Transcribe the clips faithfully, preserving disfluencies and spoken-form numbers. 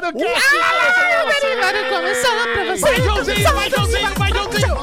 Derivado Cast! Derivado começando pra você! Vai, Joãozinho, vai, Joãozinho, vai, Joãozinho!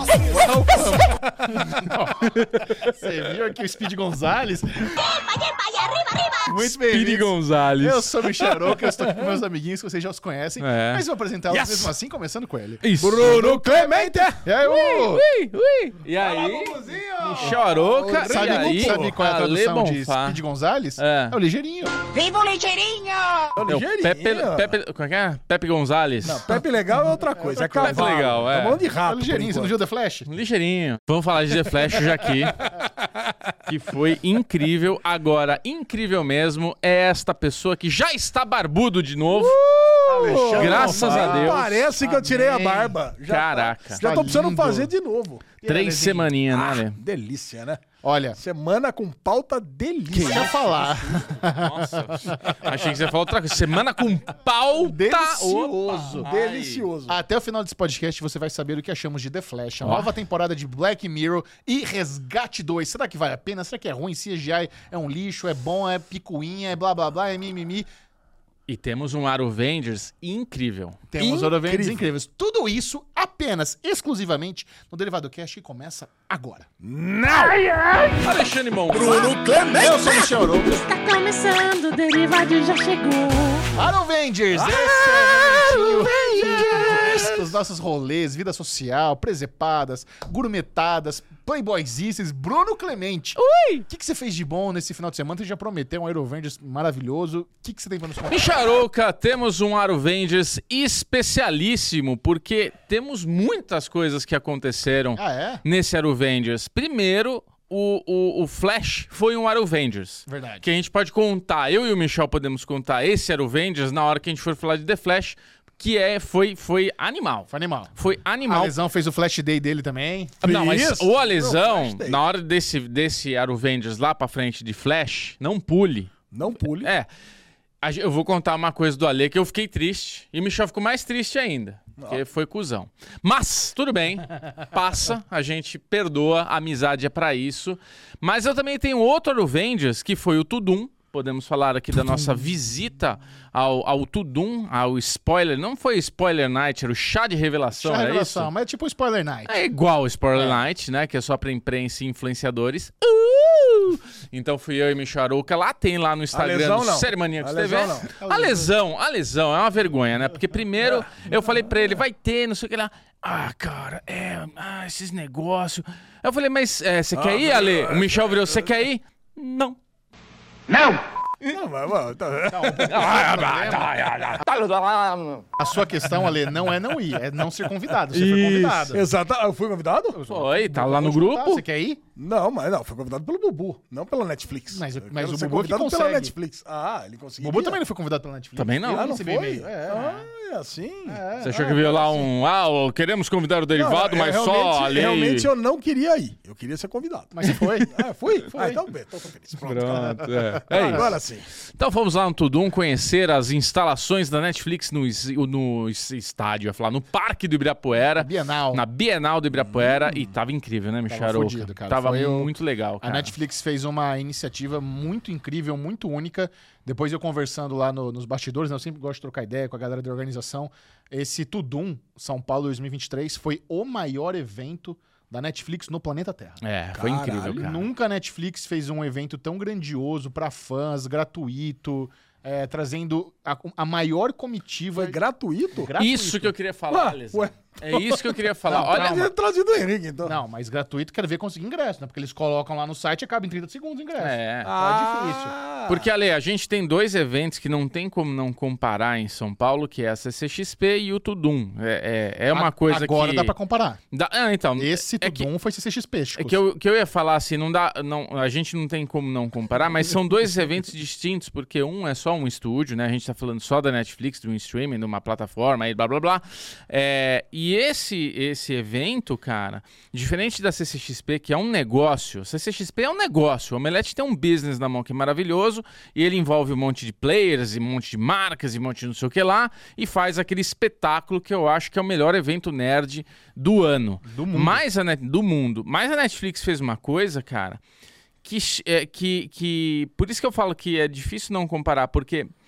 Você viu aqui o Speed Gonzalez? Muito bem, Speed Gonzalez. Eu sou o Michel Arouca, eu estou aqui com meus amiguinhos que vocês já os conhecem, É. mas vou apresentá-los Yes. mesmo assim, começando com ele. Isso. Bruno Clemente! E aí, ô? Ui, ui. E aí? Michel Arouca. Sabe, e aí? sabe qual é a Ale tradução de Bonfá. Speed Gonzalez? É. É o ligeirinho. Viva o ligeirinho! É o É o ligeirinho. Pepe, Pepe, como é que é? Pepe Gonzalez. Não, Pepe legal é outra coisa. É Pepe cavalo. legal, é. É mão de É o rato. ligeirinho, você não viu The Flash? Ligeirinho. Vamos falar de The Flash já aqui. Que foi incrível. Agora, incrível mesmo é esta pessoa que já está barbudo de novo. Alexandre Graças Bonfá. a Deus. Parece que eu tirei a Amém. barba. Já Caraca. Tá, já tô Tá precisando lindo. fazer de novo. Três semaninhas, né, Ale? Delícia, né? Olha, Semana com pauta delícia. deixa eu falar. Nossa. Achei que você ia falar outra coisa. Semana com pauta. Delicioso. Opa. Delicioso. Até o final desse podcast você vai saber o que achamos de The Flash, a Ó. nova temporada de Black Mirror e Resgate dois. Será que vale a pena? Será que é ruim? C G I é um lixo, é bom, é picuinha, é blá blá blá, é mimimi. E temos um Arrowvengers incrível. Temos Incrível. Oroventes incríveis. Tudo isso apenas, exclusivamente, no Derivado Cast que começa agora. Alexandre Monfá. Eu sou o Michel Arouca. Está começando, o Derivado já chegou! Avengers! Excelentíssimo! Os nossos rolês, vida social, presepadas, gourmetadas, playboyzices, Bruno Clemente. Ui! O que, que você fez de bom nesse final de semana? Você já prometeu um Avengers maravilhoso. O que, que você tem pra nos contar? Michel Arouca, temos um Arrowvengers especialíssimo, porque temos muitas coisas que aconteceram Ah, é? nesse Arrowvengers. Primeiro, o, o, o Flash foi um Arrowvengers. Verdade. Que a gente pode contar, eu e o Michel podemos contar esse Arrowvengers na hora que a gente for falar de The Flash, que é, foi, foi animal. Foi animal. Foi A animal. Lesão fez o Flash Day dele também. Não, mas Isso. o Alesão, Flash Day. na hora desse, desse Arrowvengers lá pra frente de Flash, não pule. Não pule. É, a gen- eu vou contar uma coisa do Ale que eu fiquei triste. E o Michel ficou mais triste ainda. Porque foi cuzão. Mas, tudo bem. Passa, a gente perdoa, a amizade é pra isso. Mas eu também tenho outro Arrowvengers, que foi o Tudum. Podemos falar aqui da nossa visita ao, ao Tudum, ao Spoiler. Não foi Spoiler Night, era o chá de revelação, Chá era revelação, isso? mas é tipo Spoiler Night. É igual o Spoiler Night, né? Que é só pra imprensa e influenciadores. Uh! Então fui eu e Michel Arouca. Lá tem lá no Instagram lesão do não. Série Maníacos A T V. lesão A lesão, a lesão é uma vergonha, né? Porque primeiro eu falei pra ele, vai ter, não sei o que lá. Ah, cara, é, ah, esses negócios. Eu falei, mas é, você quer ir, Ale? O Michel virou, você quer ir? Não. Não, mas, mano, tá... A sua questão, Ale, não é não ir, é não ser convidado. Você foi convidado. Exato. Ah, eu fui convidado? Foi, tá lá no Vou te contar, grupo. Você quer ir? Não, mas não, fui convidado pelo Bubu, não pela Netflix. Mas- Eu mas quero o ser Bubu que convidado pela consegue. Netflix. Ah, ele conseguiu. O Bobo também não foi convidado pela Netflix. Também não. Eu Ah, não recebi foi? e-mail. É, Ah, é assim? Você achou que veio lá um, ah, queremos convidar o derivado, Não, mas eu- só realmente- ali. Realmente eu não queria ir. Eu queria ser convidado. Mas você foi? Ah, fui? Ah, então bem, tô, tô feliz. Pronto. Pronto, é. É isso. Agora sim. Então fomos lá no Tudum conhecer as instalações da Netflix no, es- no es- estádio, eu ia falar, no Parque do Ibirapuera. Bienal. Na Bienal do Ibirapuera. E tava incrível, né, Michel Tava Arouca? fudido, cara. Tava Foi o- muito legal, A cara. Netflix fez uma iniciativa muito incrível, muito única. Depois eu conversando lá no- nos bastidores, né, eu sempre gosto de trocar ideia com a galera da organização. Esse Tudum São Paulo dois mil e vinte e três foi o maior evento da Netflix no planeta Terra. É, foi Caralho, incrível, cara. Nunca a Netflix fez um evento tão grandioso pra fãs, gratuito, é, trazendo a, a maior comitiva. Foi gratuito? gratuito. Isso que eu queria falar, Ué, Alesão. ué. É isso que eu queria falar. Não, Olha, calma. Tinha trazido o Henrique, então. Não, mas gratuito quer ver conseguir ingresso, né? Porque eles colocam lá no site e acaba em trinta segundos o ingresso. É. Tá difícil. Porque, Ale, a gente tem dois eventos que não tem como não comparar em São Paulo, que é a C C X P e o Tudum. É, é, é uma A- coisa Agora que... dá pra comparar. Dá- Ah, então... Esse é que- Tudum foi C C X P. É que eu, que eu ia falar assim, não dá, não, a gente não tem como não comparar, mas são dois eventos distintos, porque um é só um estúdio, né? A gente tá falando só da Netflix, de um streaming, de uma plataforma aí, blá blá blá. É, e esse, esse evento, cara, diferente da C C X P, que é um negócio, C C X P é um negócio, o Omelete tem um business na mão que é maravilhoso, e ele envolve um monte de players, e um monte de marcas, e um monte de não sei o que lá, e faz aquele espetáculo que eu acho que é o melhor evento nerd do ano. Do mundo. Mas a Net, do mundo. Mas a Netflix fez uma coisa, cara, que, é, que, que... Por isso que eu falo que é difícil não comparar, porque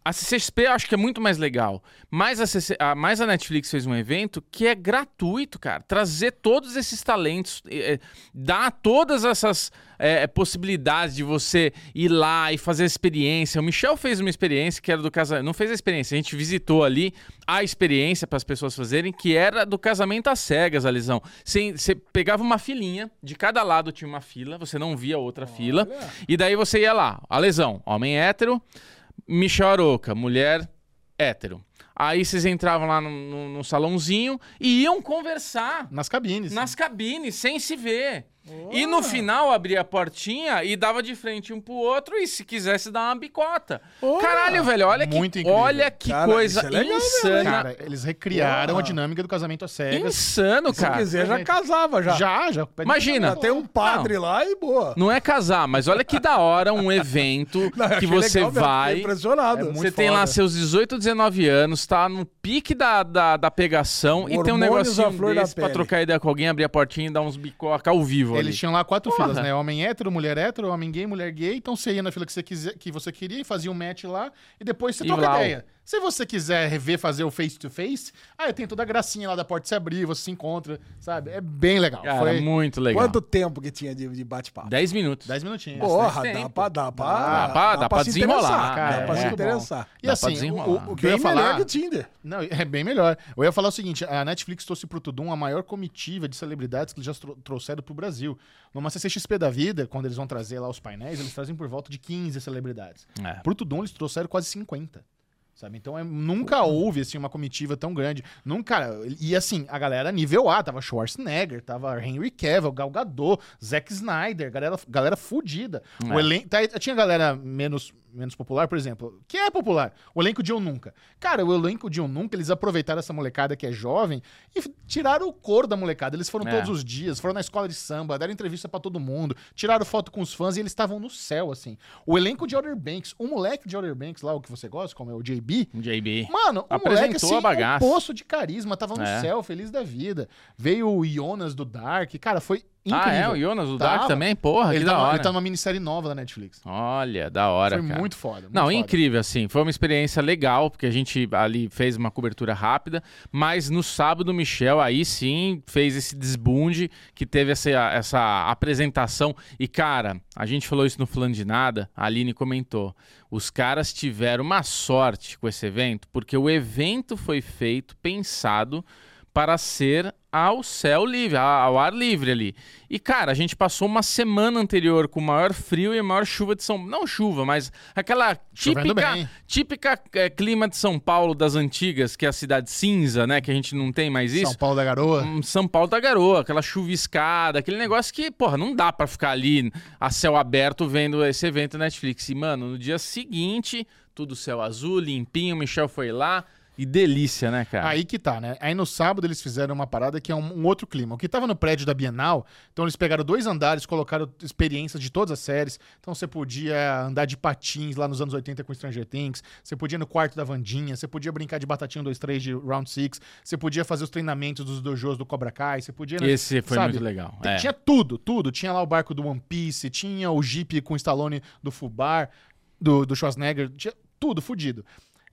A C C X P eu acho que é muito mais legal. Mas a, C C, a, mais a Netflix fez um evento que é gratuito, cara. Trazer todos esses talentos, é, dar todas essas é, possibilidades de você ir lá e fazer a experiência. O Michel fez uma experiência que era do casamento. Não fez a experiência, a gente visitou ali a experiência para as pessoas fazerem, que era do casamento às cegas, Alisão. Você, você pegava uma filinha, de cada lado tinha uma fila, você não via outra Olha. fila. E daí você ia lá, Alisão, homem hétero. Michel Aroca, mulher hétero. Aí vocês entravam lá no, no, no salãozinho e iam conversar. Nas cabines. Nas cabines, sem se ver. Oh. E no final abria a portinha e dava de frente um pro outro e se quisesse dar uma bicota. Oh. Caralho, velho, olha Muito que, incrível. olha que cara, coisa é legal, insana. Cara, eles recriaram oh. a dinâmica do casamento às cegas. Insano, cara. Se quiser, já casava, já. Já, já. Imagina. Já tem um padre não. lá e boa. Não é casar, mas olha que da hora um evento não, que você legal, vai... impressionado. É você tem lá seus dezoito, dezenove anos, tá no pique da, da, da pegação e tem um negocinho desse pra trocar ideia com alguém, abrir a portinha e dar uns bicocas ao vivo Eles ali. tinham lá quatro Porra. filas, né? Homem hétero, mulher hétero, homem gay, mulher gay. Então você ia na fila que você, quiser, que você queria e fazia um match lá e depois você E troca lá, ideia. Se você quiser rever, fazer o face-to-face, aí tem toda a gracinha lá da porta se abrir, você se encontra, sabe? É bem legal. Cara, Foi muito legal. Quanto tempo que tinha de, de bate-papo? dez minutos. dez minutinhos. Porra, tempo. dá pra, dá pra, Dá pra- dá pra se desenrolar, interessar, cara, Dá pra é se muito interessar. E Dá pra assim, o, desenrolar. o, o que eu Bem ia falar... melhor que o Tinder. Não, é bem melhor. Eu ia falar o seguinte, a Netflix trouxe pro Tudum a maior comitiva de celebridades que eles já tro- trouxeram pro Brasil. Numa C C X P da vida, quando eles vão trazer lá os painéis, eles trazem por volta de quinze celebridades. É. Pro Tudum eles trouxeram quase cinquenta. Sabe? Então é, nunca houve assim, uma comitiva tão grande. Nunca. E assim, a galera nível A, tava Schwarzenegger, tava Henry Cavill, Gal Gadot, Zack Snyder, galera, galera fudida. É. O elen... tá, tinha galera menos, menos popular, por exemplo. Que é popular? O elenco de Eu Nunca. Cara, o elenco de Eu Nunca, eles aproveitaram essa molecada que é jovem e tiraram o couro da molecada. Eles foram É. todos os dias, foram na escola de samba, deram entrevista pra todo mundo, tiraram foto com os fãs e eles estavam no céu, assim. O elenco de Outer Banks, o moleque de Outer Banks lá, o que você gosta, como é o J B, J B. mano, o Apresentou moleque, assim, a bagaça. um poço de carisma, tava no É. céu, feliz da vida. Veio o Jonas do Dark, cara, foi incrível. Ah, é? O Jonas, o Dark Tava. também? Porra, ele que tá, da numa- hora. ele tá numa minissérie nova da Netflix. Olha, da hora, Foi cara. muito foda. muito Não, foda. incrível, assim. Foi uma experiência legal, porque a gente ali fez uma cobertura rápida, mas no sábado o Michel aí sim fez esse desbunde, que teve essa, essa apresentação. E, cara, a gente falou isso no Falando de Nada, a Aline comentou. Os caras tiveram uma sorte com esse evento, porque o evento foi feito, pensado para ser ao céu livre, ao ar livre ali. E, cara, a gente passou uma semana anterior com o maior frio e a maior chuva de São Paulo. Não chuva, mas aquela Chovendo típica, bem. típica é, clima de São Paulo das antigas, que é a cidade cinza, né? Que a gente não tem mais isso. São Paulo da Garoa. Hum, São Paulo da Garoa, aquela chuviscada, aquele negócio que, porra, não dá pra ficar ali a céu aberto vendo esse evento na Netflix. E, mano, no dia seguinte, tudo céu azul, limpinho, o Michel foi lá. E delícia, né, cara? Aí que tá, né? Aí no sábado eles fizeram uma parada que é um, um outro clima. O que tava no prédio da Bienal, então eles pegaram dois andares, colocaram experiências de todas as séries. Então você podia andar de patins lá nos anos oitenta com Stranger Things, você podia ir no quarto da Wandinha, você podia brincar de batatinha um, dois, três de Round Six, você podia fazer os treinamentos dos dojos do Cobra Kai, você podia... Esse foi sabe? muito legal. T- É. Tinha tudo, tudo. Tinha lá o barco do One Piece, tinha o Jeep com o Stallone do Fubar, do, do Schwarzenegger, tinha tudo fudido.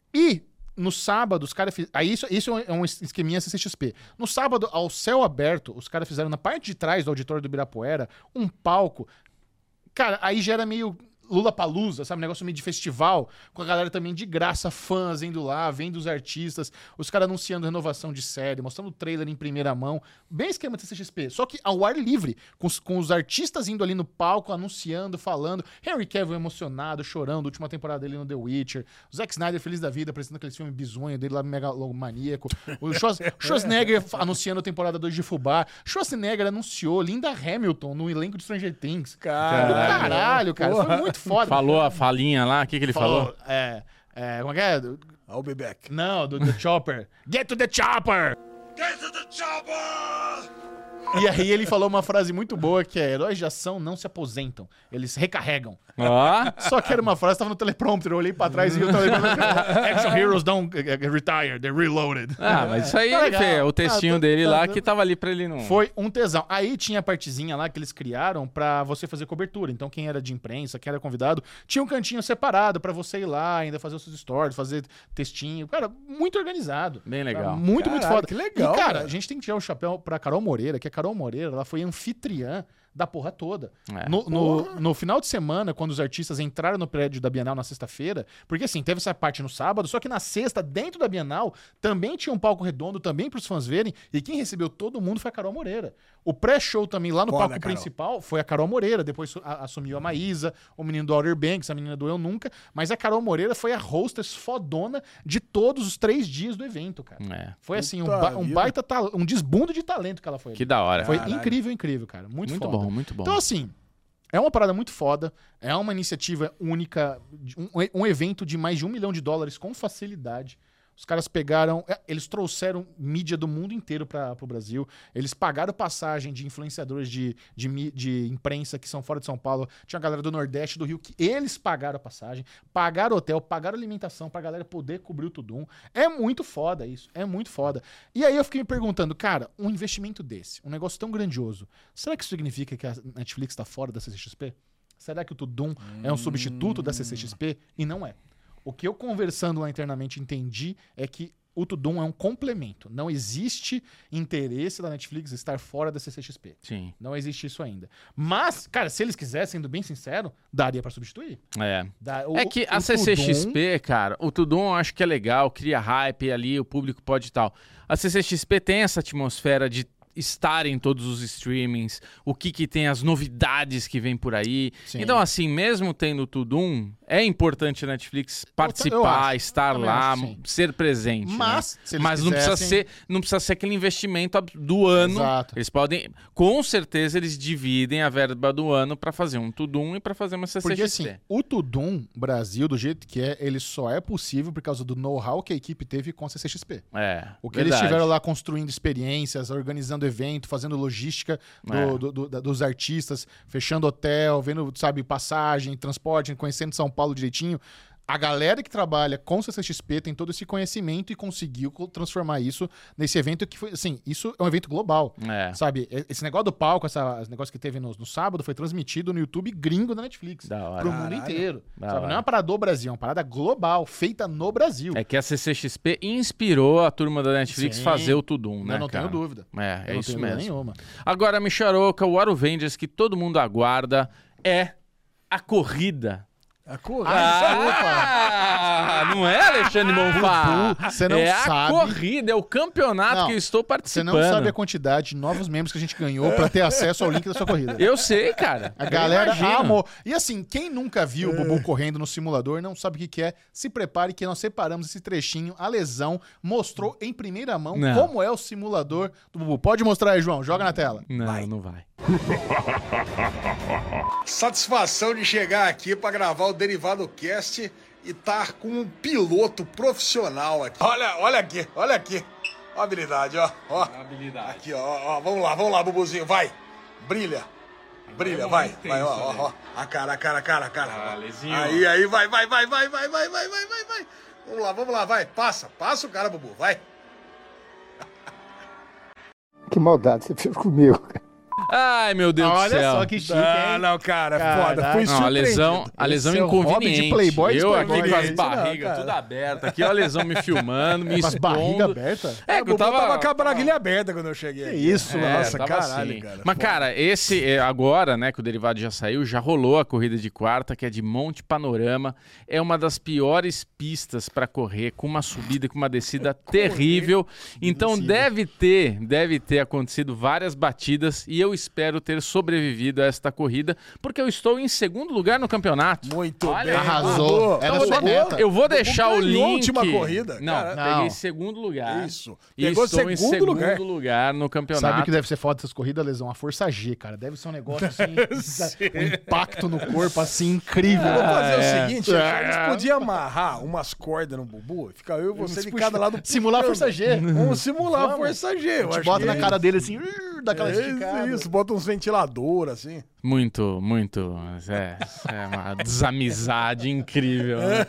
E no sábado, os caras fizeram... Aí isso, isso é um esqueminha C C X P. No sábado, ao céu aberto, os caras fizeram na parte de trás do auditório do Ibirapuera um palco. Cara, aí já era meio Lollapalooza, sabe? Um negócio meio de festival, com a galera também de graça, fãs indo lá, vendo os artistas, os caras anunciando renovação de série, mostrando o trailer em primeira mão. Bem esquema de C C X P, só que ao ar livre, com os, com os artistas indo ali no palco, anunciando, falando. Henry Cavill emocionado, chorando, última temporada dele no The Witcher. O Zack Snyder feliz da vida, apresentando aquele filme bizonho dele lá, megalomaníaco. O Schwarz- Schwarzenegger anunciando a temporada dois de Fubá. Schwarzenegger anunciou Linda Hamilton no elenco de Stranger Things. Caralho, Caralho, cara, foi muito foda. Falou a falinha lá, o que, que ele falou? É, é, como é que é? I'll be back. Não, do The Chopper. Get to the Chopper! Get to the chopper! E aí ele falou uma frase muito boa que é: heróis de ação não se aposentam, eles recarregam. Ó, Só que era uma frase, tava no teleprompter, eu olhei pra trás e eu tava lembrando, Action Heroes don't uh, retire, they're reloaded. ah, mas isso aí Tá legal. Fê, o textinho Ah, tá- dele tá- lá tá- que tava ali pra ele não... Foi um tesão. Aí tinha a partezinha lá que eles criaram pra você fazer cobertura. Então quem era de imprensa, quem era convidado, tinha um cantinho separado pra você ir lá, ainda fazer os seus stories, fazer textinho. Cara, muito organizado. Bem legal. Cara, muito, muito Caralho, foda. que legal, E, cara, cara. a gente tem que tirar o chapéu pra Carol Moreira, que a Carol Moreira, ela foi anfitriã da porra toda. É. No, no, no final de semana, quando os artistas entraram no prédio da Bienal na sexta-feira, porque assim, teve essa parte no sábado, só que na sexta, dentro da Bienal, também tinha um palco redondo também pros fãs verem, e quem recebeu todo mundo foi a Carol Moreira. O pré-show também, lá no Foda, palco Carol. principal, foi a Carol Moreira, depois su- a- assumiu a Maísa, o menino do Outer Banks, a menina do Eu Nunca, mas a Carol Moreira foi a hostess fodona de todos os três dias do evento, cara. É. Foi assim, um, Puta ba- um vida. baita, tal- um desbundo de talento que ela foi. Que da hora. Foi Caralho. incrível, incrível, cara. Muito, Muito foda. bom, muito bom. Então, assim, é uma parada muito foda. É uma iniciativa única, de- um, um evento de mais de um milhão de dólares com facilidade. Os caras pegaram, é, eles trouxeram mídia do mundo inteiro para o Brasil. Eles pagaram passagem de influenciadores de, de, mi- de imprensa que são fora de São Paulo. Tinha a galera do Nordeste, do Rio, que eles pagaram a passagem, pagaram hotel, pagaram alimentação pra galera poder cobrir o Tudum. É muito foda isso, é muito foda. E aí eu fiquei me perguntando, cara, um investimento desse, um negócio tão grandioso, será que isso significa que a Netflix tá fora da C C X P? Será que o Tudum é um substituto da C C X P? E não é. O que eu conversando lá internamente entendi é que o Tudum é um complemento. Não existe interesse da Netflix estar fora da C C X P. Sim. Não existe isso ainda. Mas, cara, se eles quisessem, sendo bem sincero, daria pra substituir. É. Dá- o- É que o a C C X P, Tudum- cara, o Tudum eu acho que é legal, cria hype ali, o público pode e tal. A C C X P tem essa atmosfera de estar em todos os streamings, o que que tem, as novidades que vem por aí. Sim. Então, assim, mesmo tendo o Tudum, é importante a Netflix eu participar, acho. estar Também lá, acho que sim. ser presente. Mas, né? se eles Mas não, precisa quisessem- ser, não precisa ser aquele investimento ab- do ano. Exato. Eles podem, com certeza, eles dividem a verba do ano para fazer um Tudum e para fazer uma C C X P. Porque assim, o Tudum Brasil, do jeito que é, ele só é possível por causa do know-how que a equipe teve com a C C X P. É, O que verdade. eles estiveram lá construindo experiências, organizando evento, fazendo logística do- É. do- do- da- dos artistas, fechando hotel, vendo, sabe, passagem, transporte, conhecendo São Paulo direitinho. A galera que trabalha com C C X P tem todo esse conhecimento e conseguiu co- transformar isso nesse evento que foi, assim, isso é um evento global. É. Sabe, E- esse negócio do palco, essa, esse negócio que teve no, no sábado, foi transmitido no YouTube gringo da Netflix. Da hora. Pro mundo Caralho. inteiro. Da Sabe? hora. Não é uma parada do Brasil, é uma parada global, feita no Brasil. É que a C C X P inspirou a turma da Netflix Sim. fazer o Tudum, né, Eu não cara? tenho dúvida. É, é Eu não isso tenho dúvida mesmo. nenhuma. Agora, Micharoca, o War of Avengers que todo mundo aguarda é a corrida. A corrida. Ah, não é, Alexandre Bonfá? Bubu, você não é sabe. a corrida, é o campeonato Não, que eu estou Você participando. não sabe a quantidade de novos membros que a gente ganhou pra ter acesso ao link da sua corrida. Eu sei, cara. A Eu galera imagino. amou. E assim, quem nunca viu o Bubu correndo no simulador, não sabe o que que é, se prepare que nós separamos esse trechinho. A Lesão mostrou em primeira mão Não. como é o simulador do Bubu. Pode mostrar aí, João. Joga na tela. Não, não vai. Satisfação de chegar aqui pra gravar o Derivado Cast e estar com um piloto profissional aqui. Olha, olha aqui, olha aqui. Ó a habilidade, ó. ó. Habilidade. Aqui, ó, ó. Vamos lá, vamos lá, Bubuzinho, vai. Brilha. Brilha, vai. Vai, ó, ó, ó. A cara, a cara, a cara, a cara. Ah, Lezinho. Aí, aí, vai, vai, vai, vai, vai, vai, vai, vai, vai, vai. Vamos lá, vamos lá, vai. Passa, passa o cara, Bubu, vai. Que maldade você fez comigo, cara. Ai, meu Deus do Olha céu. só que chique, Ah, hein? não, cara, Caraca. foda. Fui Não, a surpreendido. lesão, a lesão Esse é o hobby inconveniente. de playboy de eu playboy, aqui com as esse não, barrigas cara. tudo abertas. Aqui, ó, a lesão me filmando, me Com as expondo. barrigas abertas? É, o que eu Bubu tava... tava com a braguilha aberta quando eu cheguei. Que aqui. isso, É, Nossa, tava caralho, assim. cara. Mas, cara, esse é, agora, né, que o Derivado já saiu, já rolou a corrida de quarta, que é de Monte Panorama. É uma das piores pistas pra correr, com uma subida e com uma descida terrível. Então descida. deve ter, deve ter acontecido várias batidas e eu espero ter sobrevivido a esta corrida, porque eu estou em segundo lugar no campeonato. Muito Olha, bem. arrasou. Era Então, sua eu- meta. Eu vou deixar o ganhou link. a última corrida, Não, cara. peguei Não. segundo lugar. Isso. E Pegou estou segundo em segundo lugar. lugar. no campeonato. Sabe o que deve ser foda dessas corridas, Lesão? A força G, cara. Deve ser um negócio assim, um impacto no corpo assim incrível. Vamos fazer o É. seguinte, a gente podia amarrar umas cordas no bubu e ficar eu e você de cada lado. Simular a força G. Vamos simular a Vamos. força G. A Eu gente acho bota que na cara dele assim, "Ur", dá aquela é esticada. isso, isso, bota uns ventiladores assim. Muito, muito. É, é uma desamizade incrível. né?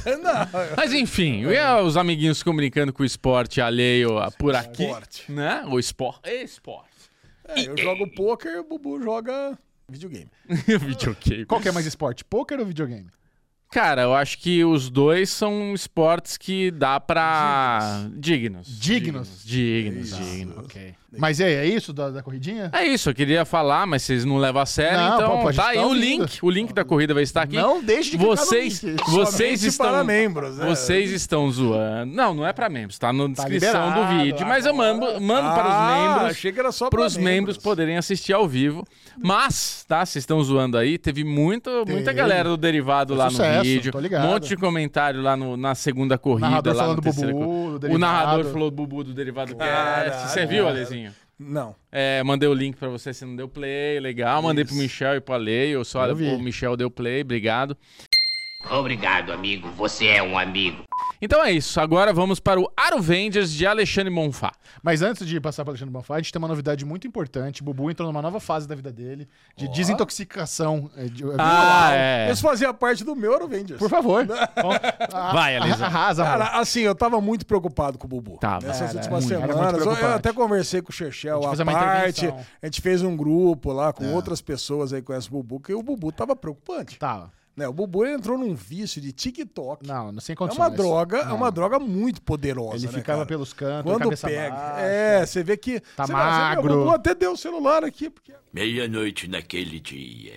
Mas enfim, e os amiguinhos ficam brincando com o esporte alheio ah, por aqui. Esporte. Né? O esporte. Esporte. É, eu jogo poker e o Bubu joga videogame. Videogame. Qual que é mais esporte? Pôquer ou videogame? Cara, eu acho que os dois são esportes que dá pra. Dignos. Dignos? Dignos, Isso. dignos. Ok. Mas e aí, é isso da, da corridinha? É isso, eu queria falar, mas vocês não levam a sério, Não, então pô, pode tá aí estar o ouvindo. link. O link da corrida vai estar aqui. Não deixe de clicar no Vocês, link. vocês Somente estão. para membros, né? Vocês estão zoando. Não, não é pra membros, tá na descrição liberado do vídeo. Mas eu mando, mando Ah, para os membros. achei que era só Para pra os membros poderem assistir ao vivo. Mas, tá, vocês estão zoando aí. Teve muito, muita galera do Derivado Foi lá sucesso, no vídeo. tô ligado. Um monte de comentário lá no, na segunda corrida. Narrador lá falando no do terceira Bubu, corrida. do O Derivado. narrador falou do Bubu do Derivado Cast. Você viu, Alezinho? Não. É, mandei o link pra você, você não deu play, legal. Mandei pro Michel e pro Ale, eu só Eu vi. o Michel deu play, obrigado. Obrigado, amigo. Você é um amigo. Então é isso, agora vamos para o Aruvengers de Alexandre Monfá. Mas antes de passar para Alexandre Bonfá, a gente tem uma novidade muito importante. Bubu entrou numa nova fase da vida dele, de desintoxicação. é, de- Ah, é. Isso fazia parte do meu Avengers. Por favor. Então, a- Vai, Alisa. Arrasa, amor. Cara, assim, eu tava muito preocupado com o Bubu. Tava. Nessas Era últimas muito, era muito semanas. Eu- eu preocupante. até conversei com o Chechel A gente à fez uma parte. intervenção. A gente fez um grupo lá com outras pessoas aí que conhecem o Bubu, que o Bubu tava preocupante. Tá. Né? O Bubu ele entrou num vício de TikTok. Não, não sem É condições. uma droga, é Não. uma droga muito poderosa. Ele né, ficava cara? pelos cantos, Quando cabeça pega. baixa. É, você vê que. Tá você vê- você vê, magro. o Bubu até deu o celular aqui. Porque... Meia-noite naquele dia.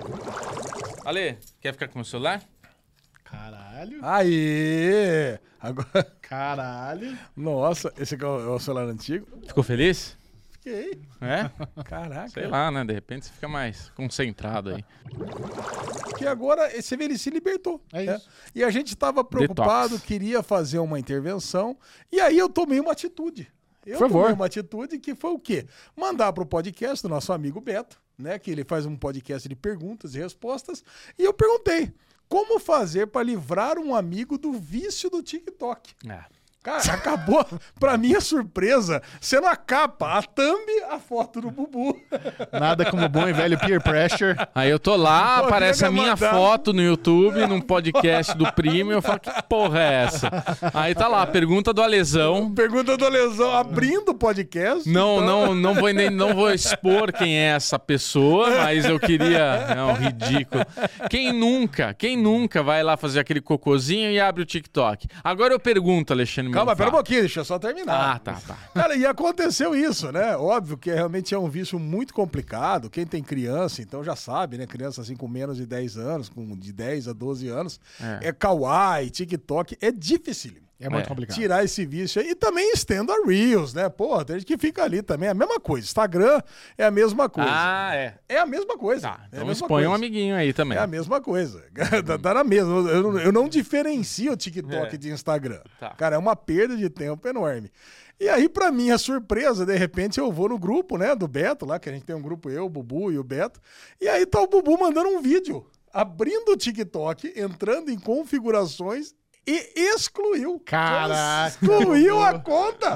Ale, quer ficar com o meu celular? Caralho. Aê! Agora. Caralho. Nossa, esse aqui é o, é o celular antigo. Ficou feliz? Fiquei. É? Caraca. Sei lá, né? De repente você fica mais concentrado aí. Porque agora você vê, ele se libertou. É né? isso. E a gente estava preocupado, Detox. queria fazer uma intervenção. E aí eu tomei uma atitude. Eu Por favor. tomei uma atitude que foi o quê? Mandar para o podcast do nosso amigo Beto, né? Que ele faz um podcast de perguntas e respostas. E eu perguntei: como fazer para livrar um amigo do vício do TikTok? É. Cara, acabou, pra minha surpresa, sendo a capa, a thumb, a foto do Bubu. Nada como bom e velho peer pressure. Aí eu tô lá, Pô, aparece a queria minha mandar. foto no YouTube, num podcast do Primo, e eu falo, que porra é essa? Aí tá lá, pergunta do Alesão. Pergunta do Lesão abrindo o podcast. Não, então- não, não vou, nem, não vou expor quem é essa pessoa, mas eu queria... Não, ridículo. Quem nunca, quem nunca vai lá fazer aquele cocôzinho e abre o TikTok? Agora eu pergunto, Alexandre Calma, Monfá. pera um pouquinho, deixa eu só terminar. Ah, tá, tá. Cara, e aconteceu isso, né? Óbvio que realmente é um vício muito complicado. Quem tem criança, então já sabe, né? Criança assim com menos de dez anos, com de dez a doze anos, é, É. kawaii, TikTok, é dificílimo. É muito É. complicado. Tirar esse vício aí. E também estendo a Reels, né? Pô, tem gente que fica ali também. É a mesma coisa. Instagram é a mesma coisa. Ah, é. É a mesma coisa. Tá, é a então mesma expõe um coisa. amiguinho aí também. É a mesma coisa. tá, tá na mesma. Eu, não- eu não diferencio o TikTok É. de Instagram. Tá. Cara, é uma perda de tempo enorme. E aí, pra minha surpresa, de repente eu vou no grupo, né, do Beto, lá, que a gente tem um grupo, eu, o Bubu e o Beto. E aí tá o Bubu mandando um vídeo, abrindo o TikTok, entrando em configurações e excluiu. Caraca. Excluiu a conta.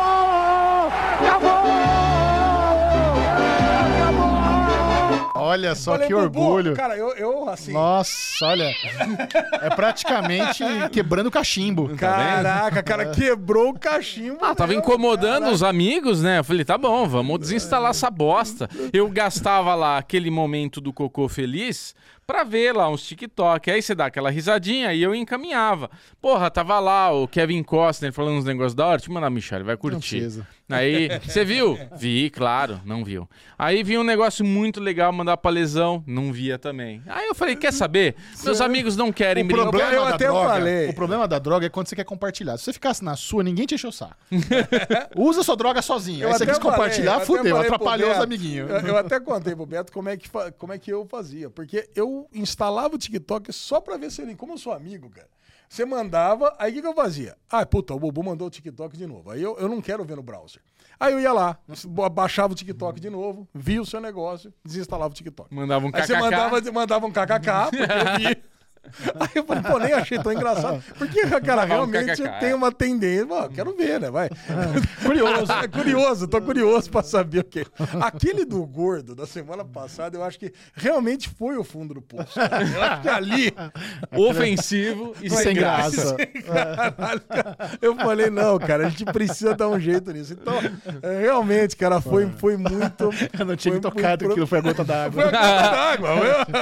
Olha só Falei, que Bubu, orgulho. Cara, eu, eu assim... Nossa, olha. É praticamente quebrando o cachimbo. Caraca, cara, quebrou o cachimbo. Ah, tava mesmo, incomodando caraca. os amigos, né? Eu falei, tá bom, vamos desinstalar essa bosta. Eu gastava lá aquele momento do cocô feliz pra ver lá uns TikTok. Aí você dá aquela risadinha e eu encaminhava. Porra, tava lá o Kevin Costner falando uns negócios da hora. Te mandar, Michele, vai curtir. Aí, você viu? Vi, claro, não viu. Aí vi um negócio muito legal, mandar pra lesão, não via também. Aí eu falei, quer saber? Meus amigos não querem O brincar. problema, eu da até droga, falei. o problema da droga é quando você quer compartilhar. Se você ficasse na sua, ninguém te encheu o saco. Usa sua droga sozinho. Eu Aí você até quis falei, eu compartilhar, até fudeu, falei pro atrapalhou os Beto, amiguinhos. Eu, eu até contei pro Beto como é, que fa- como é que eu fazia. Porque eu instalava o TikTok só pra ver se ele... Como eu sou amigo, cara. Você mandava, aí o que, que eu fazia? Ah, puta, o Bubu mandou o TikTok de novo. Aí eu, eu não quero ver no browser. Aí eu ia lá, baixava o TikTok de novo, via o seu negócio, desinstalava o TikTok. Mandava um Aí você kkk. mandava, mandava um kkk, porque eu vi. Aí eu falei, pô, nem achei tão engraçado. Porque, cara, realmente kkk, tem é. uma tendência. Pô, quero ver, né? Vai. Curioso. É curioso, tô curioso pra saber o quê. Aquele do gordo da semana passada, eu acho que realmente foi o fundo do poço. Cara. Eu acho que ali. Ofensivo e sem graça. Caralho, cara. Eu falei, não, cara, a gente precisa dar um jeito nisso. Então, é, realmente, cara, foi, foi muito. Eu não tinha foi- tocado foi- aquilo, foi a gota d'água. Foi a gota d'água.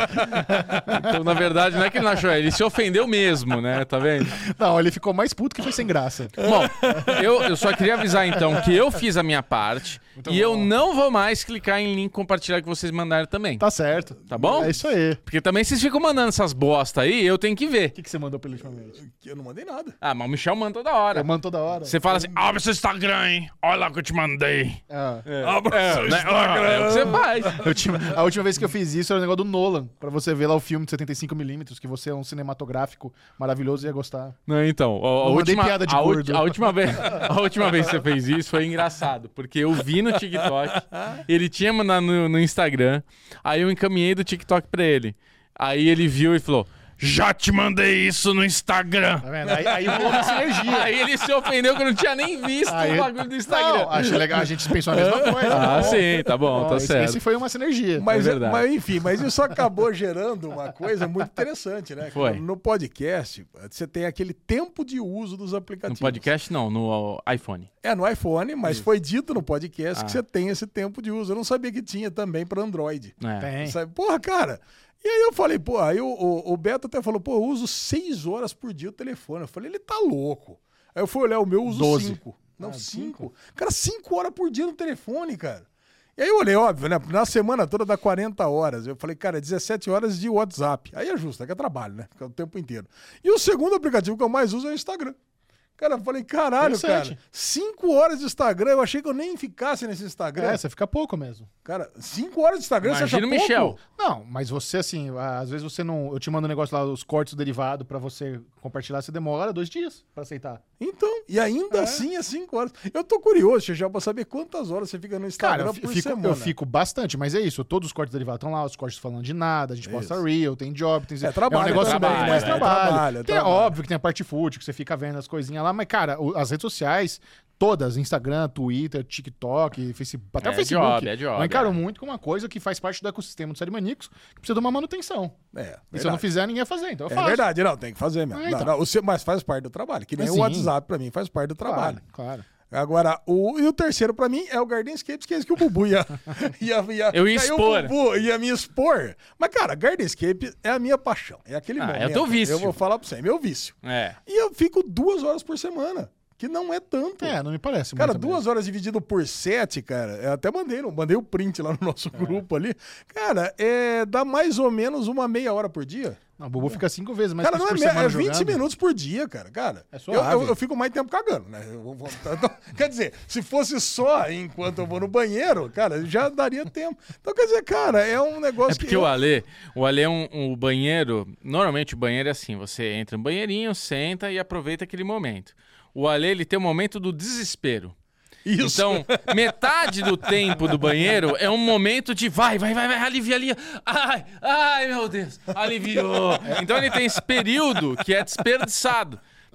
Então, na verdade, não é que ele não achou, ele se ofendeu mesmo, né? Tá vendo? Não, ele ficou mais puto que foi sem graça. Bom, eu, eu só queria avisar então que eu fiz a minha parte Muito e bom. eu não vou mais clicar em link compartilhar que vocês mandaram também. Tá certo. Tá bom? É isso aí. O Porque também vocês ficam mandando essas bosta aí, eu tenho que ver. que, que você mandou pelo ultimamente? Eu não mandei nada. Ah, mas o Michel manda toda hora. Eu mando toda hora. Você fala assim, abre seu Instagram, hein? Olha lá o que eu te mandei. Ah. Abra É, seu né? Instagram. É o que você faz. A última, a última vez que eu fiz isso era o negócio do Nolan, pra você ver lá o filme de setenta e cinco milímetros, que você é um cinematográfico maravilhoso e ia gostar. Não, então, a, a Eu mandei última, piada de a, gordo. ulti- a última vez, a última vez que você fez isso foi engraçado, porque eu vi no TikTok, ele tinha mandado no, no Instagram, aí eu encaminhei do TikTok pra ele. Aí ele viu e falou: já te mandei isso no Instagram. Tá vendo? Aí, aí rolou uma sinergia. Aí ele se ofendeu que eu não tinha nem visto Aí- o bagulho do Instagram. Não, acho legal, a gente pensou a mesma coisa. Ah, Bom. sim, tá bom, Ó, tá esse, certo. esse foi uma sinergia. Mas, É verdade. mas enfim, mas isso acabou gerando uma coisa muito interessante, né? Foi. No podcast, você tem aquele tempo de uso dos No aplicativos. podcast não, no ó, iPhone. É, no iPhone, mas foi dito no podcast Ah. que você tem esse tempo de uso. Eu não sabia que tinha também para Android. É. Tem. Sabe? Porra, cara. E aí eu falei, pô, aí o, o, o Beto até falou, pô, eu uso seis horas por dia o telefone. Eu falei, ele tá louco. Aí eu fui olhar, o meu eu uso Doze. cinco. Não, Ah, cinco. Cara, cinco horas por dia no telefone, cara. E aí eu olhei, óbvio, né? Na semana toda dá quarenta horas. Eu falei, cara, dezessete horas de WhatsApp. Aí é justo, é que é trabalho, né? Fica o tempo inteiro. E o segundo aplicativo que eu mais uso é o Instagram. Cara, eu falei, caralho, Interessante. cara, cinco horas de Instagram, eu achei que eu nem ficasse nesse Instagram. É, você fica pouco mesmo. Cara, cinco horas de Instagram, você acha Imagina o pouco? Michel. Não, mas você, assim, às vezes você não. Eu te mando um negócio lá, os cortes do derivado pra você compartilhar, você demora dois dias pra aceitar. Então, e ainda assim é cinco horas. Eu tô curioso, já pra saber quantas horas você fica no Instagram Cara, eu, fi- por fico, semana. eu fico bastante, mas é isso. Todos os cortes derivados estão lá, os cortes falando de nada, a gente posta reel, tem job, tem. É trabalho um negócio também, muito né? mais É trabalho. trabalho, é Tem, trabalho. óbvio que tem a parte fútil, que você fica vendo as coisinhas lá, mas, cara, o- as redes sociais, todas, Instagram, Twitter, TikTok, Facebook, até É o Facebook. job, é job, eu encaro é. muito como uma coisa que faz parte do ecossistema do Série Maníacos, que precisa de uma manutenção. É, E se eu não verdade. fizer, ninguém vai fazer, então eu É faço. verdade, não, tem que fazer mesmo. Ah, Não, então. não, o seu- mas faz parte do trabalho, que nem Mas o sim. WhatsApp pra mim faz parte do trabalho. Claro, claro. Agora, o, e o terceiro pra mim é o Gardenscapes, que é esse que o Bubu ia, ia, ia, Eu ia aí expor. O Bubu ia me expor. Mas, cara, Gardenscape é a minha paixão. É aquele Ah, é momento. o teu vício. Eu vou falar pra você, é meu vício. É. E eu fico duas horas por semana, que não é tanto. É, não me parece Cara, muito duas horas dividido por sete, cara, eu até mandei, não- mandei o print lá no nosso grupo ali. Cara, é, dá mais ou menos uma meia hora por dia. Não, o Bubu fica cinco vezes mais Cara, que não isso é, por me- semana é vinte jogando. minutos por dia, cara. Cara, É eu, suave. eu, eu fico mais tempo cagando, né? Eu vou- vou- então, quer dizer, se fosse só enquanto eu vou no banheiro, cara, já daria tempo. Então, quer dizer, cara, é um negócio É porque que. eu- o Ale, o Ale é um, um banheiro. Normalmente o banheiro é assim: você entra no banheirinho, senta e aproveita aquele momento. O Ale, ele tem o momento do desespero. Isso. Então, metade do tempo do banheiro é um momento de vai, vai, vai, vai, alivia, alivia. Ai, ai, meu Deus, aliviou. Então ele tem esse período que é desperdiçado.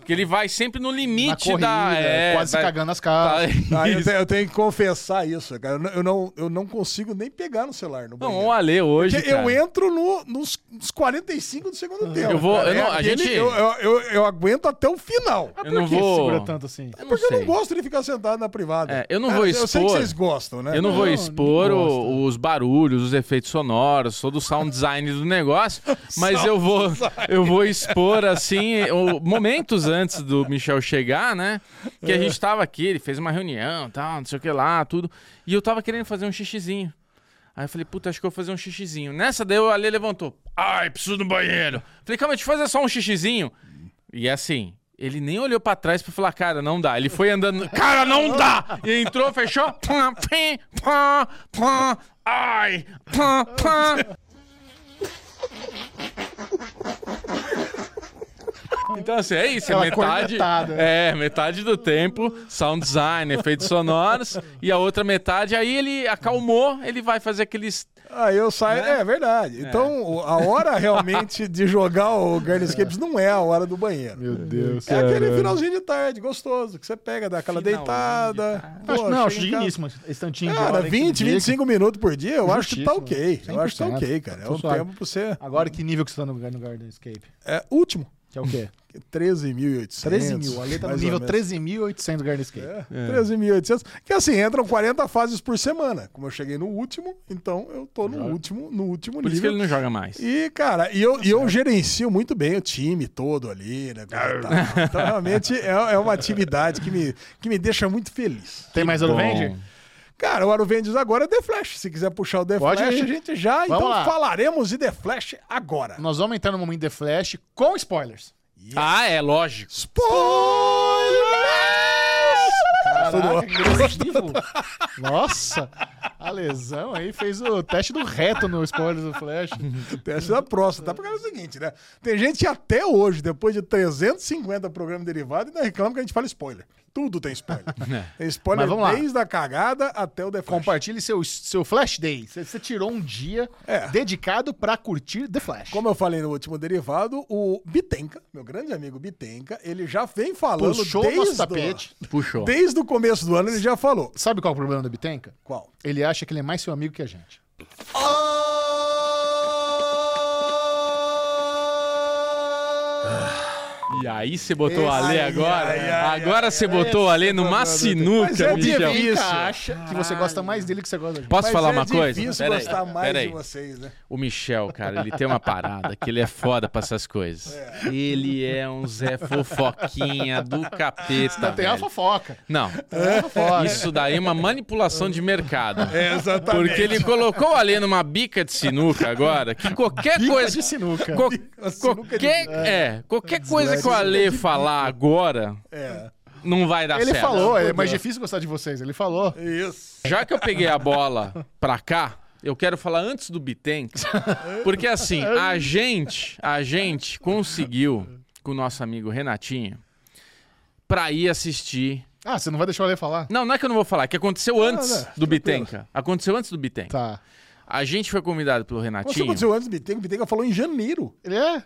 Porque ele vai sempre no Na limite corrida, da... É, quase vai- cagando as calças. tá- Aí eu, Isso. tenho, eu tenho que confessar isso, cara. Eu não, eu não, eu não consigo nem pegar no celular no Não, banheiro. o Ale hoje, Porque cara, eu entro no, nos, nos quarenta e cinco do segundo tempo. Eu vou- cara. eu não- É a aquele- gente- eu, eu, eu, eu aguento até o final. eu não Por que vou... segura tanto assim? Eu não Porque eu sei. não gosto de ficar sentado na privada. É, eu não Cara, vou Eu sei que expor- vocês gostam, né? Eu não vou Não, expor ninguém o- gosta. os barulhos, os efeitos sonoros, sou do sound design do negócio, mas eu vou, eu vou expor, assim, o- momentos antes do Michel chegar, né? Que a gente tava aqui, ele fez uma reunião, tal, não sei o que lá, tudo, e eu tava querendo fazer um xixizinho. Aí eu falei, puta, acho que eu vou fazer um xixizinho. Nessa daí o Ale levantou, ai, preciso do banheiro. Falei, calma, deixa eu fazer só um xixizinho. E assim... Ele nem olhou pra trás pra falar, cara, não dá. Ele foi andando, cara, não dá! E entrou, fechou. Pá, pim, pá, pá, ai, pá, pá. Então, assim, é isso. É Aquela metade. cornetada. É, metade do tempo, sound design, efeitos sonoros. E a outra metade, aí ele acalmou, ele vai fazer aqueles. Aí eu saio. É, verdade. Então, o- a hora realmente de jogar o Garnescapes não é a hora do banheiro. Meu Deus. É aquele finalzinho de tarde, gostoso, que você pega, dá aquela Finalzinho de deitada. tarde. pô, Acho, não, acho chega em casa. digníssimo esse tantinho de Cara, hora aí que vinte, você dedica. vinte e cinco minutos por dia, eu acho que tá ok. Justíssimo. Eu acho que tá cem por cento. ok, cara. É Tô um suave. tempo pra você. Agora, que nível que você tá no, no Gardenscape? É, último. Que é o quê? treze mil e oitocentos. treze mil. Ali tá no mais ou nível menos. treze mil e oitocentos do Gardenscape. É, treze mil e oitocentos. Que assim, entram quarenta fases por semana. Como eu cheguei no último, então eu tô no último, no último Por isso que nível. ele não joga mais. E, cara, e eu, e eu gerencio muito bem o time todo ali, né? coisa e tal. Então, realmente, é, é uma atividade que me, que me deixa muito feliz. Tem mais Bom. Aruvenger? Cara, o Aruvendes agora é The Flash. Se quiser puxar o The Pode Flash, ir. a gente já. Vamos então lá. falaremos de The Flash agora. Nós vamos entrar no momento The Flash com spoilers. Ah, é, lógico. Caraca, que agressivo. Nossa, a lesão aí fez o teste do reto no spoiler do Flash. Teste da próstata. Tá? Porque é o seguinte, né? Tem gente que até hoje, depois de trezentos e cinquenta programas derivados, ainda reclama que a gente fala spoiler. Tudo tem spoiler. Tem spoiler Mas vamos lá. desde a cagada até o The Flash. Compartilhe seu, seu Flash Day. Você, você tirou um dia É. dedicado pra curtir The Flash. Como eu falei no último derivado, o Bitenca, meu grande amigo Bitenca, ele já vem falando Puxou o desde, nosso o- tapete. Puxou. desde o começo do ano, ele já falou. Sabe qual é o problema do Bitenca? Qual? Ele acha que ele é mais seu amigo que a gente. E aí você botou o Esse Ale aí, agora? ai, ai, agora você botou o Ale numa Mas sinuca, é Michel. difícil. Bitenca acha que você gosta mais dele que você gosta da gente. Posso Mas falar é uma coisa? difícil Pera aí, gostar mais pera de aí. vocês, né? O Michel, cara, ele tem uma parada que ele é foda pra essas coisas. Ele é um Zé Fofoquinha do capeta, Não tem a velho. fofoca. Não, fofoca. isso daí é uma manipulação de mercado. É, exatamente. Porque ele colocou o Ale numa bica de sinuca agora, que qualquer Bica coisa... de sinuca. co- A sinuca de- qualquer, é, qualquer coisa que o Ale falar agora, É, não vai dar Ele certo. falou, é mais difícil gostar de vocês. Ele falou. isso. Já que eu peguei a bola pra cá, eu quero falar antes do Bitenca, porque assim, a gente, a gente conseguiu, com o nosso amigo Renatinho, pra ir assistir... Ah, você não vai deixar o Ale falar? Não, não é que eu não vou falar, é que aconteceu antes não, do tranquilo. Bitenca. Aconteceu antes do Bitenca. Tá. A gente foi convidado pelo Você Renatinho... aconteceu antes do Bitenca, o Bitenca falou em janeiro. Ele é?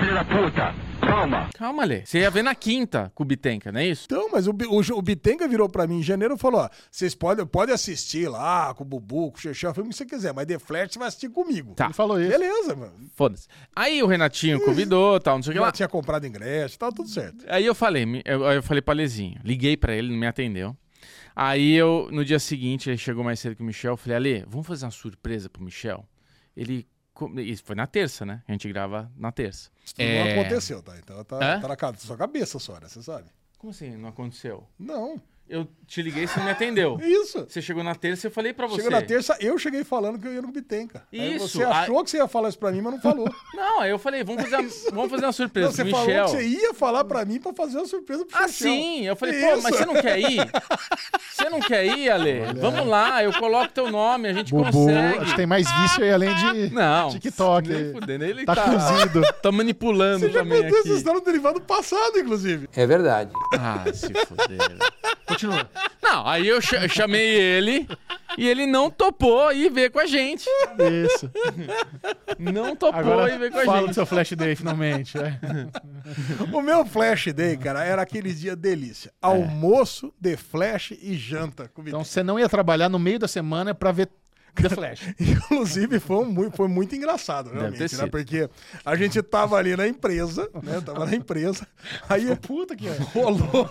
Calma, Lê. Você ia ver na quinta com o Bitenca, não é isso? Então, mas o, Bi- o, o Bitenca virou pra mim em janeiro e falou: ó, vocês podem, podem assistir lá com o Bubu, com o Xexé, o filme que você quiser, mas The Flash você vai assistir comigo. Tá. Ele falou isso. Beleza, mano. Foda-se. Aí o Renatinho convidou, tal, não sei o que Já lá. tinha comprado ingresso, tava tudo certo. Aí eu falei, me- eu, eu falei pra Lezinho, liguei pra ele, não me atendeu. Aí eu, no dia seguinte, ele chegou mais cedo que o Michel, eu falei, Ale, vamos fazer uma surpresa pro Michel? Ele, co- isso foi na terça, né? A gente grava na terça. Isso tudo É. não aconteceu, tá? Então tá, Hã? tá na ca- sua cabeça só, né? Você sabe? Como assim, não aconteceu? Não. Eu te liguei e você não me atendeu. Isso. Você chegou na terça e eu falei pra você. Chegou na terça, eu cheguei falando que eu ia no Bitenca. Aí Isso, você achou que você ia falar isso pra mim, mas não falou. Não, aí eu falei, vamos fazer, uma- vamos fazer uma surpresa Não, você pro falou Michel. que você ia falar pra mim pra fazer uma surpresa pro Ah, Chechel. sim! Eu falei, pô, Isso. mas você não quer ir? Você não quer ir, Ale? Vamos lá, eu coloco teu nome, a gente Bubu, consegue. acho que tem mais vício aí além de Não. TikTok. Nem fudendo, ele Tá tá, cozido. tá manipulando Você já também contou essa aqui. história no derivado passado, inclusive. É verdade. Ah, se fuder. Continua. Não, aí eu cha- chamei ele e ele não topou ir ver com a gente. Isso. Não topou Agora ir ver com a fala gente. do seu Flash Day, finalmente. é. O meu Flash Day, cara, era aquele dia delícia. Almoço, The Flash e janta. Com Então você não ia trabalhar no meio da semana pra ver The Flash. Inclusive, foi muito, foi muito engraçado, realmente, ter né? sido. Porque a gente tava ali na empresa, né? Tava na empresa. Aí Puta que rolou.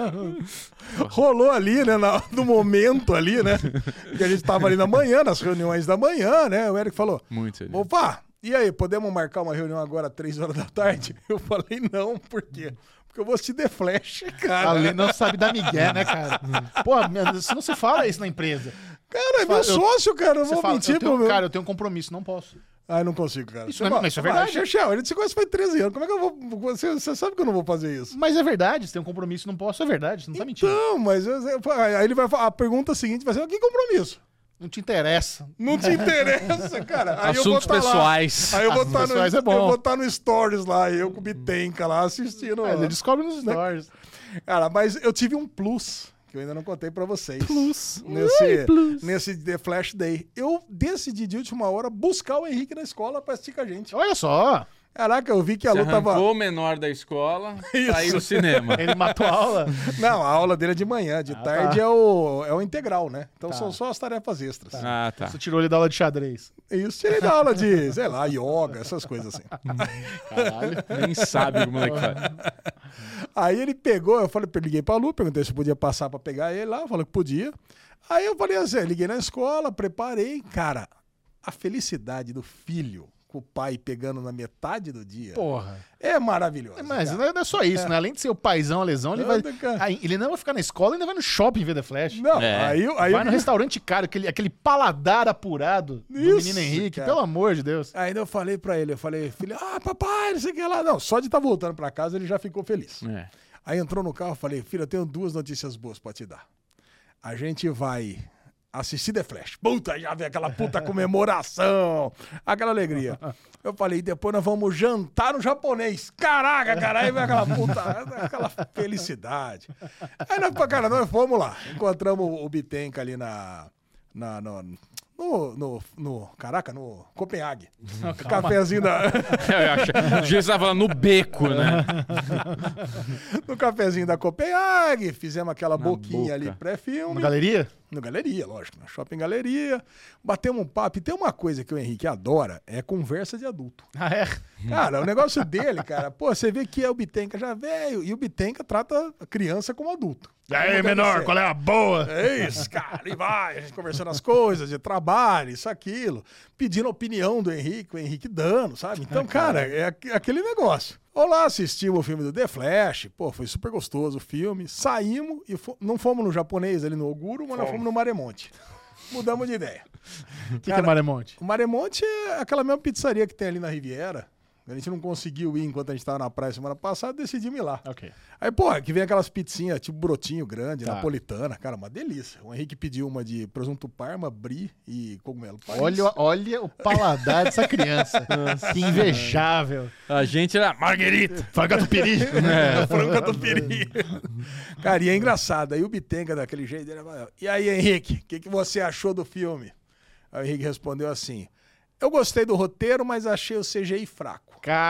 rolou ali, né? na- no momento ali, né? Que a gente tava ali na manhã, nas reuniões da manhã, né? O Eric falou: Muito. opa, e aí, podemos marcar uma reunião agora às três horas da tarde? Eu falei, não, por quê? Porque eu vou assistir The Flash, cara. Ali não sabe dar migué, né, cara? Pô, se não se fala isso na empresa. Cara, é meu Eu- sócio, cara. Eu Você vou fala, mentir eu tenho, pro meu. Cara, eu tenho um compromisso, não posso. Ah, eu não consigo, cara. Isso não é- mas isso é verdade. Ah, Chechel, a gente se conhece faz treze anos. Como é que eu vou... Você, você sabe que eu não vou fazer isso. Mas é verdade, você tem um compromisso, não posso, é verdade, você não tá mentindo. Então, mas... eu- eu- Aí ele vai falar... A pergunta seguinte vai ser, que compromisso? Não te interessa. Não te interessa, cara. Aí eu vou Assuntos tá lá. pessoais. Aí eu vou Assuntos estar no, pessoais é bom. eu vou tá no Stories lá, eu com o Bitenca lá assistindo. É, ele descobre nos stories. Cara, mas eu tive um plus, que eu ainda não contei pra vocês. Plus. Nesse, Ui, plus. nesse The Flash Day. Eu decidi de última hora buscar o Henrique na escola pra assistir com a gente. Olha só, Caraca, eu vi que a Você Lu tava... arrancou o menor da escola Isso. pra ir no cinema. ele matou a aula. Não, a aula dele é de manhã, de Ah, tarde tá. é, o, é o integral, né? Então Tá. são só as tarefas extras. Ah, tá. Você tirou ele da aula de xadrez. Isso, tirei da aula de, sei lá, yoga, essas coisas assim. Caralho. Nem sabe o que o moleque faz. Aí ele pegou, eu falei, liguei pra Lu, perguntei se podia passar pra pegar ele lá, falou que podia. Aí eu falei assim, liguei na escola, preparei. Cara, a felicidade do filho com o pai pegando na metade do dia Porra. é maravilhosa. Mas cara. não é só isso, né? Além de ser o paizão, a lesão, ele vai. Nada, cara. Aí, ele não vai ficar na escola, ainda vai no shopping ver The Flash. Não, É. aí, aí vai no restaurante caro, aquele, aquele paladar apurado do Isso, menino Henrique, cara. pelo amor de Deus. Ainda eu falei pra ele, eu falei, filho, ah, papai, não sei o que lá. Não, só de estar voltando pra casa ele já ficou feliz. É. Aí entrou no carro, eu falei, filho, eu tenho duas notícias boas pra te dar. A gente vai assistir The Flash. Puta, já vem aquela puta comemoração, aquela alegria. Eu falei, depois nós vamos jantar no japonês. Caraca, cara, aí vem aquela puta, aquela felicidade. Aí nós, cara, nós fomos lá, encontramos o Bitenca ali na... na no, no, no, no, caraca, no Copenhague. Cafezinho da... Eu acho. O juiz tava falando no beco, né? no cafezinho da Copenhague, fizemos aquela Na boquinha boca. ali pré-filme. Uma galeria? No Galeria, lógico, na Shopping Galeria. Batemos um papo. E tem uma coisa que o Henrique adora, é conversa de adulto. Ah, é? Cara, o negócio dele, cara, pô, você vê que é o Bitenca já velho, e o Bitenca trata a criança como adulto. E aí, Como deve menor, ser. qual é a boa? É isso, cara, e vai, a gente conversando as coisas de trabalho, isso, aquilo, pedindo a opinião do Henrique, o Henrique dando, sabe? Então, cara, é aqu- aquele negócio. Olá, assistimos o filme do The Flash, pô, foi super gostoso o filme, saímos e fo- não fomos no japonês ali no Oguro, mas nós fomos no Maremonte. Mudamos de ideia. O que, que é Cara, Maremonte? O Maremonte é aquela mesma pizzaria que tem ali na Riviera. A gente não conseguiu ir enquanto a gente tava na praia semana passada, decidimos ir lá. Ok. Aí, porra, que vem aquelas pizzinhas, tipo brotinho grande, Tá. napolitana. Cara, uma delícia. O Henrique pediu uma de presunto parma, brie e cogumelo. Paris. Olha, olha o paladar dessa criança. Que invejável. A gente era Marguerita. Faga do peri. É, frango catupiry. Cara, e é engraçado. Aí o Bitenca, daquele jeito, ele fala, e aí, Henrique, o que, que você achou do filme? Aí o Henrique respondeu assim, eu gostei do roteiro, mas achei o C G I fraco.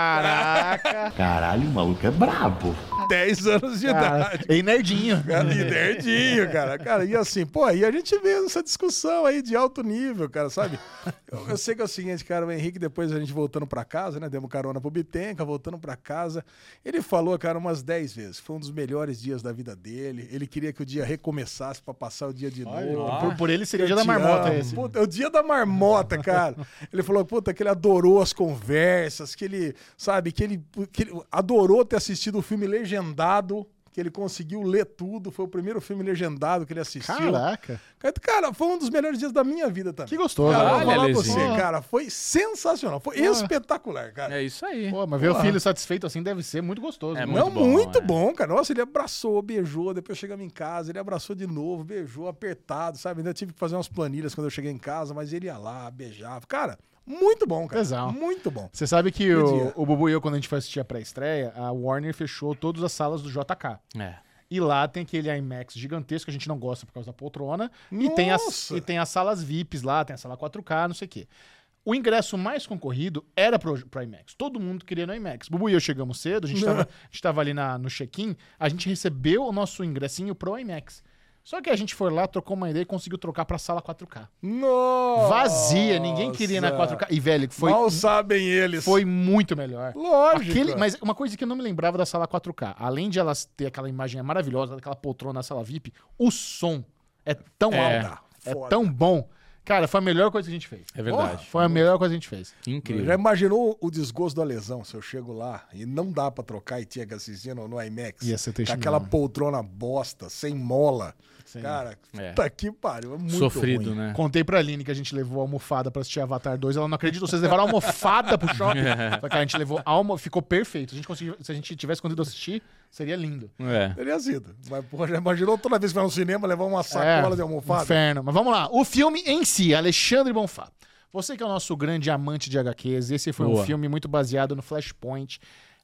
Caraca. Caralho, o maluco é brabo. dez anos de Cara, idade. e nerdinho. Cara, e nerdinho, cara. Cara, e assim, pô, aí a gente vê essa discussão aí de alto nível, cara, sabe? Eu, eu sei que é o seguinte, cara, o Henrique, depois a gente voltando pra casa, né? Demos carona pro Bitenca, voltando pra casa. Ele falou, cara, umas dez vezes. Foi um dos melhores dias da vida dele. Ele queria que o dia recomeçasse pra passar o dia de novo. Por, por ele seria o Eu dia da te marmota amo. esse. Puta, é o dia da marmota, cara. Ele falou, puta, que ele adorou as conversas, que ele, sabe, que ele, que ele adorou ter assistido o filme legendado, que ele conseguiu ler tudo. Foi o primeiro filme legendado que ele assistiu. Caraca. Cara, foi um dos melhores dias da minha vida também. Que gostoso. Cara, vou Olha, falar pra Lezinho. você, cara, foi sensacional. Foi espetacular, cara. É isso aí. Pô, mas ver o filho satisfeito assim deve ser muito gostoso. É né? muito Não, bom, muito é. bom, cara. Nossa, ele abraçou, beijou, depois chegamos em casa, ele abraçou de novo, beijou, apertado, sabe? Ainda tive que fazer umas planilhas quando eu cheguei em casa, mas ele ia lá, beijava. Cara, muito bom, cara. Tesão. Muito bom. Você sabe que Que o, dia? o Bubu e eu, quando a gente foi assistir a pré-estreia, a Warner fechou todas as salas do J K. É. E lá tem aquele IMAX gigantesco que a gente não gosta por causa da poltrona. E tem, as, Nossa! e tem as salas V I Ps lá, tem a sala quatro K, não sei o quê. O ingresso mais concorrido era pro, pro IMAX. Todo mundo queria no IMAX. Bubu e eu chegamos cedo, a gente tava, a gente tava ali na, no check-in, a gente recebeu o nosso ingressinho pro IMAX. Só que a gente foi lá, trocou uma ideia e conseguiu trocar pra sala quatro K. Nossa! Vazia, ninguém queria ir na quatro K. E, velho, foi... Mal sabem eles. Foi muito melhor. Lógico. Aquele, mas uma coisa que eu não me lembrava da sala quatro K, além de elas ter aquela imagem maravilhosa, daquela poltrona na sala V I P, o som é tão É, alto, é foda. tão bom. Cara, foi a melhor coisa que a gente fez. É verdade. Foi a melhor coisa que a gente fez. Incrível. Já imaginou o desgosto da lesão se eu chego lá e não dá pra trocar e tinha que assistir no, no IMAX? Ia ser com triste aquela mesmo. poltrona bosta, sem mola. Sim. Cara, É. puta que pariu. É muito Sofrido, ruim. né? Contei pra Aline que a gente levou a almofada pra assistir Avatar dois. Ela não acredita. Vocês levaram a almofada pro shopping? Falei, cara, a gente levou a alma, ficou perfeito. Se a gente, conseguiu, se a gente tivesse conseguido assistir, seria lindo. É. Teria sido. Mas, porra, já imaginou toda vez que vai no cinema levar uma sacola de almofada? Inferno. Mas vamos lá. O filme em si, Alexandre Bonfá. Você que é o nosso grande amante de H Qs, esse foi Boa. um filme muito baseado no Flashpoint.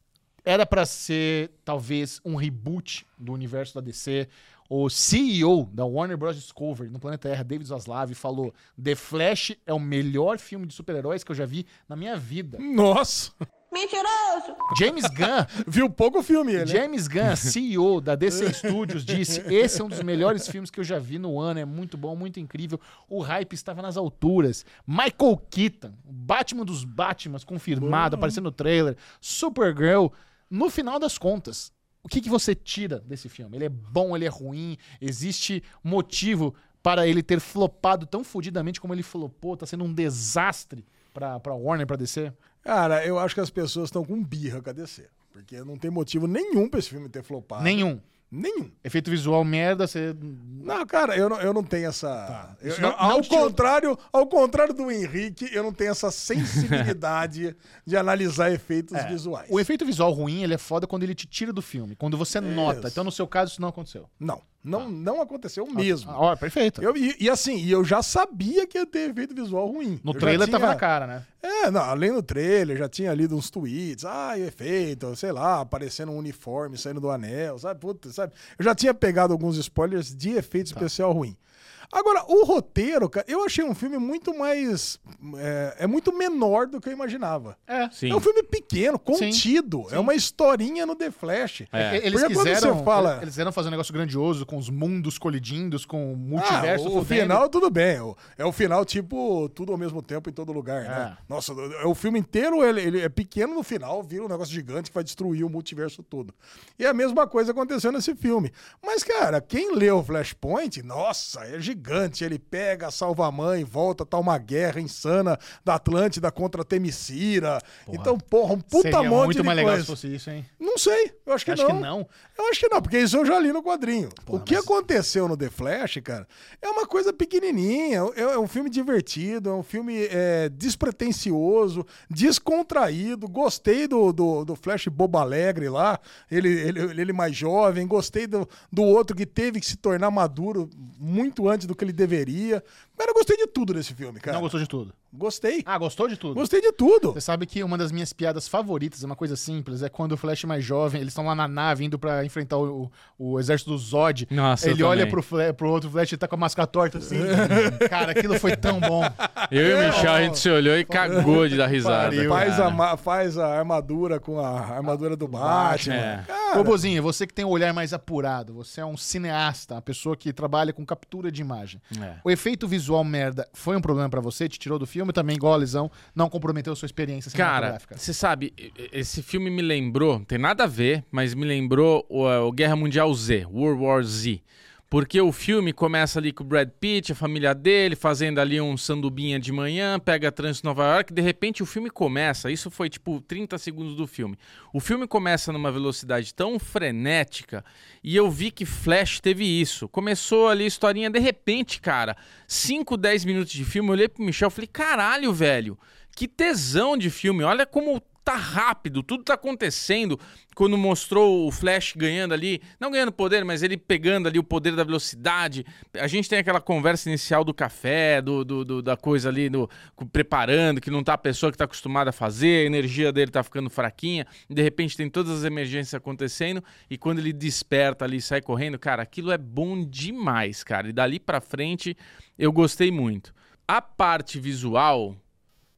Era pra ser, talvez, um reboot do universo da D C. O C E O da Warner Bros. Discovery no planeta Terra, David Zaslav, falou: The Flash é o melhor filme de super-heróis que eu já vi na minha vida. Nossa! Mentiroso! James Gunn, Viu pouco filme ele, né? James Gunn, C E O da D C Studios, disse: esse é um dos melhores filmes que eu já vi no ano, é muito bom, muito incrível. O hype estava nas alturas. Michael Keaton, o Batman dos Batmans, confirmado, aparecendo no trailer. Supergirl. No final das contas, o que, que você tira desse filme? Ele é bom, ele é ruim? Existe motivo para ele ter flopado tão fodidamente como ele flopou? Tá sendo um desastre pra, pra Warner, pra D C? Cara, eu acho que as pessoas estão com birra com a D C. Porque não tem motivo nenhum pra esse filme ter flopado. Nenhum. Nenhum. Efeito visual merda, você... Não, cara, eu não, eu não tenho essa. Eu- Isso eu- não- ao, não te- contrário, ao contrário do Henrique, eu não tenho essa sensibilidade de analisar efeitos É, visuais. O efeito visual ruim, ele é foda quando ele te tira do filme, quando você nota. Então, no seu caso, isso não aconteceu. Não, não, não aconteceu mesmo. Ah, ó, perfeito. Eu- e, e assim, e eu já sabia que ia ter efeito visual ruim. No Eu já trailer tinha- tava na cara, né? É, não, além do trailer, já tinha lido uns tweets, ah, efeito, sei lá, aparecendo um uniforme saindo do anel, sabe? Puta, sabe? Eu já tinha pegado alguns spoilers de efeito Tá. especial ruim. Agora, o roteiro, cara, eu achei um filme muito mais. É, é muito menor do que eu imaginava. É. Sim. É um filme pequeno, contido. Sim. É uma historinha no The Flash. É. Eles Porque quando quiseram, você fala- eles quiseram fazer um negócio grandioso, com os mundos colidindo, com o multiverso Ah, o fudendo. final, tudo bem. O- É o final, tipo, tudo ao mesmo tempo em todo lugar, né? É. Nossa, é o filme inteiro, ele, ele é pequeno no final, vira um negócio gigante que vai destruir o multiverso todo. E a mesma coisa aconteceu nesse filme. Mas, cara, quem leu Flashpoint, nossa, é gigante. Ele pega, salva a mãe, volta, tá uma guerra insana da Atlântida contra a Temicira. Então, porra, um puta Seria monte muito de mais legal coisa. se fosse isso, hein? Não sei, eu acho que Acho não. que não. Eu acho que não, porque isso eu já li no quadrinho. Porra, o que mas- aconteceu no The Flash, cara, é uma coisa pequenininha, é, é um filme divertido, é um filme é, despretensioso, descontraído. Gostei do, do, do Flash bobo alegre lá, ele, ele, ele mais jovem. Gostei do, do outro que teve que se tornar maduro muito antes do que ele deveria. Cara, eu gostei de tudo desse filme, cara. Não gostou de tudo. Gostei. Ah, gostou de tudo? Gostei de tudo. Você sabe que uma das minhas piadas favoritas, é uma coisa simples, é quando o Flash mais jovem, eles estão lá na nave indo pra enfrentar o, o, o exército do Zod. Nossa, ele eu olha também. pro, Fla- pro outro Flash e tá com a máscara torta assim. Cara, aquilo foi tão bom. Eu e o Michel, a gente se olhou e cagou de dar risada. Pariu. Faz cara. a, ma- faz a armadura com a armadura do Batman. É. Cara, Ô, Bozinho, você que tem um olhar mais apurado, você é um cineasta, uma pessoa que trabalha com captura de imagem. É. O efeito visual merda foi um problema pra você? Te tirou do filme também, igual a lesão, não comprometeu sua experiência Cara, cinematográfica? você sabe, e- e- esse filme me lembrou, não tem nada a ver, mas me lembrou o, o Guerra Mundial Z, World War Z. Porque o filme começa ali com o Brad Pitt, a família dele, fazendo ali um sandubinha de manhã, pega trânsito em Nova York, de repente o filme começa, isso foi tipo trinta segundos do filme. O filme começa numa velocidade tão frenética e eu vi que Flash teve isso. Começou ali a historinha, de repente, cara, cinco, dez minutos de filme, eu olhei pro Michel e falei, caralho, velho, que tesão de filme, olha como tá rápido, tudo tá acontecendo. Quando mostrou o Flash ganhando ali, não ganhando poder, mas ele pegando ali o poder da velocidade. A gente tem aquela conversa inicial do café, do, do, do- da coisa ali, do, preparando, que não tá a pessoa que tá acostumada a fazer, a energia dele tá ficando fraquinha. De repente tem todas as emergências acontecendo e quando ele desperta ali e sai correndo, cara, aquilo é bom demais, cara. E dali pra frente eu gostei muito. A parte visual...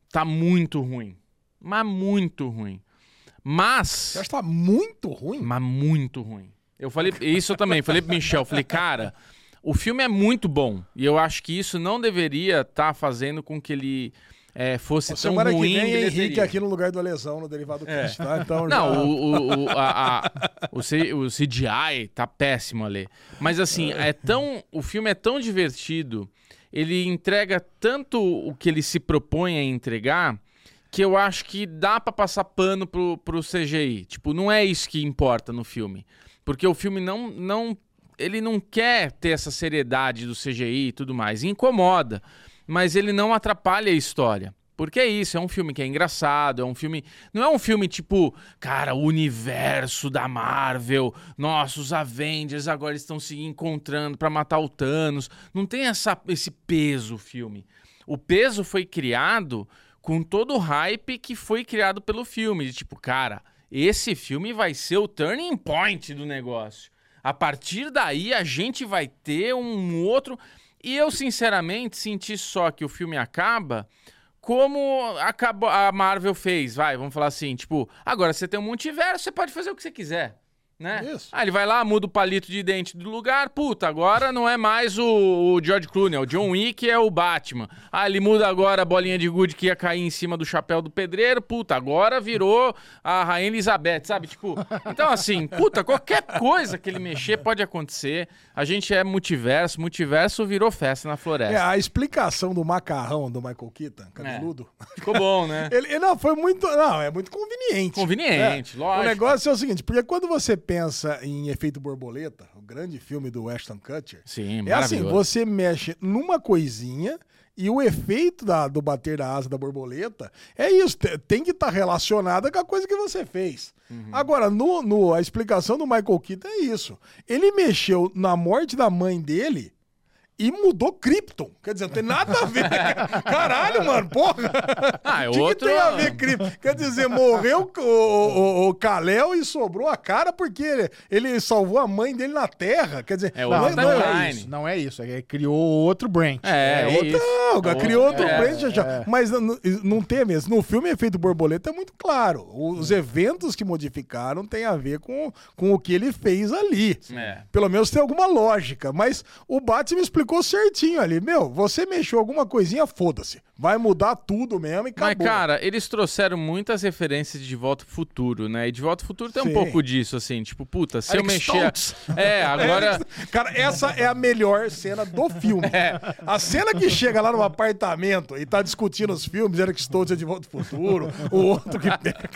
tá muito ruim. Mas muito ruim. Mas... Você acha que tá muito ruim? Mas muito ruim. Eu falei... Isso eu também. Falei pro Michel. Falei, cara, o filme é muito bom. E eu acho que isso não deveria estar tá fazendo com que ele... É, fosse Nossa, tão semana ruim que vem, de Henrique bilheteria. aqui no lugar do Lesão, no Derivado É. Cast, tá? Então, Não, já... o, o, o, a, a, o, C, o C G I tá péssimo ali. Mas assim, é tão, o filme é tão divertido, ele entrega tanto o que ele se propõe a entregar, que eu acho que dá pra passar pano pro, pro C G I. Tipo, não é isso que importa no filme. Porque o filme não... não ele não quer ter essa seriedade do C G I e tudo mais. E incomoda. Mas ele não atrapalha a história. Porque é isso, é um filme que é engraçado, é um filme... Não é um filme tipo, cara, o universo da Marvel, nossa, os Avengers agora estão se encontrando pra matar o Thanos. Não tem essa, esse peso o filme. O peso foi criado com todo o hype que foi criado pelo filme. De tipo, cara, esse filme vai ser o turning point do negócio. A partir daí a gente vai ter um outro... E eu, sinceramente, senti só que o filme acaba como acabou, a Marvel fez, vai, vamos falar assim, tipo, agora você tem um multiverso, você pode fazer o que você quiser, né? Isso. Ah, ele vai lá, muda o palito de dente do lugar, puta, agora não é mais o, o George Clooney, é o John Wick, é o Batman. Ah, ele muda agora a bolinha de gude que ia cair em cima do chapéu do pedreiro, puta, agora virou a Rainha Elizabeth, sabe? Tipo, então assim, puta, qualquer coisa que ele mexer pode acontecer. A gente é multiverso, multiverso virou festa na floresta. É, a explicação do macarrão do Michael Keaton, cabeludo. É. Ficou bom, né? ele, ele não, foi muito... Não, é muito conveniente. Conveniente, É. lógico. O negócio é o seguinte, porque quando você pensa em Efeito Borboleta, o grande filme do Ashton Kutcher, Sim, é assim, maravilhoso. você mexe numa coisinha e o efeito da, do bater da asa da borboleta é isso, te- tem que estar relacionada com a coisa que você fez. Uhum. Agora, no, no, a explicação do Michael Keaton é isso. Ele mexeu na morte da mãe dele e mudou Krypton. Quer dizer, não tem nada a ver. Caralho, mano, porra. Ah, é O que, outro... que tem a ver Krypton? Quer dizer, morreu o, o, o Kal-El e sobrou a cara porque ele, ele salvou a mãe dele na Terra. Quer dizer, É Não, outro não, não é, é timeline. isso. Não é isso. É que criou outro Brent. É, é outra, isso. não, É criou outro é, brand já, já. Mas não, não tem mesmo. No filme Efeito Borboleta é muito claro. Os eventos que modificaram têm a ver com, com o que ele fez ali. É. Pelo menos tem alguma lógica. Mas o Batman explicou certinho ali. Meu, você mexeu alguma coisinha, foda-se. Vai mudar tudo mesmo e acabou. Mas, cara, eles trouxeram muitas referências de De Volta ao Futuro, né? E De Volta ao Futuro tem Sim. um pouco disso, assim. Tipo, puta, se eu Alex mexer... Stoltz. É, agora... Cara, essa é a melhor cena do filme. É. A cena que chega lá no apartamento e tá discutindo os filmes, Eric Stoltz é De Volta ao Futuro, o outro que pega.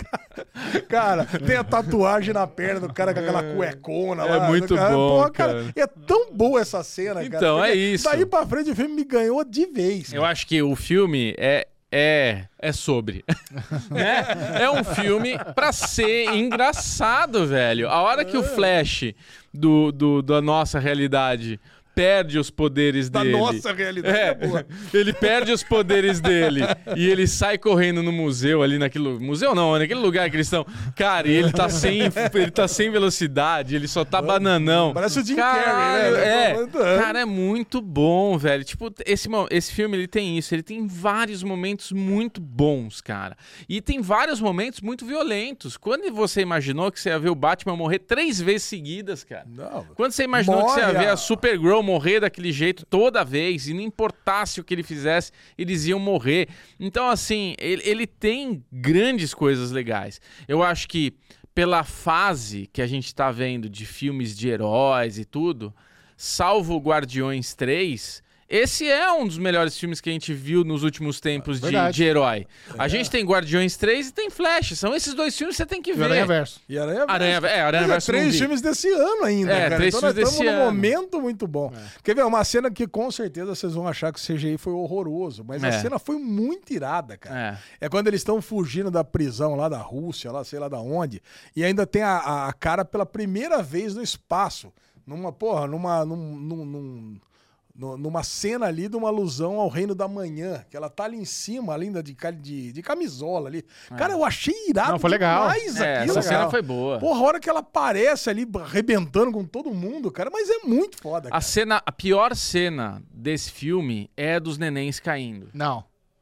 Cara, tem a tatuagem na perna do cara com aquela cuecona É lá. muito cara. bom, Pô, cara. cara. É tão boa essa cena, cara. Então, porque é isso. Daí pra frente o filme me ganhou de vez. Eu acho que o filme é... É, é sobre. Né? É um filme pra ser engraçado, velho. A hora que o Flash do, do, da nossa realidade perde os poderes Da dele. nossa realidade é, É, boa. ele perde os poderes dele e ele sai correndo no museu ali naquele... Museu não, naquele lugar que eles estão... Cara, e ele tá sem, ele tá sem velocidade, ele só tá bananão. Parece o Jim Caralho, Carrey, né? É, cara, é muito bom, velho. Tipo, esse, mo- esse filme, ele tem isso. Ele tem vários momentos muito bons, cara. E tem vários momentos muito violentos. Quando você imaginou que você ia ver o Batman morrer três vezes seguidas, cara? Não. Quando você imaginou que você ia Morre ver a- a Supergirl morrer daquele jeito toda vez, e não importasse o que ele fizesse, eles iam morrer. Então, assim, ele, ele tem grandes coisas legais. Eu acho que pela fase que a gente tá vendo de filmes de heróis e tudo, salvo Guardiões três... Esse é um dos melhores filmes que a gente viu nos últimos tempos de, Verdade. de herói. A gente tem Guardiões três e tem Flash. São esses dois filmes que você tem que E o ver. Aranha Verso. E Aranha Aranha- é, Aranha Mas Verso eu não três vi. filmes desse ano ainda, É, cara. três Então nós filmes estamos desse num ano. momento muito bom. Quer ver? Uma cena que com certeza vocês vão achar que o C G I foi horroroso, mas a É. cena foi muito irada, cara. É. É quando eles estão fugindo da prisão lá da Rússia, lá sei lá da onde, e ainda tem a, a- a cara pela primeira vez no espaço. Numa, porra, numa... Num, num, num- no- numa cena ali de uma alusão ao Reino da Manhã, que ela tá ali em cima, ainda de, ca- de, de camisola ali. Cara, eu achei irado Não, foi legal. demais É, aquilo, essa cara. cena foi boa. Porra, a hora que ela aparece ali arrebentando com todo mundo, cara, mas é muito foda, A cara. cena, a pior cena desse filme é a dos nenéns caindo. Não.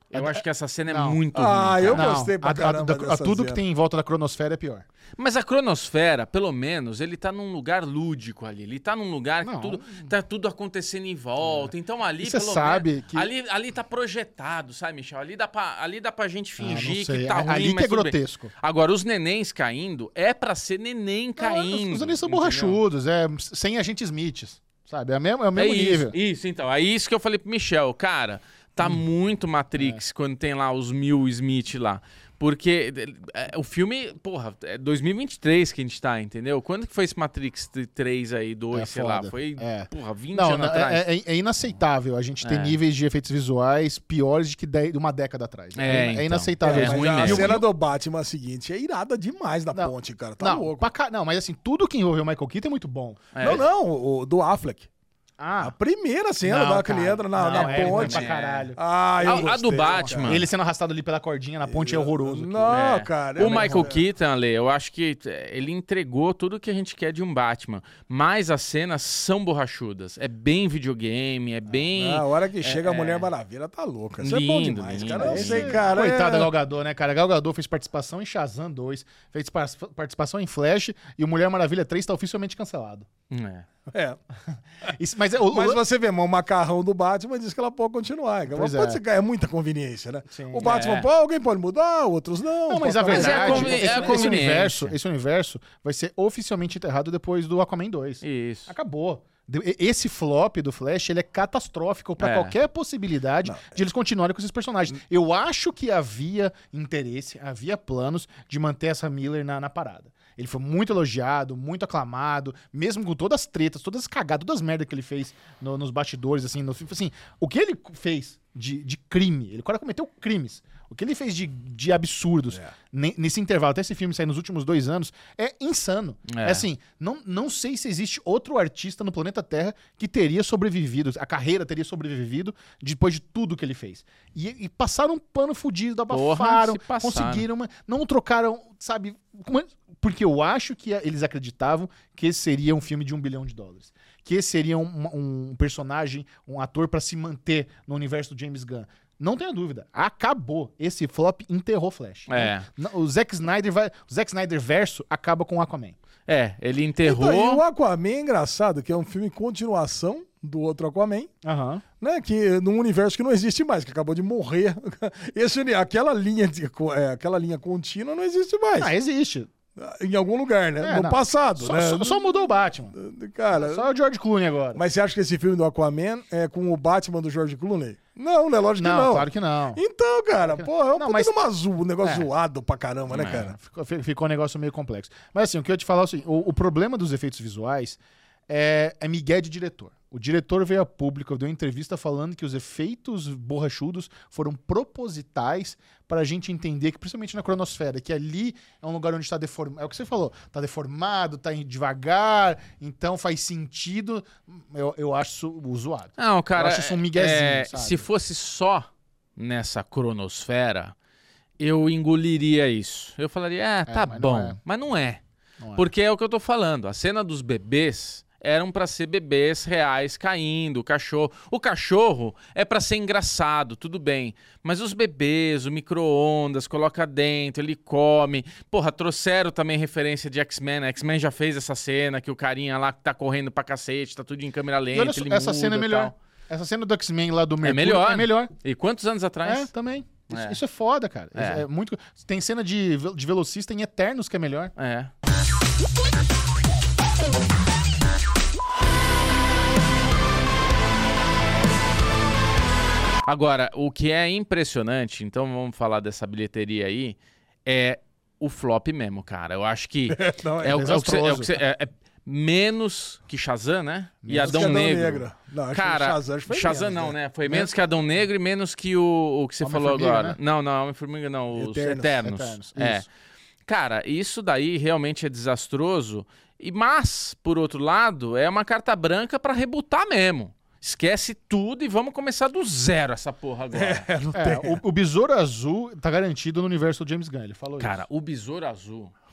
Eu acho que essa cena Não. é muito Ah, ruim. eu cara. Não, gostei pra a- a- caramba da- a- dessa tudo que cena. tem em volta da cronosfera é pior. Mas a cronosfera, pelo menos, ele tá num lugar lúdico ali. Ele tá num lugar que Não. tudo, tá tudo acontecendo em volta. Então ali, E você pelo sabe menos, que- ali, ali tá projetado, sabe, Michel? Ali dá pra, ali dá pra gente Ah, não fingir sei. que tá A- ruim, ali que mas é tudo bem. grotesco. Agora, os nenéns caindo, é pra ser neném caindo. Os anéis são entendeu? borrachudos, é sem agentes Smiths, sabe? É, mesmo, é o É mesmo isso, nível. isso, então. É isso que eu falei pro Michel. Cara, tá muito É. Matrix quando tem lá os mil Smith lá. Porque é, o filme, porra, é dois mil e vinte e três que a gente tá, entendeu? Quando que foi esse Matrix três aí, dois, É sei foda. lá? Foi, É. porra, vinte Não, anos não, atrás. é, é- é inaceitável a gente ter É. níveis de efeitos visuais piores de que de, de uma década atrás. É, então. inaceitável. É, isso. Mas ruim a mesmo. cena do Batman seguinte é irada demais da Não, ponte, cara. Tá não, louco. pra ca- não, mas assim, tudo que envolveu o Michael Keaton é muito bom. É. Não, não, o, o do Affleck. A Ah, primeira cena Não, da que ele cara. entra na, Não, na é ruim ponte. pra caralho. Ah, eu A- a gostei, do cara. Batman. ele sendo arrastado ali pela cordinha na ponte é horroroso. Não, É. cara. é O Michael mesmo. Keaton, Ale, eu acho que é, ele entregou tudo que a gente quer de um Batman. Mas as cenas são borrachudas. É bem videogame, é bem... Na hora que chega a é. Mulher Maravilha, tá louca. Isso é bom Lindo, demais, lindo. cara. Eu Esse- sei, cara. Coitado da é... Gal Gadot, né, cara? Gal Gadot fez participação em Shazam dois, fez par- participação em Flash e o Mulher Maravilha três tá oficialmente cancelado. É. É. Isso- mas é, o, Mas o- você vê, mas o macarrão do Batman diz que ela pode continuar. Ela Pois pode é. ser, cara, é muita conveniência, né? Sim. O Batman, É. pô, alguém pode mudar, outros não. Não, mas a pode- Mas é a verdade, convi- esse, é a esse conveniência. universo, esse universo vai ser oficialmente enterrado depois do Aquaman dois. Isso. Acabou. De- e- Esse flop do Flash, ele é catastrófico pra É. qualquer possibilidade de eles continuarem com esses personagens. Eu acho que havia interesse, havia planos de manter essa Miller na, na parada. Ele foi muito elogiado, muito aclamado, mesmo com todas as tretas, todas as cagadas, todas as merdas que ele fez no- nos bastidores, assim, no, assim, o que ele fez de, de crime, ele agora cometeu crimes. O que ele fez de, de absurdos ne- nesse intervalo, até esse filme sair nos últimos dois anos, é insano. É. É assim, não, não sei se existe outro artista no planeta Terra que teria sobrevivido, a carreira teria sobrevivido depois de tudo que ele fez. E, e passaram um pano fudido, abafaram, se passaram. conseguiram, mas não trocaram, sabe? como é- Porque eu acho que a- eles acreditavam que esse seria um filme de um bilhão de dólares. Que esse seria um, um personagem, um ator pra se manter no universo do James Gunn. Não tenha dúvida. Acabou. Esse flop enterrou Flash. É. Não, O Zack Snyder vai. O Zack Snyder verso acaba com o Aquaman. É, ele Então, e enterrou... o Aquaman é engraçado, que é um filme continuação do outro Aquaman, Aham. né? Que num universo que não existe mais, que acabou de morrer. Esse, uni- aquela linha de, co- é, aquela linha contínua não existe mais. Ah, existe. Em algum lugar, né? É, no não. passado, Só, né? só- só mudou o Batman. Cara, Só o George Clooney agora. mas você acha que esse filme do Aquaman é com o Batman do George Clooney? Não, né? Lógico não, que não. claro que não. Então, cara, pô, é um Não, puta mas- de uma zoa, um negócio É. zoado pra caramba, né, É. cara? Ficou, fi- ficou um negócio meio complexo. Mas assim, o que eu ia te falar é o seguinte: o, o problema dos efeitos visuais é, é migué de diretor. O diretor veio a público, deu uma entrevista falando que os efeitos borrachudos foram propositais para a gente entender que, principalmente na cronosfera, que ali é um lugar onde está deformado. É o que você falou, está deformado, está devagar, então faz sentido. Eu, eu acho isso zoado. Não, cara, Eu acho isso um miguezinho, é, sabe? se fosse só nessa cronosfera, eu engoliria isso. Eu falaria, é, tá mas não bom. é. Mas não é. Não é. Porque é o que eu tô falando. A cena dos bebês eram pra ser bebês reais caindo, o cachorro. O cachorro é pra ser engraçado, tudo bem. Mas os bebês, o micro-ondas, coloca dentro, ele come. Porra, trouxeram também referência de X-Men. A X-Men já fez essa cena que o carinha lá que tá correndo pra cacete, tá tudo em câmera E lenta, olha só, ele essa muda cena é e melhor. tal. Essa cena do X-Men lá do Mercúrio melhor. é melhor. E quantos anos atrás? É, também. Isso É. isso é foda, cara. Isso É. é muito... Tem cena de, ve- de velocista em Eternos que é melhor. É. Agora, o que é impressionante, então vamos falar dessa bilheteria aí, é o flop mesmo, cara. Eu acho que Não, é, o, é o que você- é o que desastroso. você- é- é menos que Shazam, né? e Menos Adão que Adão Negro. Negro. Não, acho que Cara, Shazam acho que foi Shazam menos, não, né? né? Foi menos que Adão Negro e menos que o, o que você falou Homem-Formiga, agora. né? Não, não, Homem-Formiga não, os Eternos. Eternos. Eternos, É. isso. Cara, isso daí realmente é desastroso. E mas, por outro lado, é uma carta branca pra rebutar mesmo. Esquece tudo e vamos começar do zero essa porra agora. É, não É, tem. o, o Besouro Azul tá garantido no universo do James Gunn, ele falou Cara, o Besouro Azul.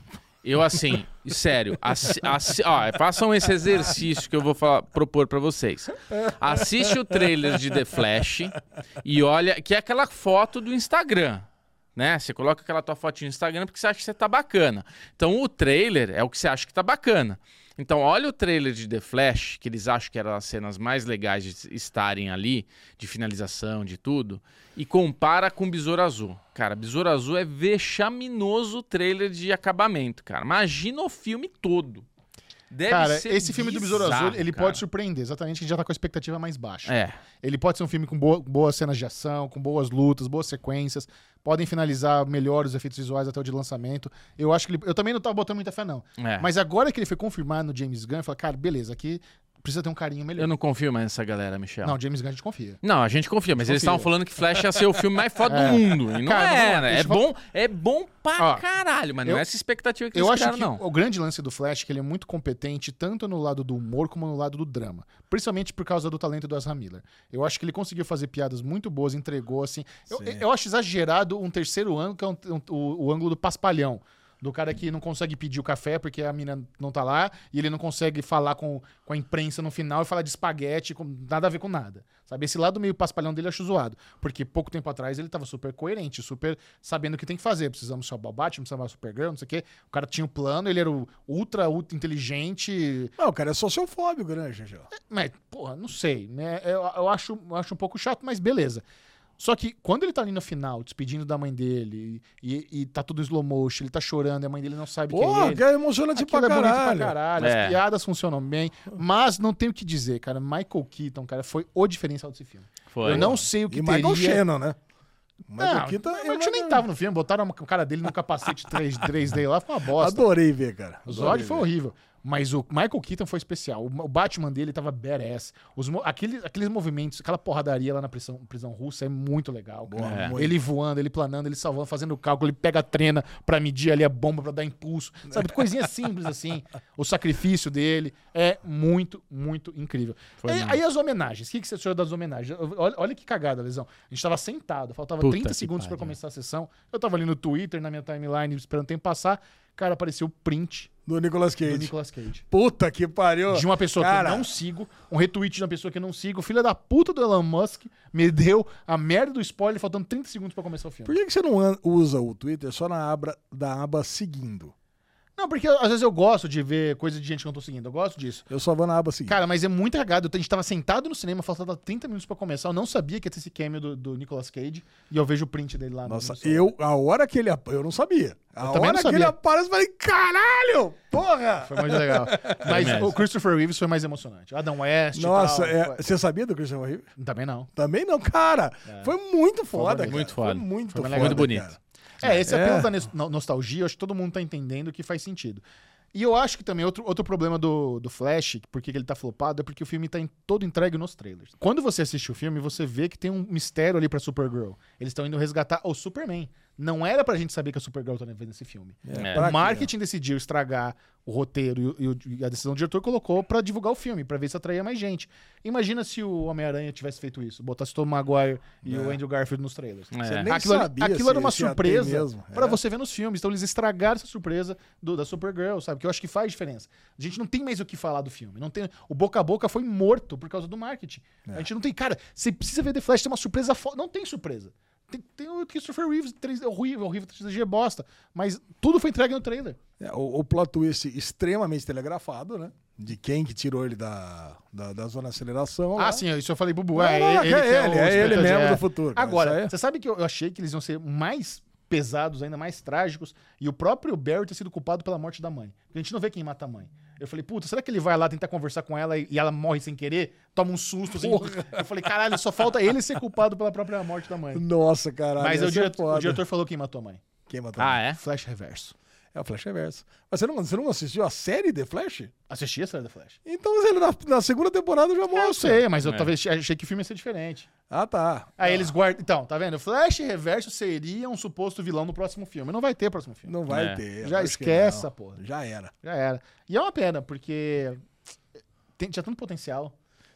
Eu, assim, sério, assi, assi, ó, façam esse exercício que eu vou falar, propor pra vocês. Assiste o trailer de The Flash e olha, que é aquela foto do Instagram, né? Você coloca aquela tua fotinha no Instagram porque você acha que você tá bacana. Então, o trailer é o que você acha que tá bacana. Então, olha o trailer de The Flash, que eles acham que eram as cenas mais legais de estarem ali, de finalização, de tudo, e compara com Besouro Azul. Cara, Besouro Azul é vexaminoso o trailer de acabamento, cara. Imagina o filme todo. Deve cara, ser esse filme do Besouro bizarro, Azul, ele cara. pode surpreender, exatamente, que já tá com a expectativa mais baixa. É. Ele pode ser um filme com boa- boas cenas de ação, com boas lutas, boas sequências, podem finalizar melhor os efeitos visuais até o de lançamento. Eu acho que ele, eu também não tava botando muita fé, não. É. Mas agora que ele foi confirmado no James Gunn, eu falei, cara, beleza, aqui precisa ter um carinho melhor. Eu não confio mais nessa galera, Michel. Não, James Gunn a gente confia. Não, a gente confia, mas eles Confia. estavam falando que Flash ia ser o filme mais foda É. do mundo. E não Cara, é, não, né? deixa É eu falar- bom, é bom pra Ó, caralho, mas não eu- é essa expectativa que Eu eles acho criaram, que não. o grande lance do Flash é que ele é muito competente tanto no lado do humor como no lado do drama. Principalmente por causa do talento do Ezra Miller. Eu acho que ele conseguiu fazer piadas muito boas, entregou, assim... Eu, eu acho exagerado um terceiro ângulo, que é um- um- o, o ângulo do paspalhão. Do cara que não consegue pedir o café porque a mina não tá lá e ele não consegue falar com, com a imprensa no final e falar de espaguete, com, nada a ver com nada. Sabe? Esse lado meio paspalhão dele eu acho zoado. Porque pouco tempo atrás ele tava super coerente, super sabendo o que tem que fazer. Precisamos salvar o Batman, precisamos salvar o Supergirl, não sei o quê. O cara tinha um plano, ele era o ultra, ultra inteligente. Não, o cara é sociofóbico, né, G G? Mas, porra, não sei, né? Eu, eu acho, eu acho um pouco chato, mas beleza. Só que quando ele tá ali no final, despedindo da mãe dele, e, e tá tudo em slow motion, ele tá chorando, e a mãe dele não sabe Pô, quem é ele. que é emocionante Aquilo pra é bonito caralho. pra caralho, É. as piadas funcionam bem, mas não tenho o que dizer, cara. Michael Keaton, cara, foi o diferencial desse filme. Foi. Eu não sei o que E teria... Michael Shannon, né? Michael Não, Keaton, o eu Michael nem tava no filme, botaram o cara dele no capacete três D lá, foi uma bosta. Adorei ver, cara. O Adorei Zod foi ver. horrível. Mas o Michael Keaton foi especial. O o Batman dele tava badass. Os, mo- aquele, aqueles movimentos, aquela porradaria lá na prisão, prisão russa é muito legal. É. muito. Ele voando, ele planando, ele salvando, fazendo cálculo, ele pega a trena pra medir ali a bomba, pra dar impulso. Sabe, coisinha simples assim. O sacrifício dele é muito, muito incrível. Foi Aí, mesmo. aí as homenagens. O que, que você achou das homenagens? Olha, olha que cagada, Lesão. A gente tava sentado, faltava Puta trinta que segundos pra pariu. começar a sessão. Eu tava ali no Twitter, na minha timeline, esperando o tempo passar. Cara, apareceu o print Do Nicolas Cage. do Nicolas Cage. Puta que pariu. De uma pessoa Cara, que eu não sigo, um retweet de uma pessoa que eu não sigo, filha da puta do Elon Musk, me deu a merda do spoiler faltando trinta segundos pra começar o filme. Por que, que você não an- usa o Twitter só na aba da aba seguindo? Não, porque às vezes eu gosto de ver coisa de gente que eu não tô seguindo, eu gosto disso. Eu só vou na aba seguindo. Cara, mas é muito cagado. A gente tava sentado no cinema, faltava trinta minutos pra começar, eu não sabia que ia ter esse cameo do, do Nicolas Cage, e eu vejo o print dele lá no Nossa, no celular. eu, a hora que ele. ap- Eu não sabia. A Eu também hora não que sabia. ele aparece, eu falei: caralho! Porra! Foi muito legal. Mas mesmo. o Christopher Reeves foi mais emocionante. O Adam West. e Nossa, tal, é- foi- você sabia do Christian Reeve? Também não. Também não, cara. Foi muito foda, bonito. cara. Muito foda. Foi muito Foi foda. muito bonito. cara. É, esse É. apelo da nes- no- nostalgia, eu acho que todo mundo tá entendendo que faz sentido. E eu acho que também outro, outro problema do, do Flash, por que que ele tá flopado, é porque o filme tá em, todo entregue nos trailers. Quando você assiste o filme, você vê que tem um mistério ali pra Supergirl. Eles estão indo resgatar o Superman. Não era pra gente saber que a Supergirl tá vendo esse filme. É. Pra O quê? marketing decidiu estragar o roteiro e, o- e o- e a decisão do diretor colocou pra divulgar o filme, pra ver se atraía mais gente. Imagina se o Homem-Aranha tivesse feito isso, botasse o Tom Maguire e o Andrew Garfield nos trailers. É. Você nem Aquilo, ali- sabia aquilo se- era uma se ia ter surpresa mesmo. pra É. você ver nos filmes. Então eles estragaram essa surpresa do- da Supergirl, sabe? Que eu acho que faz diferença. A gente não tem mais o que falar do filme. Não tem, o boca a boca foi morto por causa do marketing. A gente não tem. Cara, você precisa ver The Flash, tem uma surpresa. Fo... Não tem surpresa. Tem, tem o Christopher Reeves, três D horrível, horrível, três D bosta. Mas tudo foi entregue no trailer. É, o, o plot twist extremamente telegrafado, né? De quem que tirou ele da, da, da zona de aceleração. lá. Ah, sim, isso eu falei, Bubu. Não, é, não, ele, que é que ele, o é ele espectador, mesmo é. do futuro, cara. Agora, Isso aí é- você sabe que eu, eu achei que eles iam ser mais pesados, ainda mais trágicos, e o próprio Barry ter sido culpado pela morte da mãe. A gente não vê quem mata a mãe. Eu falei, puta, será que ele vai lá tentar conversar com ela e, e ela morre sem querer? Toma um susto, assim. Eu falei, caralho, só falta ele ser culpado pela própria morte da mãe. Nossa, caralho. Mas ia o ser diretor, foda. o diretor falou quem matou a mãe. Quem matou? Ah, é? Flash Reverso. É o Flash Reverso. Mas você não, você não assistiu a série The Flash? Assisti a série da Flash. Então ele na, na segunda temporada já mostra. Eu sei, mas eu É. talvez achei que o filme ia ser diferente. Ah, tá. Aí eles guardam. Então, tá vendo? Flash Reverso seria um suposto vilão no próximo filme. Não vai ter próximo filme. Não vai É. ter. Já acho que esquece não. essa porra. Já era. Já era. E é uma pena, porque tem, tinha tanto potencial.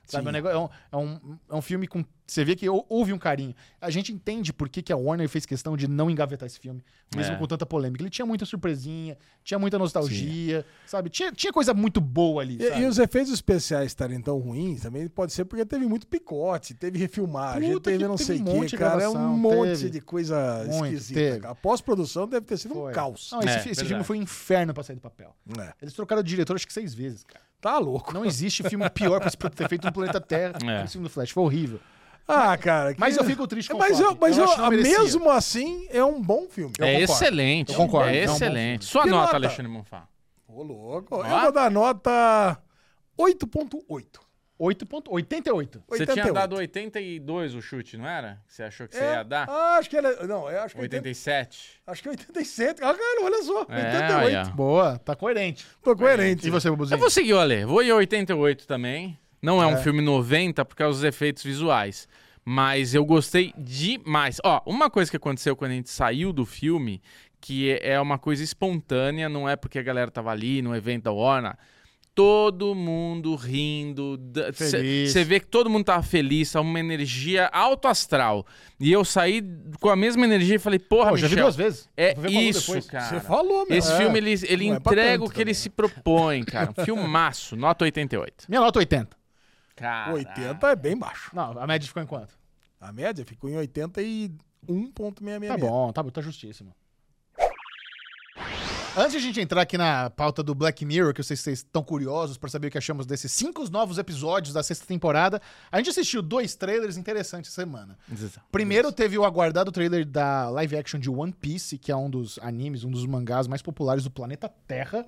Sabe, é um, negócio, é, um, é, um, é um filme com... Você vê que houve um carinho. A gente entende por que, que a Warner fez questão de não engavetar esse filme, mesmo É. com tanta polêmica. Ele tinha muita surpresinha, tinha muita nostalgia, sabe? Tinha, tinha coisa muito boa ali, E, sabe? e os efeitos especiais estarem tão ruins também pode ser porque teve muito picote, teve refilmagem, Puta teve que não teve sei um o monte que, de cara. É um gravação, monte teve. de coisa Muito, esquisita. teve. Cara. A pós-produção deve ter sido Foi. um caos. Não, esse, É, fi- esse verdade. filme foi um inferno pra sair do papel. É. Eles trocaram de diretor acho que seis vezes, cara. Tá louco. Não existe filme pior pra se ter feito no planeta Terra É. que esse filme do Flash. Foi horrível. Ah, cara. que- Mas eu fico triste com o Mas, flop. eu, mas Eu eu, acho que não merecia. mesmo assim, é um bom filme. É concordo. excelente. Eu concordo. É É um bom excelente. filme. Sua Que nota, nota? Alexandre Monfá. Ô, louco. Ó. Eu vou dar nota oito ponto oito. oito ponto oitenta e oito. Você oitenta e tinha oito. dado oitenta e dois o chute, não era? Que você achou que você É, ia dar? ah, acho que era. Não, eu acho que oitenta, oitenta e sete. acho que oitenta e sete. Ah, cara, olha só. É, oitenta e oito. aí, ó. Boa, tá coerente. Tô coerente. E você, Eu Bubuzinho? vou seguir o Ale. Vou ir a oitenta e oito também. Não é um É. filme noventa por causa dos efeitos visuais. Mas eu gostei demais. Ó, uma coisa que aconteceu quando a gente saiu do filme, que é uma coisa espontânea, não é porque a galera tava ali no evento da Warner. Todo mundo rindo. Feliz. Você vê que todo mundo tava feliz, tava uma energia alto astral. E eu saí com a mesma energia e falei, porra, Pô, já vi Michel, duas vezes. é Vou ver falou isso, depois. cara. Você falou, meu. Esse É. filme, ele, ele Não é pra entrega tanto o que ele também. se propõe, cara. Um filmaço, nota oitenta e oito. Minha nota oitenta. Cara. oitenta é bem baixo. Não, a média ficou em quanto? A média ficou em oitenta e um vírgula seiscentos e sessenta e seis. Tá bom, tá, tá justíssimo. Antes de a gente entrar aqui na pauta do Black Mirror, que eu sei que vocês estão curiosos pra saber o que achamos desses cinco novos episódios da sexta temporada, a gente assistiu dois trailers interessantes essa semana. Primeiro teve o aguardado trailer da live action de One Piece, que é um dos animes, um dos mangás mais populares do planeta Terra.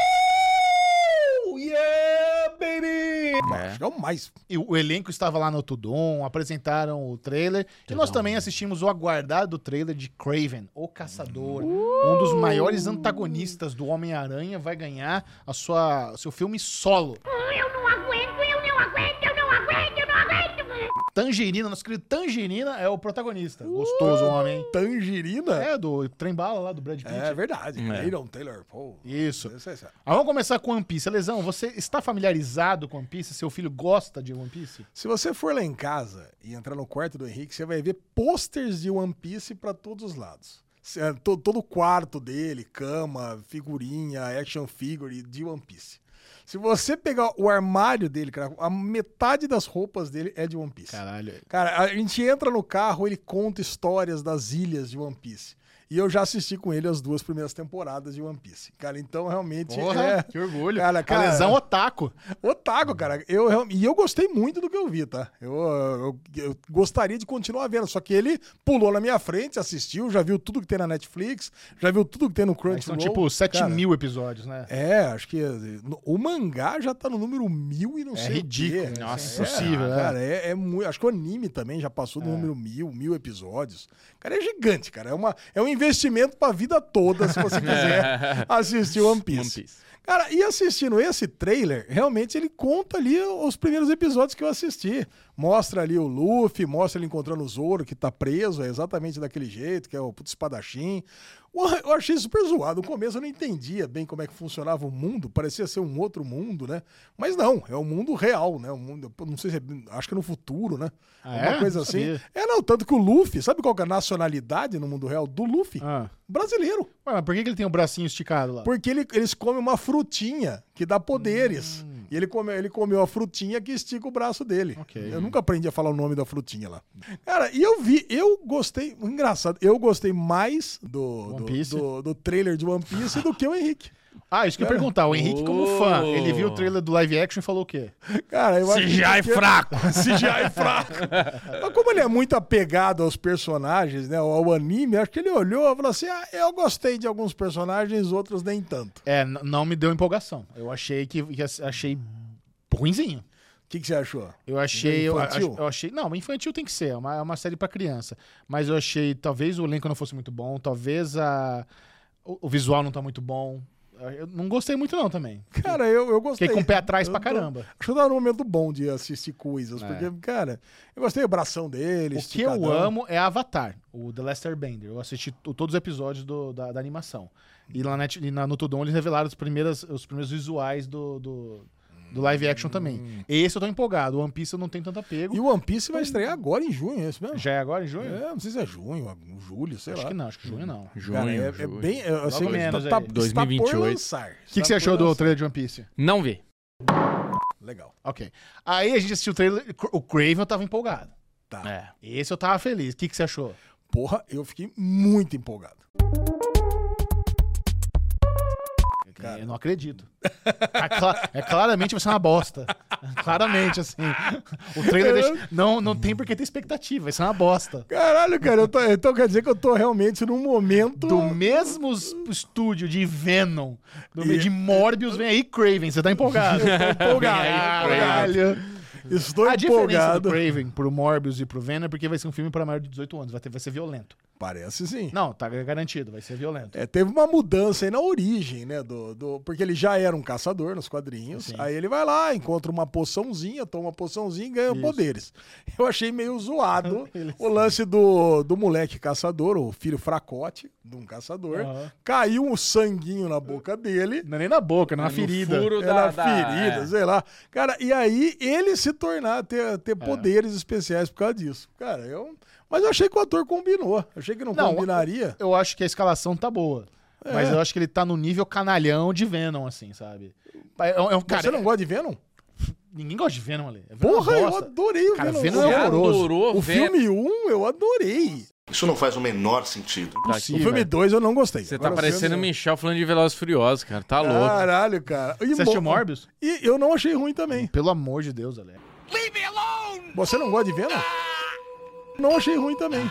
Oh, yeah, baby! Acho que é o mais. E o elenco estava lá no Tudum, apresentaram o trailer. E nós também assistimos o aguardado trailer de Kraven, o Caçador. Um dos maiores antagonistas do Homem-Aranha vai ganhar a sua, o seu filme solo. Eu não aguento, eu não aguento, eu não aguento, eu não aguento. Tangerina, nosso querido Tangerina é o protagonista. Gostoso homem. Tangerina? É, do Trem-Bala lá, do Brad Pitt. É verdade. É. Aaron Taylor. Pô. Isso. Esse é esse. Ah, vamos começar com One Piece. Lesão, você está familiarizado com One Piece? Seu filho gosta de One Piece? Se você for lá em casa e entrar no quarto do Henrique, você vai ver posters de One Piece pra todos os lados. Se- é, to- Todo o quarto dele, cama, figurinha, action figure de One Piece. Se você pegar o armário dele, cara, a metade das roupas dele é de One Piece. Caralho. Cara, a gente entra no carro, ele conta histórias das ilhas de One Piece. E eu já assisti com ele as duas primeiras temporadas de One Piece. Cara, então realmente Porra, é... que orgulho. Cara, cara, Lesão otaku. Otaku, cara. Eu, real- e eu gostei muito do que eu vi, tá? Eu, eu, eu gostaria de continuar vendo, só que ele pulou na minha frente, assistiu, já viu tudo que tem na Netflix, já viu tudo que tem no Aí Crunchyroll. são tipo sete Cara, mil episódios, né? É, acho que no- o mangá já tá no número mil e não É sei ridículo. o quê. Nossa, é, impossível, né? Cara, é, é muito. Acho que o anime também já passou do número mil, mil episódios. Cara, é gigante, cara. É, uma, é um investimento pra vida toda, se você quiser assistir One Piece. One Piece. Cara, e assistindo esse trailer, realmente ele conta ali os primeiros episódios que eu assisti. Mostra ali o Luffy, mostra ele encontrando o Zoro, que tá preso, é exatamente daquele jeito, que é o puto espadachim. Eu achei super zoado. No começo eu não entendia bem como é que funcionava o mundo, parecia ser um outro mundo, né? Mas não, é o mundo real, né? O mundo, não sei se é, acho que é no futuro, né? Ah, Alguma é? coisa Não assim. sabia. É, não, tanto que o Luffy, sabe qual que é a nacionalidade no mundo real do Luffy? Ah. Brasileiro. Ué, mas por que que ele tem o bracinho esticado lá? Porque ele- eles comem uma frutinha que dá poderes. Hum. E ele, come, ele comeu a frutinha que estica o braço dele. Ok. Eu nunca aprendi a falar o nome da frutinha lá. Cara, e eu vi, eu gostei, engraçado, eu gostei mais do, One do, Piece? do, do trailer de One Piece do que o Henrique. Ah, isso que eu ia perguntar. O Henrique, como fã, Oh. ele viu o trailer do live action e falou o quê? Cara, eu acho C G I que- fraco. C G I fraco. Mas como ele é muito apegado aos personagens, né, ao anime, acho que ele olhou e falou assim, ah, eu gostei de alguns personagens, outros nem tanto. É, n- não me deu empolgação. Eu achei que, que ass- achei ruinzinho. O que, que você achou? Eu achei. Eu, Infantil? ach- eu achei. Não, infantil tem que ser. É uma, é uma série pra criança. Mas eu achei. Talvez o elenco não fosse muito bom. Talvez a, o, o visual não tá muito bom. Eu não gostei muito, não, também. Cara, eu, eu gostei. Fiquei com o pé atrás Eu pra tô- caramba. Acho que eu tava num momento bom de assistir coisas. É. Porque, cara, eu gostei do bração dele. O que eu esticadão. amo é Avatar, o The Last Airbender. Eu assisti to- todos os episódios do- da, da animação. E lá na, Net- e na- no Tudum eles revelaram os primeiros, os primeiros visuais do, do, do live action também. Esse eu tô empolgado. O One Piece eu não tenho tanto apego. E o One Piece vai estrear agora em junho, é isso mesmo? Já é agora em junho? É, não sei se é junho, julho, sei Acho lá. que não, acho que junho não. Junho, Cara, é, é julho. bem... Eu sei que menos tá, aí. tá, dois mil e vinte e está por oito. lançar. O que, que você achou do trailer de One Piece? Não vi. Legal. Ok. Aí a gente assistiu o trailer, o Craven eu tava empolgado. Tá. É. Esse eu tava feliz. O que, que você achou? Porra, eu fiquei muito empolgado. Cara, eu não acredito. É, cla- é claramente vai ser uma bosta. Claramente, assim. O trailer deixa... não, não tem por que ter expectativa, vai ser uma bosta. Caralho, cara, eu tô, então quer dizer que eu tô realmente num momento... Do mesmo s- estúdio de Venom, do, E- de Morbius, vem aí Craven. Você tá empolgado? empolgado. Caralho. Estou A diferença empolgado. do Craven pro Morbius e pro Venom é porque vai ser um filme pra maior de dezoito anos. Vai, ter, vai ser violento. Parece sim. Não, tá garantido, vai ser violento. É, teve uma mudança aí na origem, né? Do, do, porque ele já era um caçador nos quadrinhos. Sim. Aí ele vai lá, encontra uma poçãozinha, toma uma poçãozinha e ganha Isso. poderes. Eu achei meio zoado o lance do, do moleque caçador, o filho fracote de um caçador. Aham. Caiu um sanguinho na boca dele. Não é nem na boca, é numa No ferida. furo É da- na da- ferida, é. sei lá. Cara, e aí ele se tornar, ter, ter poderes especiais por causa disso. Cara, eu. Mas eu achei que o ator combinou. Eu achei que não, Não, combinaria. Eu acho que a escalação tá boa. É. Mas eu acho que ele tá no nível canalhão de Venom, assim, sabe? É, é um cara. Você não gosta de Venom? Ninguém gosta de Venom ali. Venom é uma Porra, eu bosta. adorei o Cara, Venom. Venom Não, é horroroso. Adorou O Venom. filme um eu adorei. Isso não faz o menor sentido. O filme dois eu não gostei. Você Agora, tá o parecendo o filme- Michel falando de Velozes e Furiosos, cara. Tá louco. Caralho, cara. E Você assistiu bom- Morbius? E eu não achei ruim também. Pelo amor de Deus, Ale. Você não gosta de Venom? Não achei ruim também.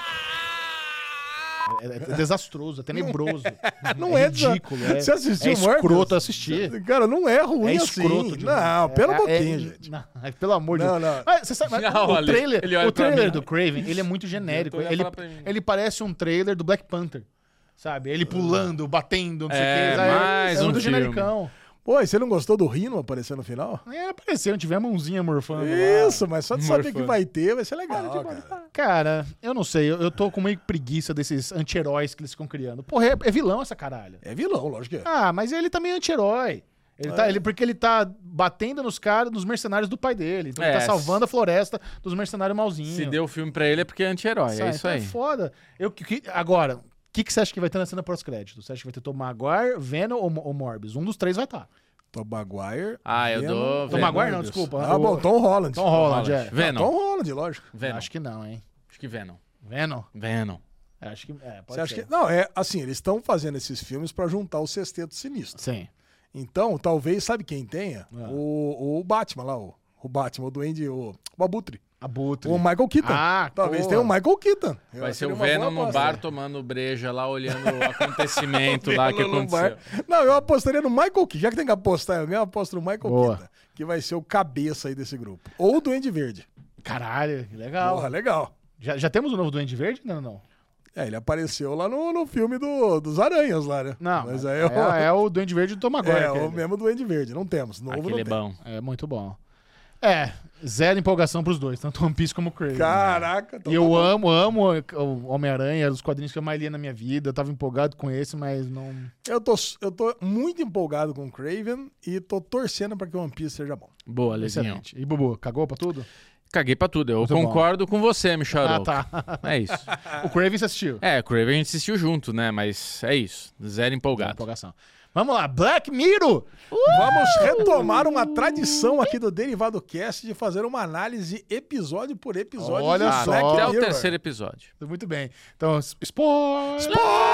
É, é desastroso, é tenebroso. Não é desa- ridículo. É, Você assistiu é escroto Morbius? assistir. Cara, não é ruim É assim. escroto de Não, pera um é- pouquinho, é- gente. Não, é, pelo amor de Não, Deus. não. Mas você sabe, mas Não, o Ale, trailer, ele olha o pra trailer mim. do Craven, ele é muito genérico. Eu tô olhando Ele, lá pra mim. ele parece um trailer do Black Panther. Sabe? Ele pulando, batendo, não sei o É, que. mais é um muito filme. genericão. Pô, e você não gostou do Rhino aparecer no final? É, apareceu, não tiver a mãozinha morfando. lá. Isso, mas só de saber Morfando. que vai ter, vai ser legal, cara. Cara, eu não sei, eu, eu tô com meio preguiça desses anti-heróis que eles ficam criando. Porra, é, é vilão essa caralho. É vilão, lógico que é. Ah, mas ele também é anti-herói. Ele tá, ele, porque ele tá batendo nos caras, nos mercenários do pai dele. Então ele É, tá salvando a floresta dos mercenários malzinhos. Se deu o filme pra ele é porque é anti-herói. É Sabe? isso Então aí. É foda. Eu, que- que- agora, o que, que você acha que vai ter na cena pós-crédito? Você acha que vai ter Tom Maguire, Venom ou, ou Morbius? Um dos três vai estar. Tom Maguire. Ah, eu Venom, dou Tom Venom. Maguire não, desculpa. Ah, O- bom, Tom Holland. Tom Holland, é. Venom. Tom Holland, lógico. Venom. Acho que não, hein? Acho que Venom. Venom? Venom. Acho que. É, pode Você acha ser. que. Não, é assim, eles estão fazendo esses filmes pra juntar o sexteto sinistro. Sim. Então, talvez, sabe quem tenha? Ah. O, o Batman lá, o, o Batman, o Duende, o, o Abutre. Abutre. O Michael Keaton. Ah, talvez boa. tenha o Michael Keaton. Eu Vai acho ser ele o uma boa Venom no aposta. bar tomando breja lá, olhando o acontecimento lá que Venom no aconteceu. bar. Não, eu apostaria no Michael Keaton. Já que tem que apostar, eu mesmo aposto no Michael Boa. Keaton, que vai ser o cabeça aí desse grupo. Ou o Duende Verde. Caralho, que legal. Porra, legal. Já, já temos o novo Duende Verde? Não, não. É, ele apareceu lá no, no filme do, dos Aranhas lá, né? Não, mas é, aí eu... é, o Duende Verde do Tom Maguire. É, aquele. o mesmo Duende Verde. Não temos. Novo Aquele não é tem. bom. É muito bom. É, zero empolgação pros dois, tanto One Piece como o Craven. Caraca. então E tá eu bom. amo, amo o Homem-Aranha, os quadrinhos que eu mais lia na minha vida. Eu tava empolgado com esse, mas não. Eu tô, eu tô muito empolgado com o Craven e tô torcendo pra que o One Piece seja bom. Boa, Lezinho. Excelente. E Bubu, cagou pra tudo? Caguei pra tudo. Eu Muito concordo com você, Michel. Ah, tá. É isso. O Craven você assistiu? É, Craven a gente assistiu junto, né? Mas é isso. Zero empolgado. Empolgação. Vamos lá, Black Mirror! Vamos retomar uma tradição aqui do Derivado Cast de fazer uma análise episódio por episódio Olha de só. Black Até o Mirror. terceiro episódio. Muito bem. Então, spoilers!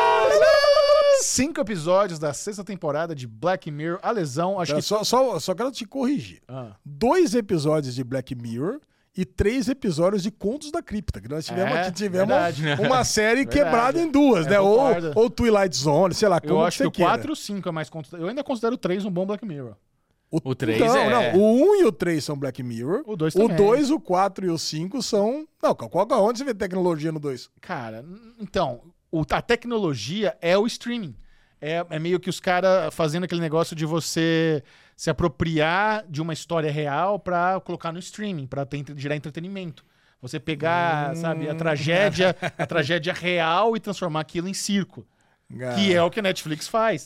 Cinco episódios da sexta temporada de Black Mirror. A lesão, acho Pera, que. só, só, só quero te corrigir. Ah. Dois episódios de Black Mirror e três episódios de Contos da Cripta, que nós tivemos É, aqui, tivemos verdade. uma série Verdade. quebrada em duas, Eu né? Ou, concordo. ou Twilight Zone, sei lá, como Eu acho que você o queira. quatro e o cinco é mais. cont- Eu ainda considero o três um bom Black Mirror. O três não, é- não, o um e o três são Black Mirror. O dois O também. dois, o quatro e o cinco são... Não, qual, qual, onde você vê tecnologia no dois? Cara, n- então, o- a tecnologia é o streaming. É, é meio que os caras fazendo aquele negócio de você se apropriar de uma história real pra colocar no streaming, pra ter, gerar entretenimento. Você pegar, sabe, a tragédia, a tragédia real e transformar aquilo em circo. Que é o que a Netflix faz.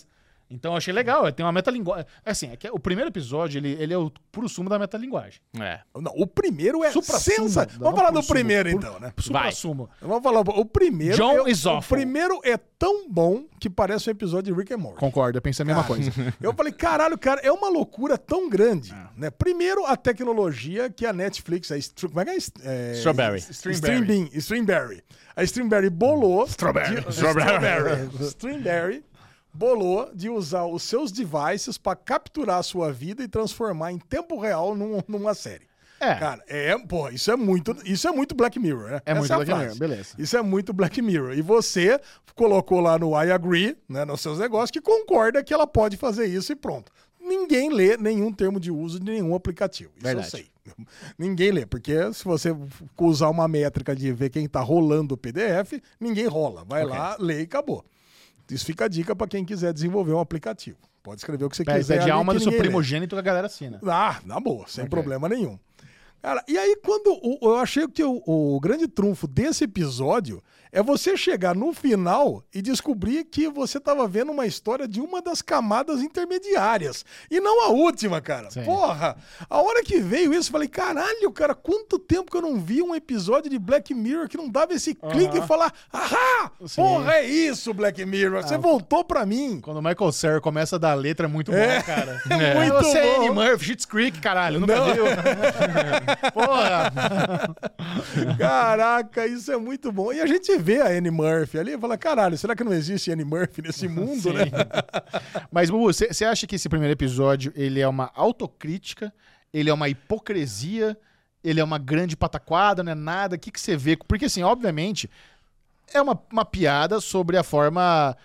Então eu achei legal, tem uma metalinguagem. Assim, é que o primeiro episódio, ele, ele é o puro sumo da metalinguagem. É. Não, o primeiro é Supra-sumo. sensacional. Não, Vamos falar não do por primeiro, sumo, então, né? Supra-sumo. Vamos falar, o primeiro... John é, is o awful. primeiro é tão bom que parece um episódio de Rick and Morty. Concordo, eu pensei a mesma Cara, coisa. Eu falei, caralho, cara, é uma loucura tão grande, né? Primeiro, a tecnologia que a Netflix, a Str- como é que é? é Strawberry. Streamberry. Streamberry. A Streamberry bolou... Strawberry. de- Strawberry. Streamberry bolou de usar os seus devices para capturar a sua vida e transformar em tempo real num- numa série. É. Cara, é, pô, isso é muito, isso é muito Black Mirror, né? É Essa muito a Black frase. Mirror, beleza. Isso é muito Black Mirror. E você colocou lá no I agree, né, nos seus negócios, que concorda que ela pode fazer isso e pronto. Ninguém lê nenhum termo de uso de nenhum aplicativo. Isso Verdade. eu sei. Ninguém lê, porque se você usar uma métrica de ver quem tá rolando o P D F, ninguém rola. Vai Ok. lá, lê e acabou. Isso fica a dica para quem quiser desenvolver um aplicativo. Pode escrever o que você Pede, quiser. pede a ali alma que do seu ninguém lê. primogênito que a galera assina. Ah, na boa, sem Ok. problema nenhum. Cara, e aí quando o- eu achei que o, o grande trunfo desse episódio é você chegar no final e descobrir que você tava vendo uma história de uma das camadas intermediárias. E não a última, cara. Sim. Porra! A hora que veio isso, eu falei, caralho, cara, quanto tempo que eu não vi um episódio de Black Mirror que não dava esse clique e falar, ahá! Sim. Porra, é isso, Black Mirror. Você voltou pra mim. Quando o Michael Cera começa a dar letra, é muito É. bom, cara. É muito Você é bom. Annie Murphy, Schitt's Creek, caralho, nunca Não. viu? Porra! Caraca, isso é muito bom. E a gente vê a Annie Murphy ali e fala, caralho, será que não existe Annie Murphy nesse mundo, Sim. né? Mas, Bubu, você acha que esse primeiro episódio, ele é uma autocrítica, ele é uma hipocrisia, ele é uma grande pataquada, não é nada? O que você vê? Porque, assim, obviamente, é uma, uma piada sobre a forma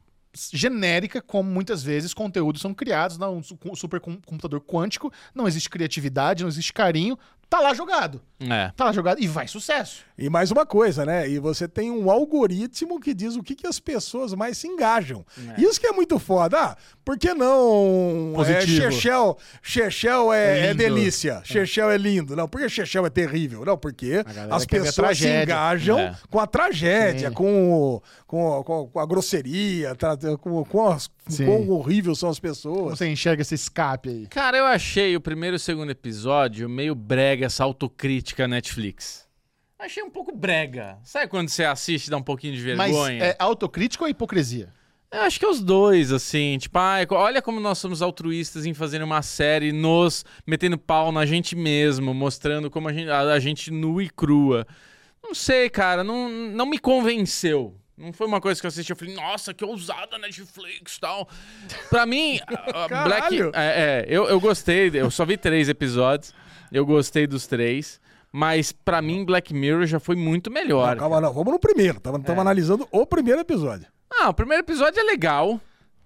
genérica como muitas vezes conteúdos são criados num su- supercomputador quântico, não existe criatividade, não existe carinho, tá lá jogado. É. Tá lá jogado e vai sucesso. E mais uma coisa, né? E você tem um algoritmo que diz o que, que as pessoas mais se engajam. Isso que é muito foda. Ah, por que não Positivo. é, Chechel, Chechel é, É é lindo. delícia, Chechel é lindo. Não, por que Chechel é terrível? Não, porque galera as quer ver a pessoas se tragédia. engajam É. com a tragédia, Sim. com, o- com, o- com, com a grosseria, tra- com, com as, Sim. quão horrível são as Como pessoas. você enxerga esse escape aí? Cara, eu achei o primeiro e o segundo episódio meio brega essa autocrítica Netflix. Achei um pouco brega. Sabe quando você assiste e dá um pouquinho de Mas vergonha? é autocrítica ou é hipocrisia? Eu acho que é os dois, assim. Tipo, ai, olha como nós somos altruístas em fazer uma série, nos metendo pau na gente mesmo, mostrando como a gente, a, a gente nua e crua. Não sei, cara, não, não me convenceu. Não foi uma coisa que eu assisti, eu falei, nossa, que ousada Netflix e tal. Pra mim, a- a Black... Caralho! É, é, eu, eu gostei, eu só vi três episódios, eu gostei dos três, mas pra mim Black Mirror já foi muito melhor. Não, calma, não. Vamos no primeiro. Estamos É. analisando o primeiro episódio. Ah, o primeiro episódio é legal.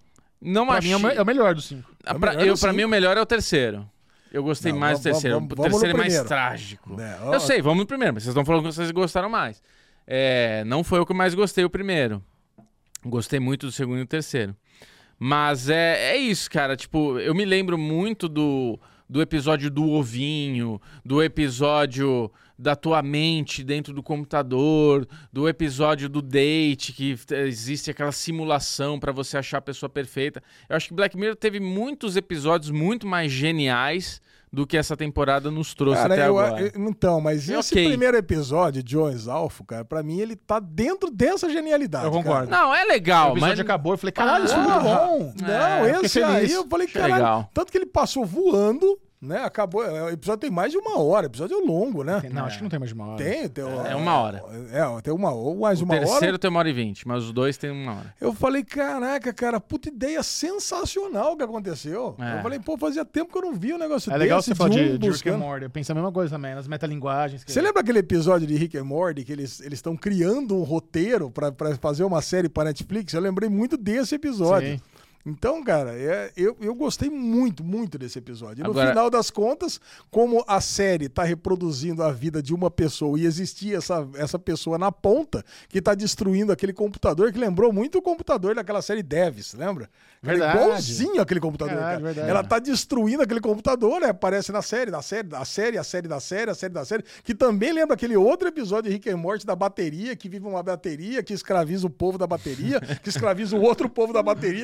Não Pra achei... mim é o me- é o melhor dos cinco. Ah, É o pra, melhor eu, dos pra cinco. mim, o melhor é o terceiro. Eu gostei Não, mais do vamos- terceiro. vamos- o vamos no terceiro é mais primeiro. trágico. É, Eu ó, sei, vamos no primeiro, mas vocês estão falando que vocês gostaram mais. É, não foi o que eu mais gostei, o primeiro. Gostei muito do segundo e do terceiro. Mas é, é isso, cara. Tipo, eu me lembro muito do, do episódio do ovinho, do episódio da tua mente dentro do computador, do episódio do date, que existe aquela simulação pra você achar a pessoa perfeita. Eu acho que Black Mirror teve muitos episódios muito mais geniais do que essa temporada nos trouxe Cara, até eu- agora. eu- então, mas É esse ok. primeiro episódio, Jones Alpha, cara, pra mim ele tá dentro dessa genialidade. Eu concordo. Não, é legal, o episódio mas... acabou, eu falei, caralho, isso foi muito bom. Cara. Não, É, eu esse fiquei aí feliz. eu falei, Achei caralho. legal. Tanto que ele passou voando, né? Acabou. O episódio tem mais de uma hora, episódio é longo, né? Não, acho que não tem mais de uma hora. Tem, tem É uma hora. É, tem uma ou mais O uma terceiro hora. tem uma hora e vinte, mas os dois tem uma hora. Eu falei, caraca, cara, puta ideia sensacional que aconteceu. É. Eu falei, pô, fazia tempo que eu não vi um negócio É legal desse. você falar de, um de Rick and buscando. Morty. Eu penso a mesma coisa também, nas metalinguagens. que- Você lembra aquele episódio de Rick and Morty que eles estão criando um roteiro pra, pra fazer uma série pra Netflix? Eu lembrei muito desse episódio. Sim. Então, cara, é- eu, eu gostei muito, muito desse episódio. E no Agora- final das contas, como a série tá reproduzindo a vida de uma pessoa e existia essa, essa pessoa na ponta que tá destruindo aquele computador, que lembrou muito o computador daquela série Devs, lembra? Era Verdade. igualzinho aquele computador, Verdade, cara. verdade. Ela tá destruindo aquele computador, né? Aparece na série, da série, da série, a série da série, a série da série, que também lembra aquele outro episódio de Rick and Morty da bateria, que vive uma bateria, que escraviza o povo da bateria, que escraviza o outro povo da bateria, que escraviza o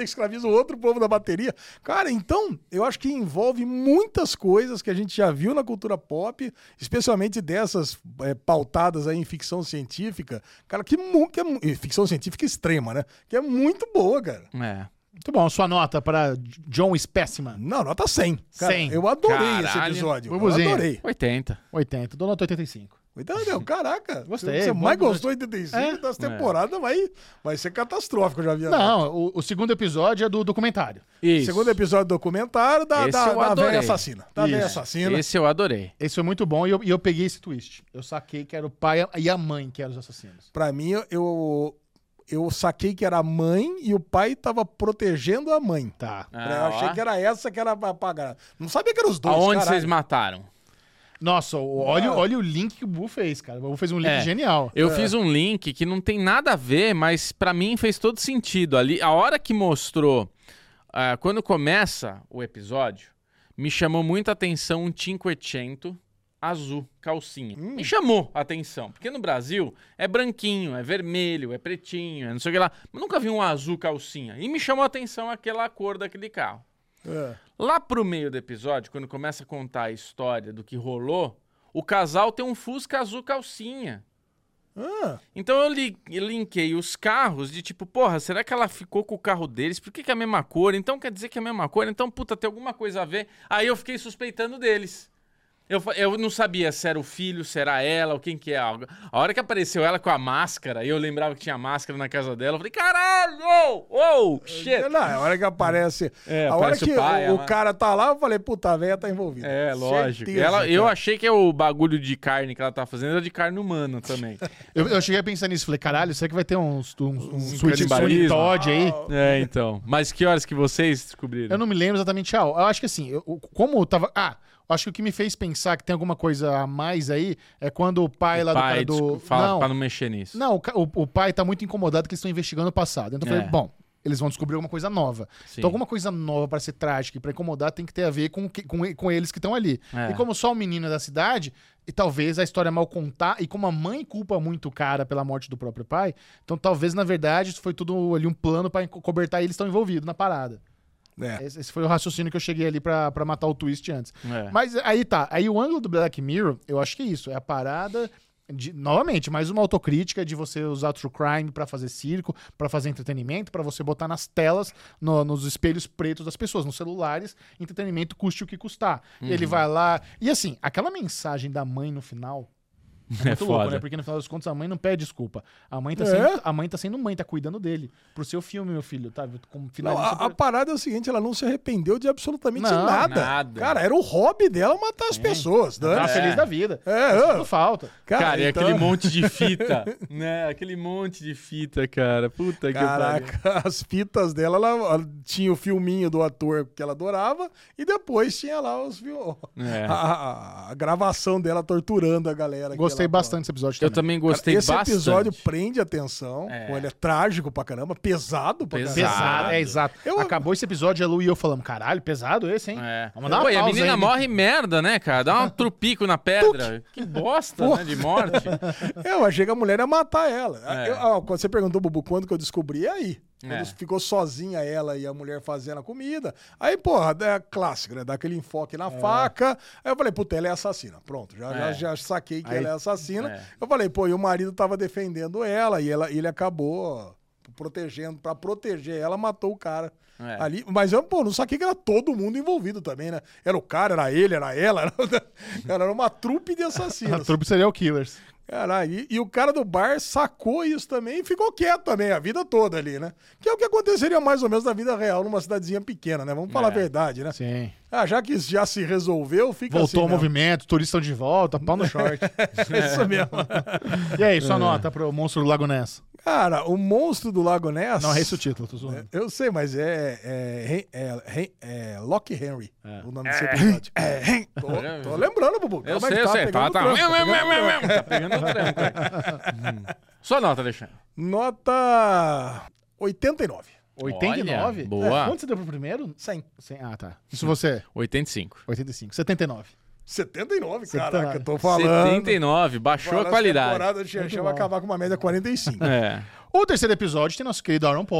o outro povo da bateria. Cara, então, eu acho que envolve muitas coisas que a gente já viu na cultura pop, especialmente dessas é, pautadas aí em ficção científica. Cara, que, mu- que é mu- ficção científica extrema, né? Que é muito boa, cara. É. Muito bom. Sua nota para John Specimen? Não, nota cem. Cara, cem. Eu adorei esse Caralho. episódio. Eu Bubuzinho. adorei. oitenta. oitenta. Dou nota oitenta e cinco. Então, meu, caraca. Gostei, Você bom mais episódio. gostou de oitenta e cinco É. das temporadas, vai, vai ser catastrófico, eu já vi. a nota. Não, o, o segundo episódio é do documentário. Isso. Segundo episódio do documentário da, Esse da, eu da adorei. velha assassina. Da velha Isso. assassina. Esse eu adorei. Esse foi muito bom e eu, e eu peguei esse twist. Eu saquei que era o pai e a mãe que eram os assassinos. Pra mim, eu, eu saquei que era a mãe e o pai tava protegendo a mãe. Tá. eu Ah, achei ó. que era essa que era pra pagar. Não sabia que eram os dois. Aonde caralho. vocês mataram? Nossa, o- olha, Ah. olha o link que o Bu fez, cara. O Bu fez um link É. genial. Eu fiz um link que não tem nada a ver, mas pra mim fez todo sentido. Ali, a hora que mostrou, ah, quando começa o episódio, me chamou muita atenção um Cinquecento azul, calcinha. Me chamou a atenção, porque no Brasil é branquinho, é vermelho, é pretinho, é não sei o que lá. Mas nunca vi um azul calcinha. E me chamou a atenção aquela cor daquele carro. É. Lá pro meio do episódio, quando começa a contar a história do que rolou, o casal tem um Fusca azul calcinha. Ah, Então eu li- linkei os carros de tipo, porra, será que ela ficou com o carro deles? Por que, que é a mesma cor? Então quer dizer que é a mesma cor? Então, puta, tem alguma coisa a ver? Aí eu fiquei suspeitando deles. Eu, fa- eu não sabia se era o filho, se era ela, ou quem que é. A hora que apareceu ela com a máscara, e eu lembrava que tinha máscara na casa dela, eu falei, caralho! Oh, shit! não, a hora que aparece. É, a hora aparece que o pai, o, a o mãe. cara tá lá, eu falei, puta, a velha tá envolvida. É, lógico. Certeza, Ela, eu cara. achei que é o bagulho de carne que ela tá fazendo era de carne humana também. Eu, eu cheguei a pensar nisso. Falei, caralho, será que vai ter uns, uns, uns Um Sweet canibalismo. Todd aí? É, então. Mas que horas que vocês descobriram? Eu não me lembro exatamente a hora. Eu acho que assim, eu, como eu tava... Ah, eu acho que o que me fez pensar que tem alguma coisa a mais aí é quando o pai lá Pai, do cara do... desculpa, fala não, pra não mexer nisso. não o, ca- o, o pai tá muito incomodado que eles estão investigando o passado. Então eu falei, É. bom, eles vão descobrir alguma coisa nova. Sim. Então alguma coisa nova pra ser trágica e pra incomodar tem que ter a ver com, que- com, com eles que estão ali. É. E como só o menino é da cidade, e talvez a história mal contar, e como a mãe culpa muito o cara pela morte do próprio pai, então talvez, na verdade, isso foi tudo ali um plano pra enco- cobertar e eles estão envolvidos na parada. É. Esse, esse foi o raciocínio que eu cheguei ali pra, pra matar o twist antes. É. Mas aí tá, aí o ângulo do Black Mirror, eu acho que é isso, é a parada de, novamente, mais uma autocrítica de você usar true crime pra fazer circo, pra fazer entretenimento, pra você botar nas telas, no- nos espelhos pretos das pessoas, nos celulares, entretenimento custe o que custar. E ele vai lá, e assim, aquela mensagem da mãe no final, é muito louco, foda. né? Porque no final das contas a mãe não pede desculpa. A mãe tá, É? sendo, a mãe tá sendo mãe, tá cuidando dele. Pro seu filme, meu filho, tá? Como Não, finalista. a, a parada é o seguinte, ela não se arrependeu de absolutamente Não, nada. nada. Cara, era o hobby dela matar as pessoas. Né? Tá feliz da vida. É, Isso é. não falta. Cara, e então- aquele monte de fita, né? Aquele monte de fita, cara. Puta que pariu. Caraca, as fitas dela, ela, ela tinha o filminho do ator que ela adorava e depois tinha lá os fil- É. a, a- a gravação dela torturando a galera. Gostei que ela- bastante desse episódio Eu também. também gostei Esse bastante. episódio prende atenção. É. Pô, ele é trágico pra caramba, pesado pra Pesado. caramba. Pesado, é exato. Eu- Acabou esse episódio, a Lu e eu falamos, caralho, pesado esse, hein? É. Vamos dar uma Pô, e a pausa menina aí, né? morre merda, né, cara? Dá um trupico na pedra. Que bosta, né, de morte. Eu achei que a mulher ia matar ela. É. Eu- ó, quando você perguntou, Bubu, quando que eu descobri, é aí. Quando É. ficou sozinha ela e a mulher fazendo a comida. Aí, porra, é clássico, né? Dá aquele enfoque na faca. Aí eu falei, puta, ela é assassina. Pronto, já, já, É. já saquei que Aí- ela é assassina. É. Eu falei, pô, e o marido tava defendendo ela e ela, ele acabou protegendo, pra proteger ela, matou o cara. É. Ali, mas eu, pô, não saquei que era todo mundo envolvido também, né? Era o cara, era ele, era ela, era, cara, era uma trupe de A assassinos. trupe serial killers. Caralho, e, e o cara do bar sacou isso também e ficou quieto também a vida toda ali, né? Que é o que aconteceria mais ou menos na vida real numa cidadezinha pequena, né? Vamos falar a É. verdade, né? Sim. Ah, já que isso já se resolveu, fica Voltou ao assim mesmo. movimento, turistas estão de volta, pau no short. É isso mesmo. E aí, sua nota pro Monstro do Lago Ness? Cara, o monstro do Lago Ness... Não, é esse o título, tô zoando. Eu sei, mas é, é, é, é, é Lock Henry, É. o nome desse episódio. É, tô, tô lembrando, Bubu. Eu Calma aí, sei, eu tá sei. Tá, pegando tá. tranco, tá pegando tranco. Tá pegando o tranco aí. Hum. Sua nota, Alexandre. Nota oitenta e nove. oitenta e nove? Olha, boa. É, quanto você deu pro primeiro? cem. cem. Ah, tá. Isso você? oitenta e cinco. oitenta e cinco. setenta e nove. setenta e nove, setenta e nove. caraca, eu tô falando. setenta e nove. Baixou Falando a qualidade. Essa temporada de Xerxão vai bom. acabar com uma média quarenta e cinco. É. O terceiro episódio tem nosso querido Aaron Paul.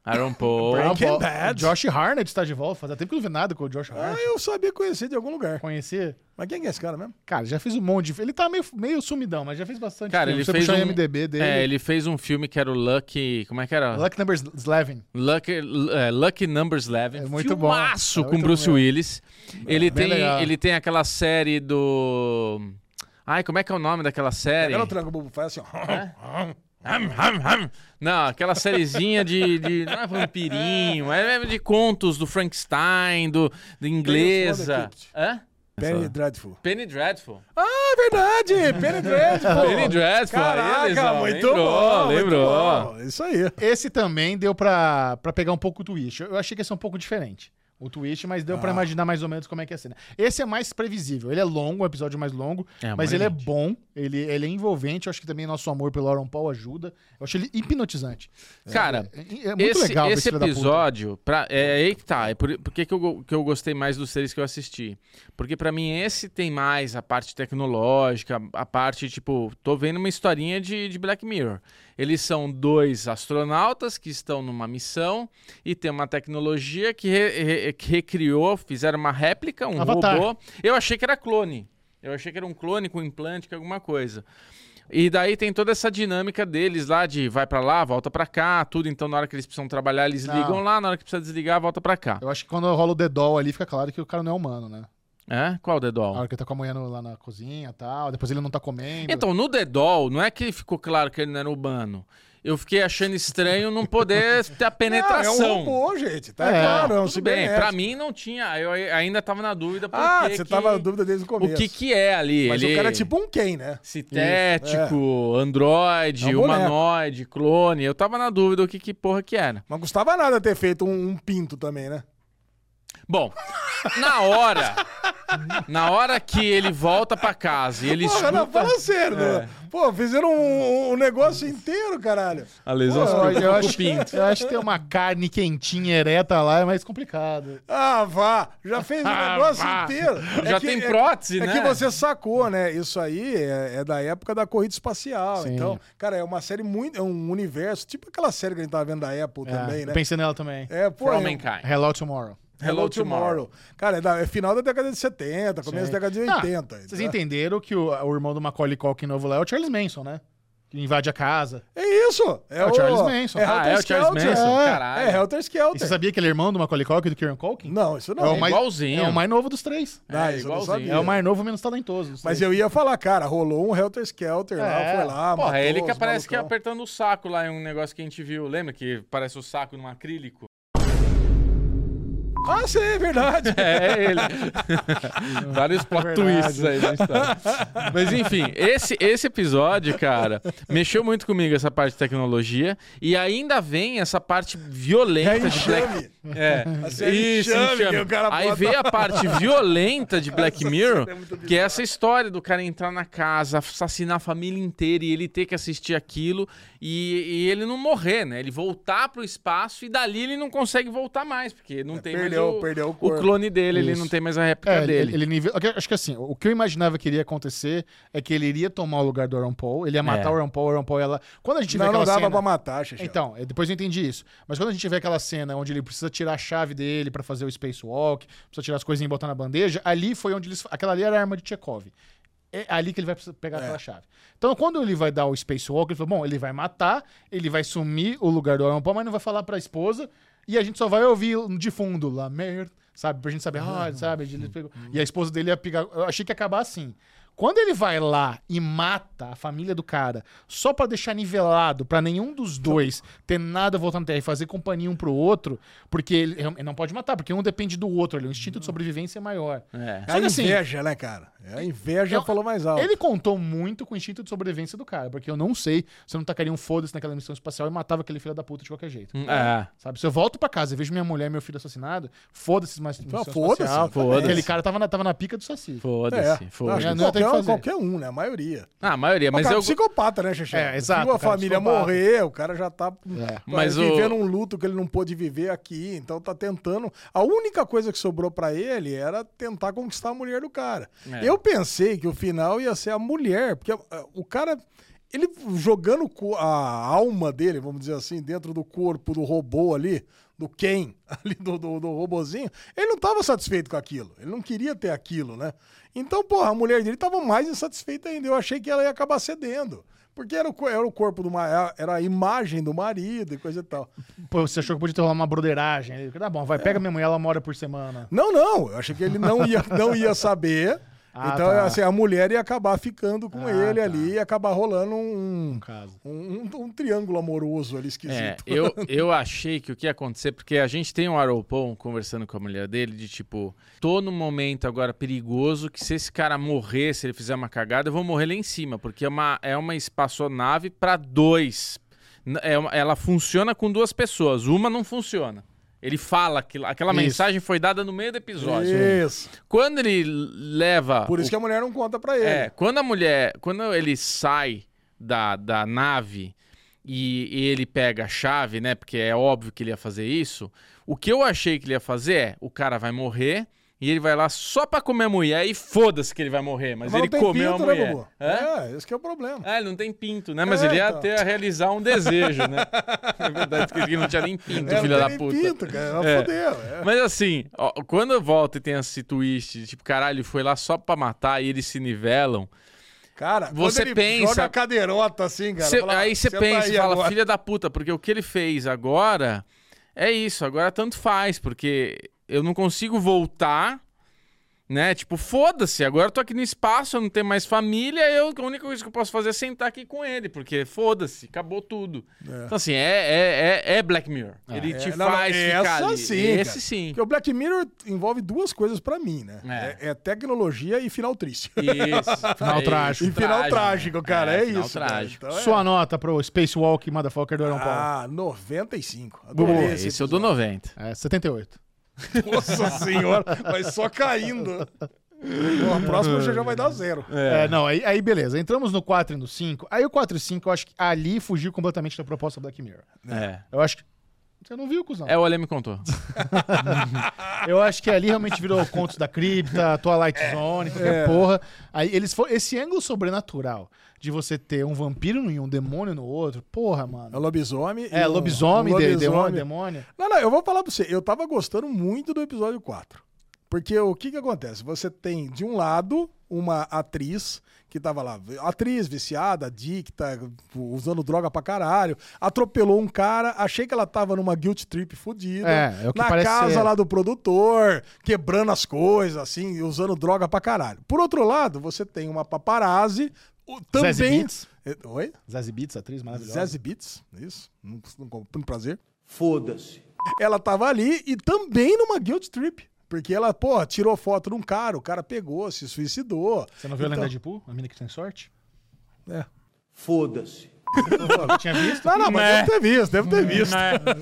Aaron Paul. Breaking Paul. Bad. Josh Hartnett está de volta. Fazia tempo que eu não vi nada com o Josh Ah, Hartnett. eu sabia conhecer de algum lugar. Conhecer? Mas quem é esse cara mesmo? Cara, já fez um monte de... Ele tá meio, meio sumidão, mas já fez bastante Cara, filme. ele Você fez puxar um... o I M D B dele... É, ele fez um filme que era o Lucky... Como é que era? Lucky Number eleven. Lucky, é, Lucky Numbers eleven. É muito bom. Filmaço É com muito Bruce bom. Willis. Ele Bem tem, legal. ele tem aquela série do... Ai, como é que é o nome daquela série? Pega no tranco, o Bubu faz assim, ó. Hum, hum, hum. Não, aquela sériezinha de, de... Não é vampirinho, é de contos do Frankenstein, do, do inglesa. Hã? Penny Dreadful. Penny Dreadful. Ah, é verdade! Penny Dreadful! Penny Dreadful. Caraca, eles, ó, muito lembrou, bom, lembrou. muito bom. Isso aí. Esse também deu pra, pra pegar um pouco o twist. Eu achei que ia ser um pouco diferente. O twist, mas deu pra Ah. imaginar mais ou menos como é que ia ser. Né? Esse é mais previsível. Ele é longo, um episódio mais longo, É, mas uma ele gente. é bom, ele, ele é envolvente. Eu acho que também nosso amor pelo Aaron Paul ajuda. Eu achei ele hipnotizante. Cara, É, é muito esse, legal ver esse filho da puta. episódio, pra, é aí que tá. É por, por que, que, eu, go- que eu gostei mais dos seres que eu assisti? Porque pra mim esse tem mais a parte tecnológica, a parte, tipo, tô vendo uma historinha de, de Black Mirror. Eles são dois astronautas que estão numa missão e tem uma tecnologia que, re- re- que recriou, fizeram uma réplica, um Avatar. robô. Eu achei que era clone. Eu achei que era um clone com implante, que alguma coisa. E daí tem toda essa dinâmica deles lá de vai pra lá, volta pra cá, tudo. Então na hora que eles precisam trabalhar, eles Não. ligam lá, na hora que precisa desligar, volta pra cá. Eu acho que quando rola o The Doll ali, fica claro que o cara não é humano, né? É? Qual The A Doll? hora que ele tá com a mulher no- lá na cozinha e tal, depois ele não tá comendo. Então, no The Doll, não é que ficou claro que ele não era humano. Eu fiquei achando estranho não poder ter a penetração. Não, é um robô, gente. Tá É, claro, é um Tudo bem, cibernético. pra mim não tinha. Eu ainda tava na dúvida porque Ah, você que- tava na dúvida desde o começo. o que que é ali. Mas ele... o cara é tipo um Ken, né? Sintético, androide, É um boneco. humanoide, clone. Eu tava na dúvida o que, que porra que era. Mas custava nada ter feito um, um pinto também, né? Bom, na hora, na hora que ele volta pra casa e ele Porra, não, escuta... fala sério, É. né? Pô, fizeram um, um negócio inteiro, caralho. A lesão Pô, se eu, preocupa eu com acho, o pinto. eu acho que ter uma carne quentinha ereta lá é mais complicado. Ah, vá. Já fez o Ah, negócio vá. inteiro. Já que- tem é- prótese, é né? que você sacou, né? Isso aí é, é da época da corrida espacial. Sim. Então, cara, é uma série muito... É um universo, tipo aquela série que a gente tava vendo da Apple É, também, eu né? pensei nela também. É, pô... For é- Mankind. Hello Tomorrow. Hello Tomorrow. Cara, é, da, é final da década de setenta, começo Sim. da década de Ah, oitenta. Vocês né? entenderam que o, o irmão do Macaulay Culkin novo lá é o Charles Manson, né? Que invade a casa. É isso. É, É o Charles Manson. É Ah, é o Helter Charles Skelter. Manson? É, Caralho. É Helter E você Skelter. sabia que ele é irmão do Macaulay Culkin e do Kieran Culkin? Não, isso não. É o É mais, igualzinho. É o mais novo dos três. Ah, É, isso eu não igualzinho. sabia. É o mais novo, menos talentoso. dos Mas três. eu ia falar, cara, rolou um Helter Skelter lá, É. foi lá, Porra, matou é ele que os aparece que é malucão. apertando o saco lá em um negócio que a gente viu. Lembra que parece o saco num acrílico? Ah, sim, é verdade. É ele. Vários plot Verdade. twists aí na história. Mas enfim, esse, esse episódio, cara, mexeu muito comigo essa parte de tecnologia. E ainda vem essa parte violenta É de Black... enxame. É, A série isso, Enxame, enxame. que o cara Aí bota- veio a parte violenta de Black Essa Mirror, série é muito que é essa história do cara entrar na casa, assassinar a família inteira e ele ter que assistir aquilo e, e ele não morrer, né? Ele voltar pro espaço e dali ele não consegue voltar mais, porque não É, tem perdeu- mais o, perdeu o o corpo. clone dele, ele Isso. não tem mais a réplica É, ele, dele. ele nível... ok, acho que assim, o que eu imaginava que iria acontecer é que ele iria tomar o lugar do Aaron Paul, ele ia matar É. o Aaron Paul, o Aaron Paul ia lá... Quando a gente vê Não, aquela não dava cena... pra matar, Xixi. Então, eh, depois eu entendi isso. Mas quando a gente vê aquela cena onde ele precisa tirar a chave dele pra fazer o spacewalk, precisa tirar as coisinhas e botar na bandeja, ali foi onde eles... Aquela ali era a arma de Chekhov. É ali que ele vai precisar pegar É. aquela chave. Então, quando ele vai dar o spacewalk, ele falou, bom, ele vai matar, ele vai sumir o lugar do Aaron Paul, mas não vai falar pra esposa, e a gente só vai ouvir de fundo, lá, merda, sabe? Pra gente saber, ah, sabe? Ele pegou. E a esposa dele ia pegar... Eu achei que ia acabar assim. Quando ele vai lá e mata a família do cara só pra deixar nivelado, pra nenhum dos dois ter nada voltando na Terra e fazer companhia um pro outro, porque ele, ele não pode matar, porque um depende do outro, ali, o instinto de sobrevivência é maior. É. É Só a que assim, inveja, né, cara? É a inveja Eu- falou mais alto. ele contou muito com o instinto de sobrevivência do cara, porque eu não sei se eu não tacaria um foda-se naquela missão espacial e matava aquele filho da puta de qualquer jeito. É. Sabe? Se eu volto pra casa e vejo minha mulher e meu filho assassinado, foda-se mais missão foda-se, espacial. foda-se. Aquele cara tava na, tava na pica do Saci. Foda-se, É, acho que foda-se. Não ia ter que qualquer, fazer. qualquer um, né? A maioria. Ah, a maioria, Mas mas o cara eu... é psicopata, né, Xixi? É, exato, Viu a o cara é família psicopata. morrer, o cara já tá É. Mas o- vivendo um luto que ele não pôde viver aqui, então tá tentando... A única coisa que sobrou pra ele era tentar conquistar a mulher do cara. É. Eu pensei que o final ia ser a mulher, porque uh, o cara... ele jogando a alma dele, vamos dizer assim, dentro do corpo do robô ali, do Ken, ali do, do, do robozinho, ele não tava satisfeito com aquilo. Ele não queria ter aquilo, né? Então, porra, a mulher dele tava mais insatisfeita ainda. Eu achei que ela ia acabar cedendo. Porque era o, era o corpo do marido, era a imagem do marido e coisa e tal. Pô, você achou que podia ter uma broderagem? Ele, tá bom, vai, pega minha mulher, ela mora por semana. Não, não. Eu achei que ele não ia, não ia saber. Ah, então, tá. assim, a mulher ia acabar ficando com ah, ele tá. ali e acabar rolando um, um, caso. Um, um, um triângulo amoroso ali esquisito. É, eu, eu achei que o que ia acontecer, porque a gente tem um Aropom conversando com a mulher dele, de tipo, tô num momento agora perigoso que se esse cara morrer, se ele fizer uma cagada, eu vou morrer lá em cima, porque é uma, é uma espaçonave para dois. É uma, ela funciona com duas pessoas, uma não funciona. Ele fala que aquela isso. mensagem foi dada no meio do episódio. Isso. Quando ele leva... Por isso o... que a mulher não conta pra ele. É, quando a mulher... Quando ele sai da, da nave e, e ele pega a chave, né? Porque é óbvio que ele ia fazer isso. O que eu achei que ele ia fazer é, o cara vai morrer e ele vai lá só pra comer a mulher e foda-se que ele vai morrer. Mas, mas ele comeu pinto, a mulher. Né, é, esse que é o problema. Ah, ele não tem pinto, né? Mas é, ele ia então. ter a realizar um desejo, né? É verdade, porque ele não tinha nem pinto, é, filha da puta. Não tem pinto, cara. Ela é. fodeu. É. Mas assim, ó, quando eu volto e tem esse twist, de, tipo, caralho, ele foi lá só pra matar e eles se nivelam. Cara, você quando ele pensa, joga a cadeirota assim, cara. Cê, fala, aí você pensa e fala, agora. filha da puta, porque o que ele fez agora é isso, agora tanto faz, porque eu não consigo voltar, né? Tipo, foda-se, agora eu tô aqui no espaço, eu não tenho mais família, eu, a única coisa que eu posso fazer é sentar aqui com ele, porque foda-se, acabou tudo. É. Então, assim, é, é, é, é Black Mirror. Ah, ele é. te não, faz não, ficar ali. Sim, Esse cara. sim. Porque o Black Mirror envolve duas coisas pra mim, né? É, é tecnologia e final triste. Isso. Final é trágico. E final trágico, trágico cara, é, é final isso. Trágico. Então, Sua nota pro Spacewalk Motherfucker do Aaron Paul? Ah, noventa e cinco. Adorei esse, esse eu dou noventa. É, setenta e oito. Nossa senhora, mas só caindo. Bom, a próxima já, já vai dar zero. É, é não, aí, aí beleza. Entramos no quatro e no cinco. Aí o quatro e cinco, eu acho que ali fugiu completamente da proposta Black Mirror. É. Eu acho que... Você não viu, cuzão? É, o Ale me contou. Eu acho que ali realmente virou Contos da Cripta, Twilight é. Zone, qualquer é. porra. Aí eles foram... Esse ângulo sobrenatural de você ter um vampiro em um demônio no outro, porra, mano. É lobisomem. É, lobisomem, um de, demônio, demônio. Não, não, eu vou falar pra você. Eu tava gostando muito do episódio quatro. Porque o que que acontece? Você tem, de um lado, uma atriz que tava lá, atriz viciada, adicta, usando droga pra caralho, atropelou um cara, achei que ela tava numa guilt trip fodida, é, é o que na parece casa ser. lá do produtor, quebrando as coisas, assim, usando droga pra caralho. Por outro lado, você tem uma paparazzi, também... Zazie Beetz. Oi? Zazie Beetz, atriz maravilhosa. Zazie Beetz, isso, não, não, não prazer. Foda-se. Ela tava ali e também numa guilt trip. Porque ela, pô, tirou foto de um cara, o cara pegou, se suicidou. Você não viu então... a Lenda de Pooh? A mina que tem sorte? É. Foda-se. Tinha visto? Não, não, mas deve ter visto, deve ter visto.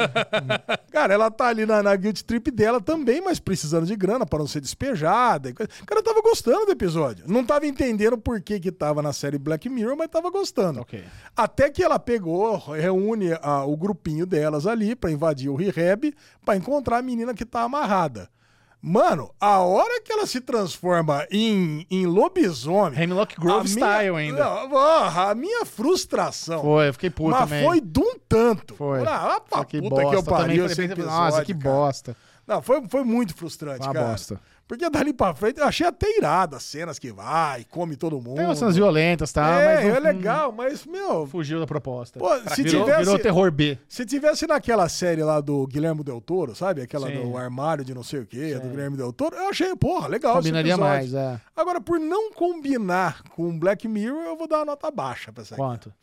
Cara, ela tá ali na, na guilt trip dela também, mas precisando de grana pra não ser despejada. E coisa. Cara, eu tava gostando do episódio. Não tava entendendo por que que tava na série Black Mirror, mas tava gostando. Okay. Até que ela pegou, reúne a, o grupinho delas ali pra invadir o rehab, pra encontrar a menina que tá amarrada. Mano, a hora que ela se transforma em, em lobisomem... Hemlock Grove style ainda. Não, a minha frustração... Foi, eu fiquei puto mas também. Mas foi de um tanto. Foi. Ah, pra que puta bosta. que eu pariu esse episódio, Nossa, que cara. bosta. Não, foi, foi muito frustrante, uma cara. bosta. Porque dali pra frente, eu achei até irado as cenas que vai, come todo mundo. Tem umas cenas violentas e tal, é, mas... Não, é legal, mas, meu... Fugiu da proposta. Pô, se virou, tivesse, virou terror B. Se tivesse naquela série lá do Guilherme Del Toro, sabe? Aquela Sim. do armário de não sei o quê, do Guilherme Del Toro, eu achei, porra, legal combinaria mais, é. Agora, por não combinar com Black Mirror, eu vou dar uma nota baixa pra essa aqui. Quanto?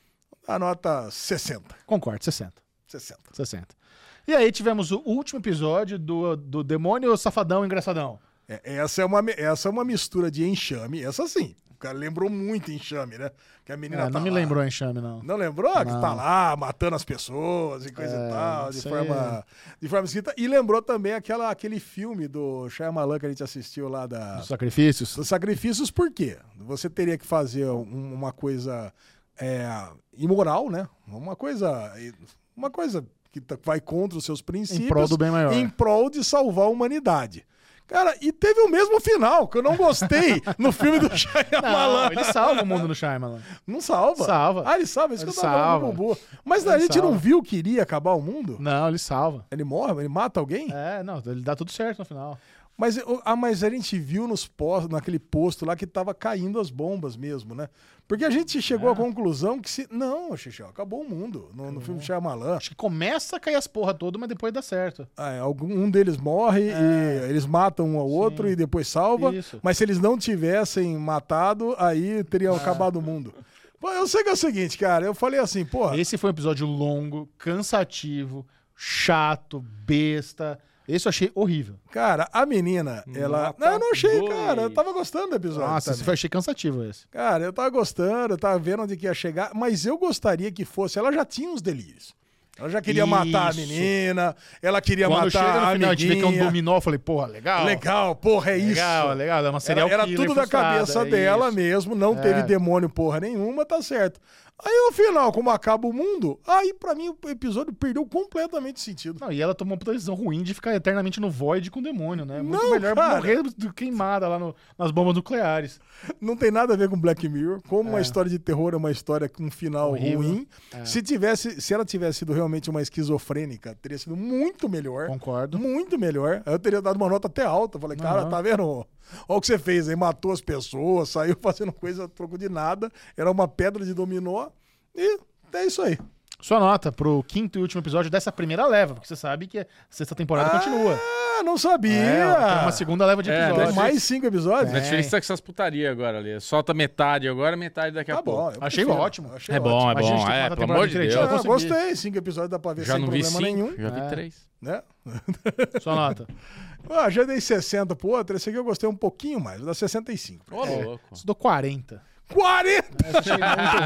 A nota sessenta. Concordo, sessenta. sessenta. sessenta. E aí tivemos o último episódio do, do Demônio Safadão Engraçadão. É, essa, é uma, essa é uma mistura de Enxame, essa sim. O cara lembrou muito Enxame, né? Que a menina é, tá não me lá. lembrou Enxame, não. Não lembrou? Não. Que tá lá matando as pessoas e coisa é, e tal, de forma, de forma escrita. E lembrou também aquela, aquele filme do Shyamalan que a gente assistiu lá da... Dos Sacrifícios? Dos Sacrifícios, por quê? Você teria que fazer um, uma coisa é, imoral, né? Uma coisa... Uma coisa... que vai contra os seus princípios, em prol do bem maior. Em prol de salvar a humanidade. Cara, e teve o mesmo final, que eu não gostei no filme do Shyamalan. Não, ele salva o mundo no Shyamalan. Não salva? Salva. Ah, ele salva? Isso Ele que eu tava falando salva. do Bubu. Mas Ele a gente salva. não viu que iria acabar o mundo? Não, ele salva. Ele morre? Ele mata alguém? É, não, ele dá tudo certo no final. Mas, o- ah, mas a gente viu nos postos, naquele posto lá que tava caindo as bombas mesmo, né? Porque a gente chegou É. à conclusão que se... Não, Xixi, acabou o mundo no, no filme do Shyamalan. Acho que começa a cair as porra todas, mas depois dá certo. Ah, é, algum, um deles morre e eles matam um ao outro e depois salva. Isso. Mas se eles não tivessem matado, aí teriam acabado o mundo. Pô, eu sei que é o seguinte, cara. Eu falei assim, porra. Esse foi um episódio longo, cansativo, chato, besta. Esse eu achei horrível. Cara, a menina, ela. Nota Não, eu não achei, dois. cara. Eu tava gostando do episódio. Nossa, esse também. foi, achei cansativo esse. Cara, eu tava gostando, eu tava vendo onde que ia chegar, mas eu gostaria que fosse. Ela já tinha uns delírios. Ela já queria matar a Isso. menina, ela queria Quando matar chega no a final, a gente vê que é um amiguinha. dominó, eu falei, porra, legal. Legal, porra, é isso. Legal, legal. É uma serial Era, era killer tudo da frustrada, cabeça é dela isso. mesmo, não É. teve demônio porra nenhuma, tá certo. Aí no final, como acaba o mundo, aí pra mim o episódio perdeu completamente o sentido. Não, e ela tomou uma decisão ruim de ficar eternamente no void com o demônio, né? Muito Não, melhor cara. morrer do que queimada lá no- nas bombas nucleares. Não tem nada a ver com Black Mirror. Como uma história de terror é uma história com um final Horrível. ruim. É. Se tivesse, se ela tivesse sido realmente uma esquizofrênica, teria sido muito melhor. Concordo. Muito melhor. Eu teria dado uma nota até alta. Eu falei, cara, Aham. tá vendo? Olha o que você fez aí, matou as pessoas, saiu fazendo coisa a troco de nada. Era uma pedra de dominó. E é isso aí. Sua nota pro quinto e último episódio dessa primeira leva, porque você sabe que a sexta temporada continua. Ah, não sabia. É, tem uma segunda leva de É, episódios. Tem mais cinco episódios? Netflix tá com essas putaria agora ali. Solta metade agora, metade daqui a Tá pouco. bom. eu Achei prefiro. ótimo. Achei É bom, ótimo. é Imagina a gente bom. ter É, quatro pelo amor de temporadas Deus. direitinho. Ah, Eu consegui. gostei. Cinco episódios dá pra ver Já sem não vi problema cinco, nenhum. já vi É. três. Né? Sua nota. Ah, já dei sessenta pro outro. Esse aqui eu gostei um pouquinho mais. Vou dar sessenta e cinco. Ô, louco. Isso dou quarenta. quarenta! Essa achei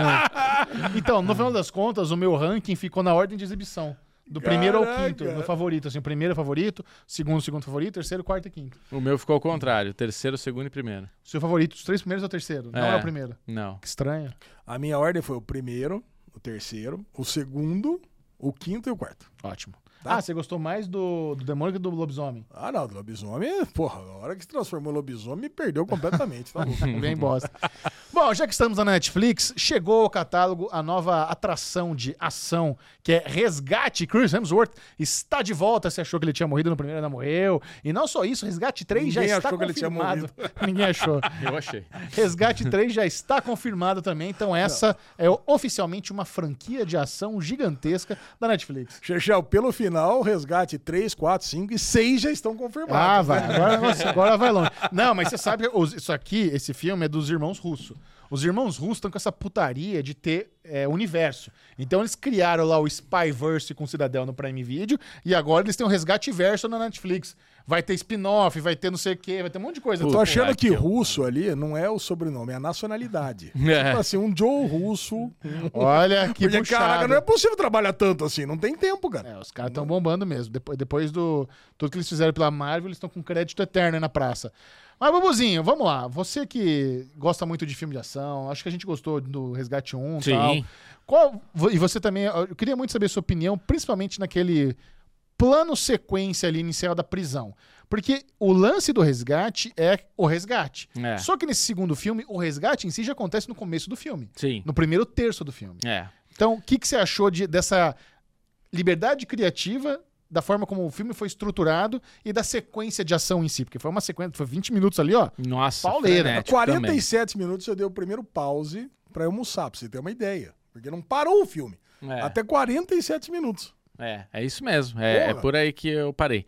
muito ruim. Então, no final das contas, o meu ranking ficou na ordem de exibição. Do primeiro ao Caraca. quinto, meu favorito. Assim, o primeiro é favorito, segundo, segundo favorito, terceiro, quarto e quinto. O meu ficou ao contrário. Terceiro, segundo e primeiro. O seu favorito, os três primeiros é o terceiro, não é o primeiro. Não. Que estranho. A minha ordem foi o primeiro, o terceiro, o segundo, o quinto e o quarto. Ótimo. Tá. Ah, você gostou mais do, do demônio que do lobisomem? Ah, não, do lobisomem, porra, a hora que se transformou em lobisomem, me perdeu completamente, tá louco? Bem bosta. Bom, já que estamos na Netflix, chegou ao catálogo a nova atração de ação, que é Resgate. Chris Hemsworth está de volta. Você achou que ele tinha morrido no primeiro, ainda morreu. E não só isso, Resgate três já Ninguém está achou que ele tinha confirmado. Ninguém achou. Eu achei. Resgate três já está confirmado também. Então essa é oficialmente uma franquia de ação gigantesca da Netflix. Chechel, pelo final, Resgate três, quatro, cinco e seis já estão confirmados. Ah, vai. né? Agora, nossa, agora vai longe. Não, mas você sabe, que os- isso aqui, esse filme é dos irmãos russos. Os irmãos russos estão com essa putaria de ter é, universo. Então eles criaram lá o Spyverse com o Cidadel no Prime Video e agora eles têm o Resgate Verso na Netflix. Vai ter spin-off, vai ter não sei o quê, vai ter um monte de coisa. Tô Puta achando que que russo ali não é o sobrenome, é a nacionalidade. É. Tipo assim, um Joe russo. Olha que Porque, puxado. caraca, não é possível trabalhar tanto assim, não tem tempo, cara. É, os caras estão bombando mesmo. Depois, depois do tudo que eles fizeram pela Marvel, eles estão com crédito eterno aí na praça. Mas, Bubuzinho, vamos lá. Você que gosta muito de filme de ação, acho que a gente gostou do Resgate um e Sim. tal. Qual, e você também, eu queria muito saber a sua opinião, principalmente naquele plano sequência ali inicial da prisão. Porque o lance do resgate é o resgate. É. Só que nesse segundo filme, o resgate em si já acontece no começo do filme. Sim. No primeiro terço do filme. É. Então, o que, que você achou de, dessa liberdade criativa, da forma como o filme foi estruturado e da sequência de ação em si? Porque foi uma sequência, foi vinte minutos ali, ó. Nossa, Pauleira. frenético quarenta também. e sete minutos eu dei o primeiro pause pra eu almoçar, pra você ter uma ideia. Porque não parou o filme. É. Até quarenta e sete minutos. É, é isso mesmo. É, é Porra. por aí que eu parei.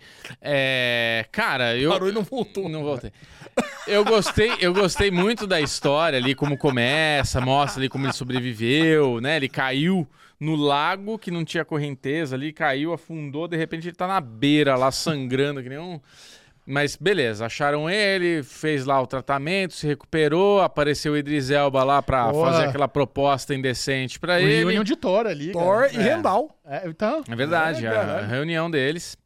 É, cara, eu. Parou e não voltou. Não voltei. Eu gostei, eu gostei muito da história ali, como começa, mostra ali como ele sobreviveu, né? Ele caiu no lago que não tinha correnteza ali, caiu, afundou, de repente ele tá na beira lá, sangrando, que nem um. Mas beleza, acharam ele, fez lá o tratamento, se recuperou, apareceu o Idris Elba lá pra Boa. fazer aquela proposta indecente pra O ele. reunião de Thor ali, Thor cara. e Rendal. É, então, É verdade, É, a caralho. reunião deles.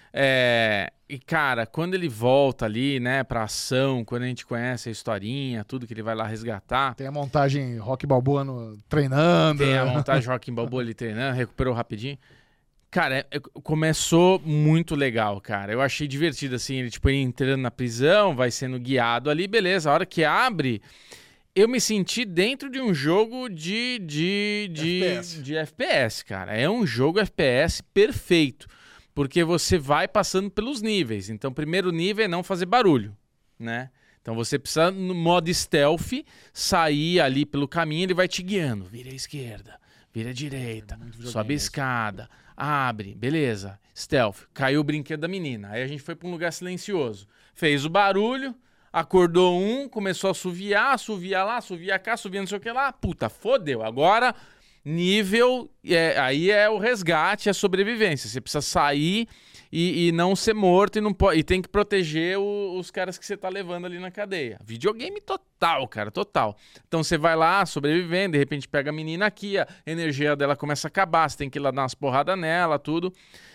É, e, cara, quando ele volta ali, né, pra ação, quando a gente conhece a historinha, tudo que ele vai lá resgatar, tem a montagem Rock Balboa no, treinando. tem a montagem Joaquim Balboa ali treinando, recuperou rapidinho. Cara, é- é- começou muito legal, cara. Eu achei divertido, assim, ele, tipo, ele entrando na prisão, vai sendo guiado ali, beleza. A hora que abre, eu me senti dentro de um jogo de, de, de, F P S. de F P S, cara. É um jogo F P S perfeito, porque você vai passando pelos níveis. Então, o primeiro nível é não fazer barulho, né? Então, você precisa, no modo stealth, sair ali pelo caminho, ele vai te guiando. Vira à esquerda, vira à direita, sobe a escada, abre, beleza, stealth. Caiu o brinquedo da menina. Aí a gente foi para um lugar silencioso. Fez o barulho, acordou um, começou a assoviar, assoviar lá, assoviar cá, assoviar não sei o que lá. Puta, fodeu. Agora, nível, é, aí é o resgate, é a sobrevivência. Você precisa sair e, e não ser morto e, não pode, e tem que proteger o- os caras que você tá levando ali na cadeia. Videogame total, cara, total. Então você vai lá, sobrevivendo, de repente pega a menina aqui, a energia dela começa a acabar, você tem que ir lá dar umas porradas nela, tudo.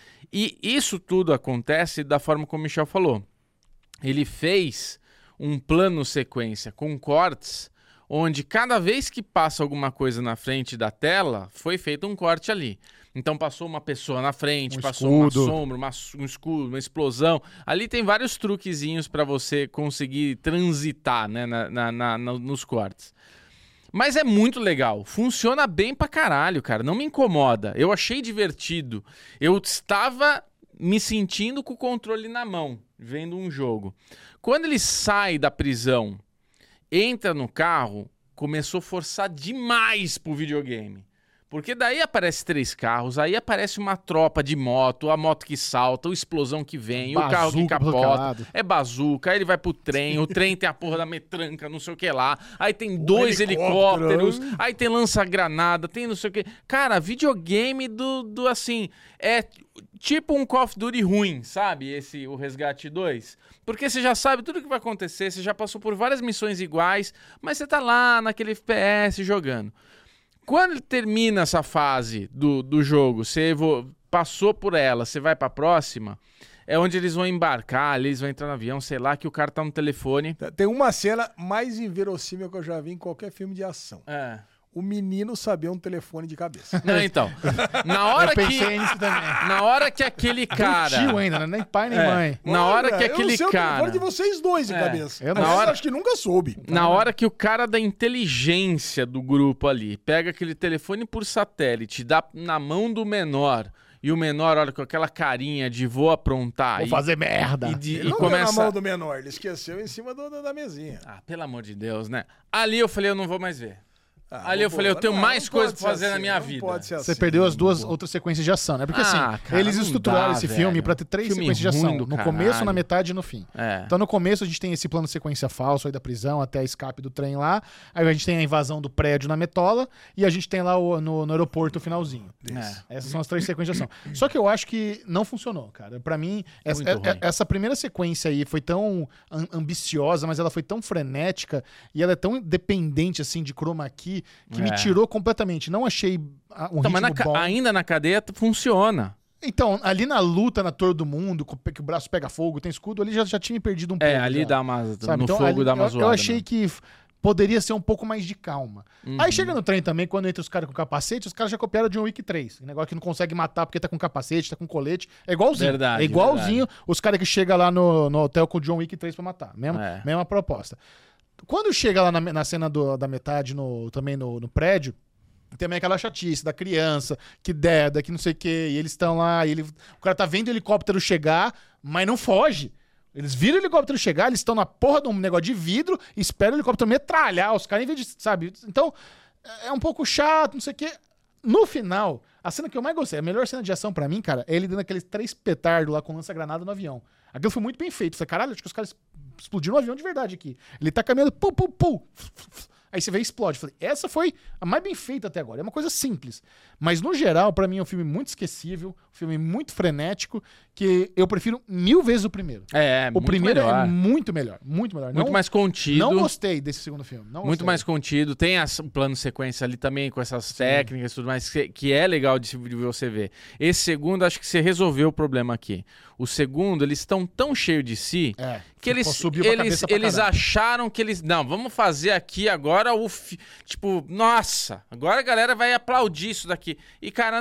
E isso tudo acontece da forma como o Michel falou. Ele fez um plano sequência com cortes, onde cada vez que passa alguma coisa na frente da tela, foi feito um corte ali. Então passou uma pessoa na frente, Um passou escudo. uma sombra, uma, um escudo, uma explosão. Ali tem vários truquezinhos para você conseguir transitar, né, na, na- na- na- nos cortes. Mas é muito legal. Funciona bem pra caralho, cara. Não me incomoda. Eu achei divertido. Eu estava me sentindo com o controle na mão, vendo um jogo. Quando ele sai da prisão, entra no carro, começou a forçar demais pro videogame. Porque daí aparece três carros, aí aparece uma tropa de moto, a moto que salta, a explosão que vem, o carro que Bazuca pro outro capota, lado. é bazuca, aí ele vai pro trem, o trem tem a porra da metranca, não sei o que lá, aí tem dois helicóptero. helicópteros, aí tem lança-granada, tem não sei o que. Cara, videogame do, do assim, é tipo um Call of Duty ruim, sabe? Esse, o Resgate dois. Porque você já sabe tudo o que vai acontecer, você já passou por várias missões iguais, mas você tá lá naquele F P S jogando. Quando ele termina essa fase do, do jogo, você evo- passou por ela, você vai pra próxima, é onde eles vão embarcar, ali eles vão entrar no avião, sei lá, que o cara tá no telefone. Tem uma cena mais inverossímil que eu já vi em qualquer filme de ação. É. O menino saber um telefone de cabeça. Não, então, na hora Eu que... pensei nisso também. Na hora que aquele cara... Tio ainda, né? Nem pai nem É. mãe. Na hora Olha, que eu não aquele sei o cara... telefone de vocês dois de É. cabeça. Eu não- Mas Na hora- acho que nunca soube. Na hora que o cara da inteligência do grupo ali pega aquele telefone por satélite, dá na mão do menor, e o menor olha com aquela carinha de vou aprontar. Vou e, fazer merda. E, de- Ele e não deu começa... na mão do menor, ele esqueceu em cima do- do- da mesinha. Ah, pelo amor de Deus, né? Ali eu falei, eu não vou mais ver. Ah, Ali eu pô, falei, eu tenho não, mais não coisa pode pra fazer ser na assim, minha não vida. pode ser Você assim. perdeu as duas outras sequências de ação, né? Porque Ah, assim, cara, eles não estruturaram dá, esse velho. filme pra ter três Filme sequências de ação. ruim do No caralho. começo, na metade e no fim. É. Então no começo a gente tem esse plano de sequência falso aí da prisão até a escape do trem lá. Aí a gente tem a invasão do prédio na Metola e a gente tem lá o- no, no aeroporto o finalzinho. É. Essas são as três sequências de ação. Só que eu acho que não funcionou, cara. Pra mim, essa, Muito é- ruim. é- essa primeira sequência aí foi tão am- ambiciosa, mas ela foi tão frenética e ela é tão dependente, assim, de chroma key, que me É. tirou completamente. Não achei ah, um Então, mas ritmo na ca- bom. ainda na cadeia t- funciona. Então, ali na luta, na Torre do Mundo, com- que o braço pega fogo, tem escudo, ali já, já tinha me perdido um pouco. É, ali já, dá uma... sabe? No Então, fogo ali dá uma eu, zoada. eu achei né? que f- poderia ser um pouco mais de calma. Uhum. Aí chega no trem também, quando entra os caras com capacete, os caras já copiaram John Wick três. Um negócio que não consegue matar porque tá com capacete, tá com colete. É igualzinho. Verdade, é igualzinho os caras que chegam lá no, no hotel com o John Wick três pra matar. Mesma, É. mesma proposta. Quando chega lá na, na cena do- da metade, no, também no, no prédio, tem também aquela chatice da criança que deda, que não sei o quê, e eles estão lá, e ele, o cara tá vendo o helicóptero chegar, mas não foge. Eles viram o helicóptero chegar, eles estão na porra de um negócio de vidro, e esperam o helicóptero metralhar os caras, em vez de, sabe? Então, é um pouco chato, não sei o quê. No final, a cena que eu mais gostei, a melhor cena de ação pra mim, cara, é ele dando aqueles três petardos lá com lança-granada no avião. Aquilo foi muito bem feito. Falei, caralho, acho que os caras explodiram um avião de verdade aqui. Ele tá caminhando, pum, pum, pum. Aí você vê e explode. Falei, essa foi a mais bem feita até agora. É uma coisa simples. Mas, no geral, pra mim é um filme muito esquecível, um filme muito frenético, que eu prefiro mil vezes o primeiro. É, é o muito primeiro melhor. é muito melhor, muito melhor. Muito não, mais contido. Não gostei desse segundo filme. Não Muito gostei. mais contido. Tem as- o plano sequência ali também, com essas técnicas e tudo mais, que, que é legal de, se- de você ver. Esse segundo, acho que você resolveu o problema aqui. O segundo, eles estão tão cheios de si É, que eles, subiu pra eles, cabeça pra eles caralho. acharam que eles... Não, vamos fazer aqui agora o... fi- Tipo, nossa, agora a galera vai aplaudir isso daqui. E, cara, não.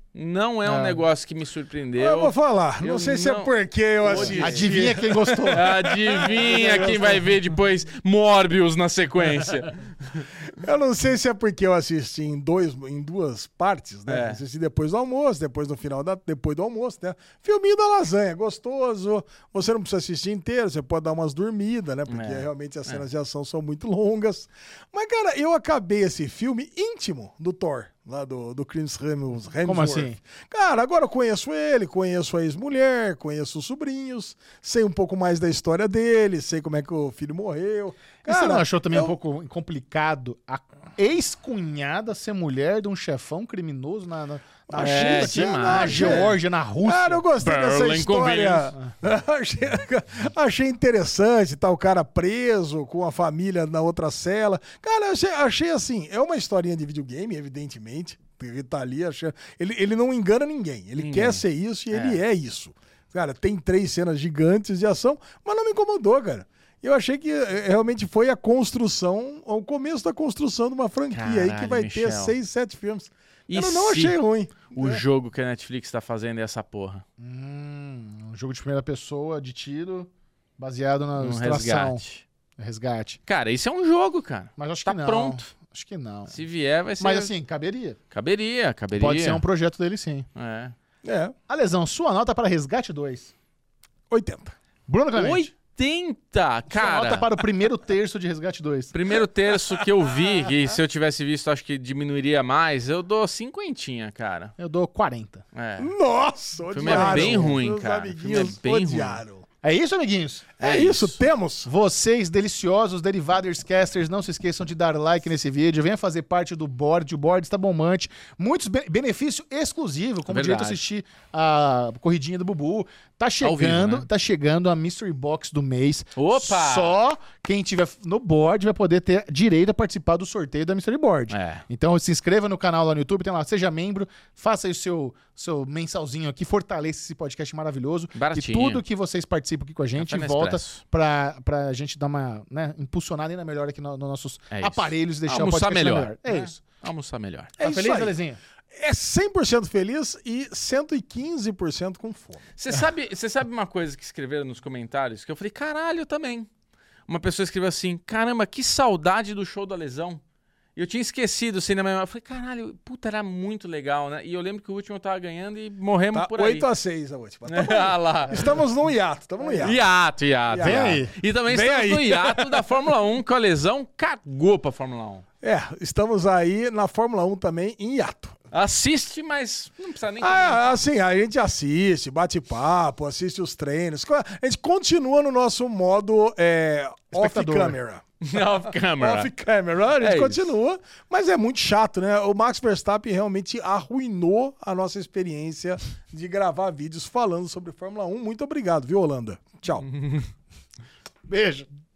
Não é um É. negócio que me surpreendeu. Eu vou falar, não Eu sei se é não- porque eu assisti. Adivinha quem gostou. Adivinha quem vai ver depois Morbius na sequência. Eu não sei se é porque eu assisti em, dois, em duas partes, né? É. Assisti depois do almoço, depois no final da, depois do almoço, né? Filminho da lasanha, gostoso. Você não precisa assistir inteiro, você pode dar umas dormidas, né? Porque É. realmente as cenas de ação são muito longas. Mas, cara, eu acabei esse filme íntimo do Thor, lá do, do Chris Hemsworth. Como assim? Cara, agora eu conheço ele, conheço a ex-mulher, conheço os sobrinhos, sei um pouco mais da história dele, sei como é que o filho morreu. E você Cara, não achou também eu- um pouco complicado a ex-cunhada ser mulher de um chefão criminoso na, na, na É, China, demais, na é. Geórgia, na Rússia? Cara, eu gostei dessa Berlin história. achei, achei interessante, tá o cara preso com a família na outra cela. Cara, achei, achei assim, é uma historinha de videogame, evidentemente. Ele tá ali achando. Ele, ele não engana ninguém. Ele Ninguém. quer ser isso e ele é isso. Cara, tem três cenas gigantes de ação, mas não me incomodou, cara. Eu achei que eh, realmente foi a construção, o começo da construção de uma franquia aí que Caralho, vai Michel. ter seis, sete filmes. E eu não se achei ruim. O É. jogo que a Netflix tá fazendo é essa porra. Hum, um jogo de primeira pessoa, de tiro, baseado na Um extração. resgate. Resgate. Cara, isso é um jogo, cara. Mas acho Tá que não. pronto. Acho que não. Se vier, vai ser... Mas assim, caberia. Caberia, caberia. Pode ser um projeto dele, sim. É. É, Alesão, sua nota para Resgate dois. oitenta. Bruno Clemente. oitenta, Sua cara. nota para o primeiro terço de Resgate dois. Primeiro terço que eu vi, que se eu tivesse visto, acho que diminuiria mais, eu dou cinquentinha, cara. Eu dou quarenta. É. Nossa, O odiaram. filme é bem ruim, Meus cara. O filme é amiguinhos bem ruim. odiaram. É isso, amiguinhos? É, É isso, isso. temos. Vocês, deliciosos Derivaders Casters, não se esqueçam de dar like nesse vídeo. Venha fazer parte do board. O board está bombante. Muitos be- benefício exclusivo, como Verdade. direito a assistir a corridinha do Bubu. Tá chegando, vivo, né? tá chegando a Mystery Box do mês. Opa! Só quem tiver no board vai poder ter direito a participar do sorteio da Mystery Board. É. Então se inscreva no canal lá no YouTube, tem lá, seja membro, faça aí o seu, seu mensalzinho aqui, fortaleça esse podcast maravilhoso. Baratinho. E tudo que vocês participam aqui com a gente Café volta Nespresso. pra, pra gente dar uma né, impulsionada ainda melhor aqui no- nos nossos É isso. aparelhos e deixar Almoçar o podcast melhor. É né? isso. Almoçar melhor. É Tá isso feliz, aí. Alezinho? É cem por cento feliz e cento e quinze por cento com fome. Você sabe, você sabe uma coisa que escreveram nos comentários? Que eu falei, caralho, eu também. Uma pessoa escreveu assim, caramba, que saudade do show da Lesão. E eu tinha esquecido, assim, na minha memória. Eu falei, caralho, puta, era muito legal, né? E eu lembro que o último eu tava ganhando e morremos Tá por aí. oito a seis a última. Tá bom. Ah lá. Estamos no hiato, estamos no hiato. Hiato, hiato. Vem hiato. aí. E também Vem estamos aí. no hiato da Fórmula um, que a Lesão cagou pra Fórmula um. É, estamos aí na Fórmula um também em hiato. Assiste, mas não precisa nem... Ah, assim, a gente assiste, bate papo, assiste os treinos. A gente continua no nosso modo é, Espectador. off-camera. Off camera. Off-camera, a gente É continua, mas é muito chato, né? O Max Verstappen realmente arruinou a nossa experiência de gravar vídeos falando sobre Fórmula um. Muito obrigado, viu, Holanda? Tchau. Beijo.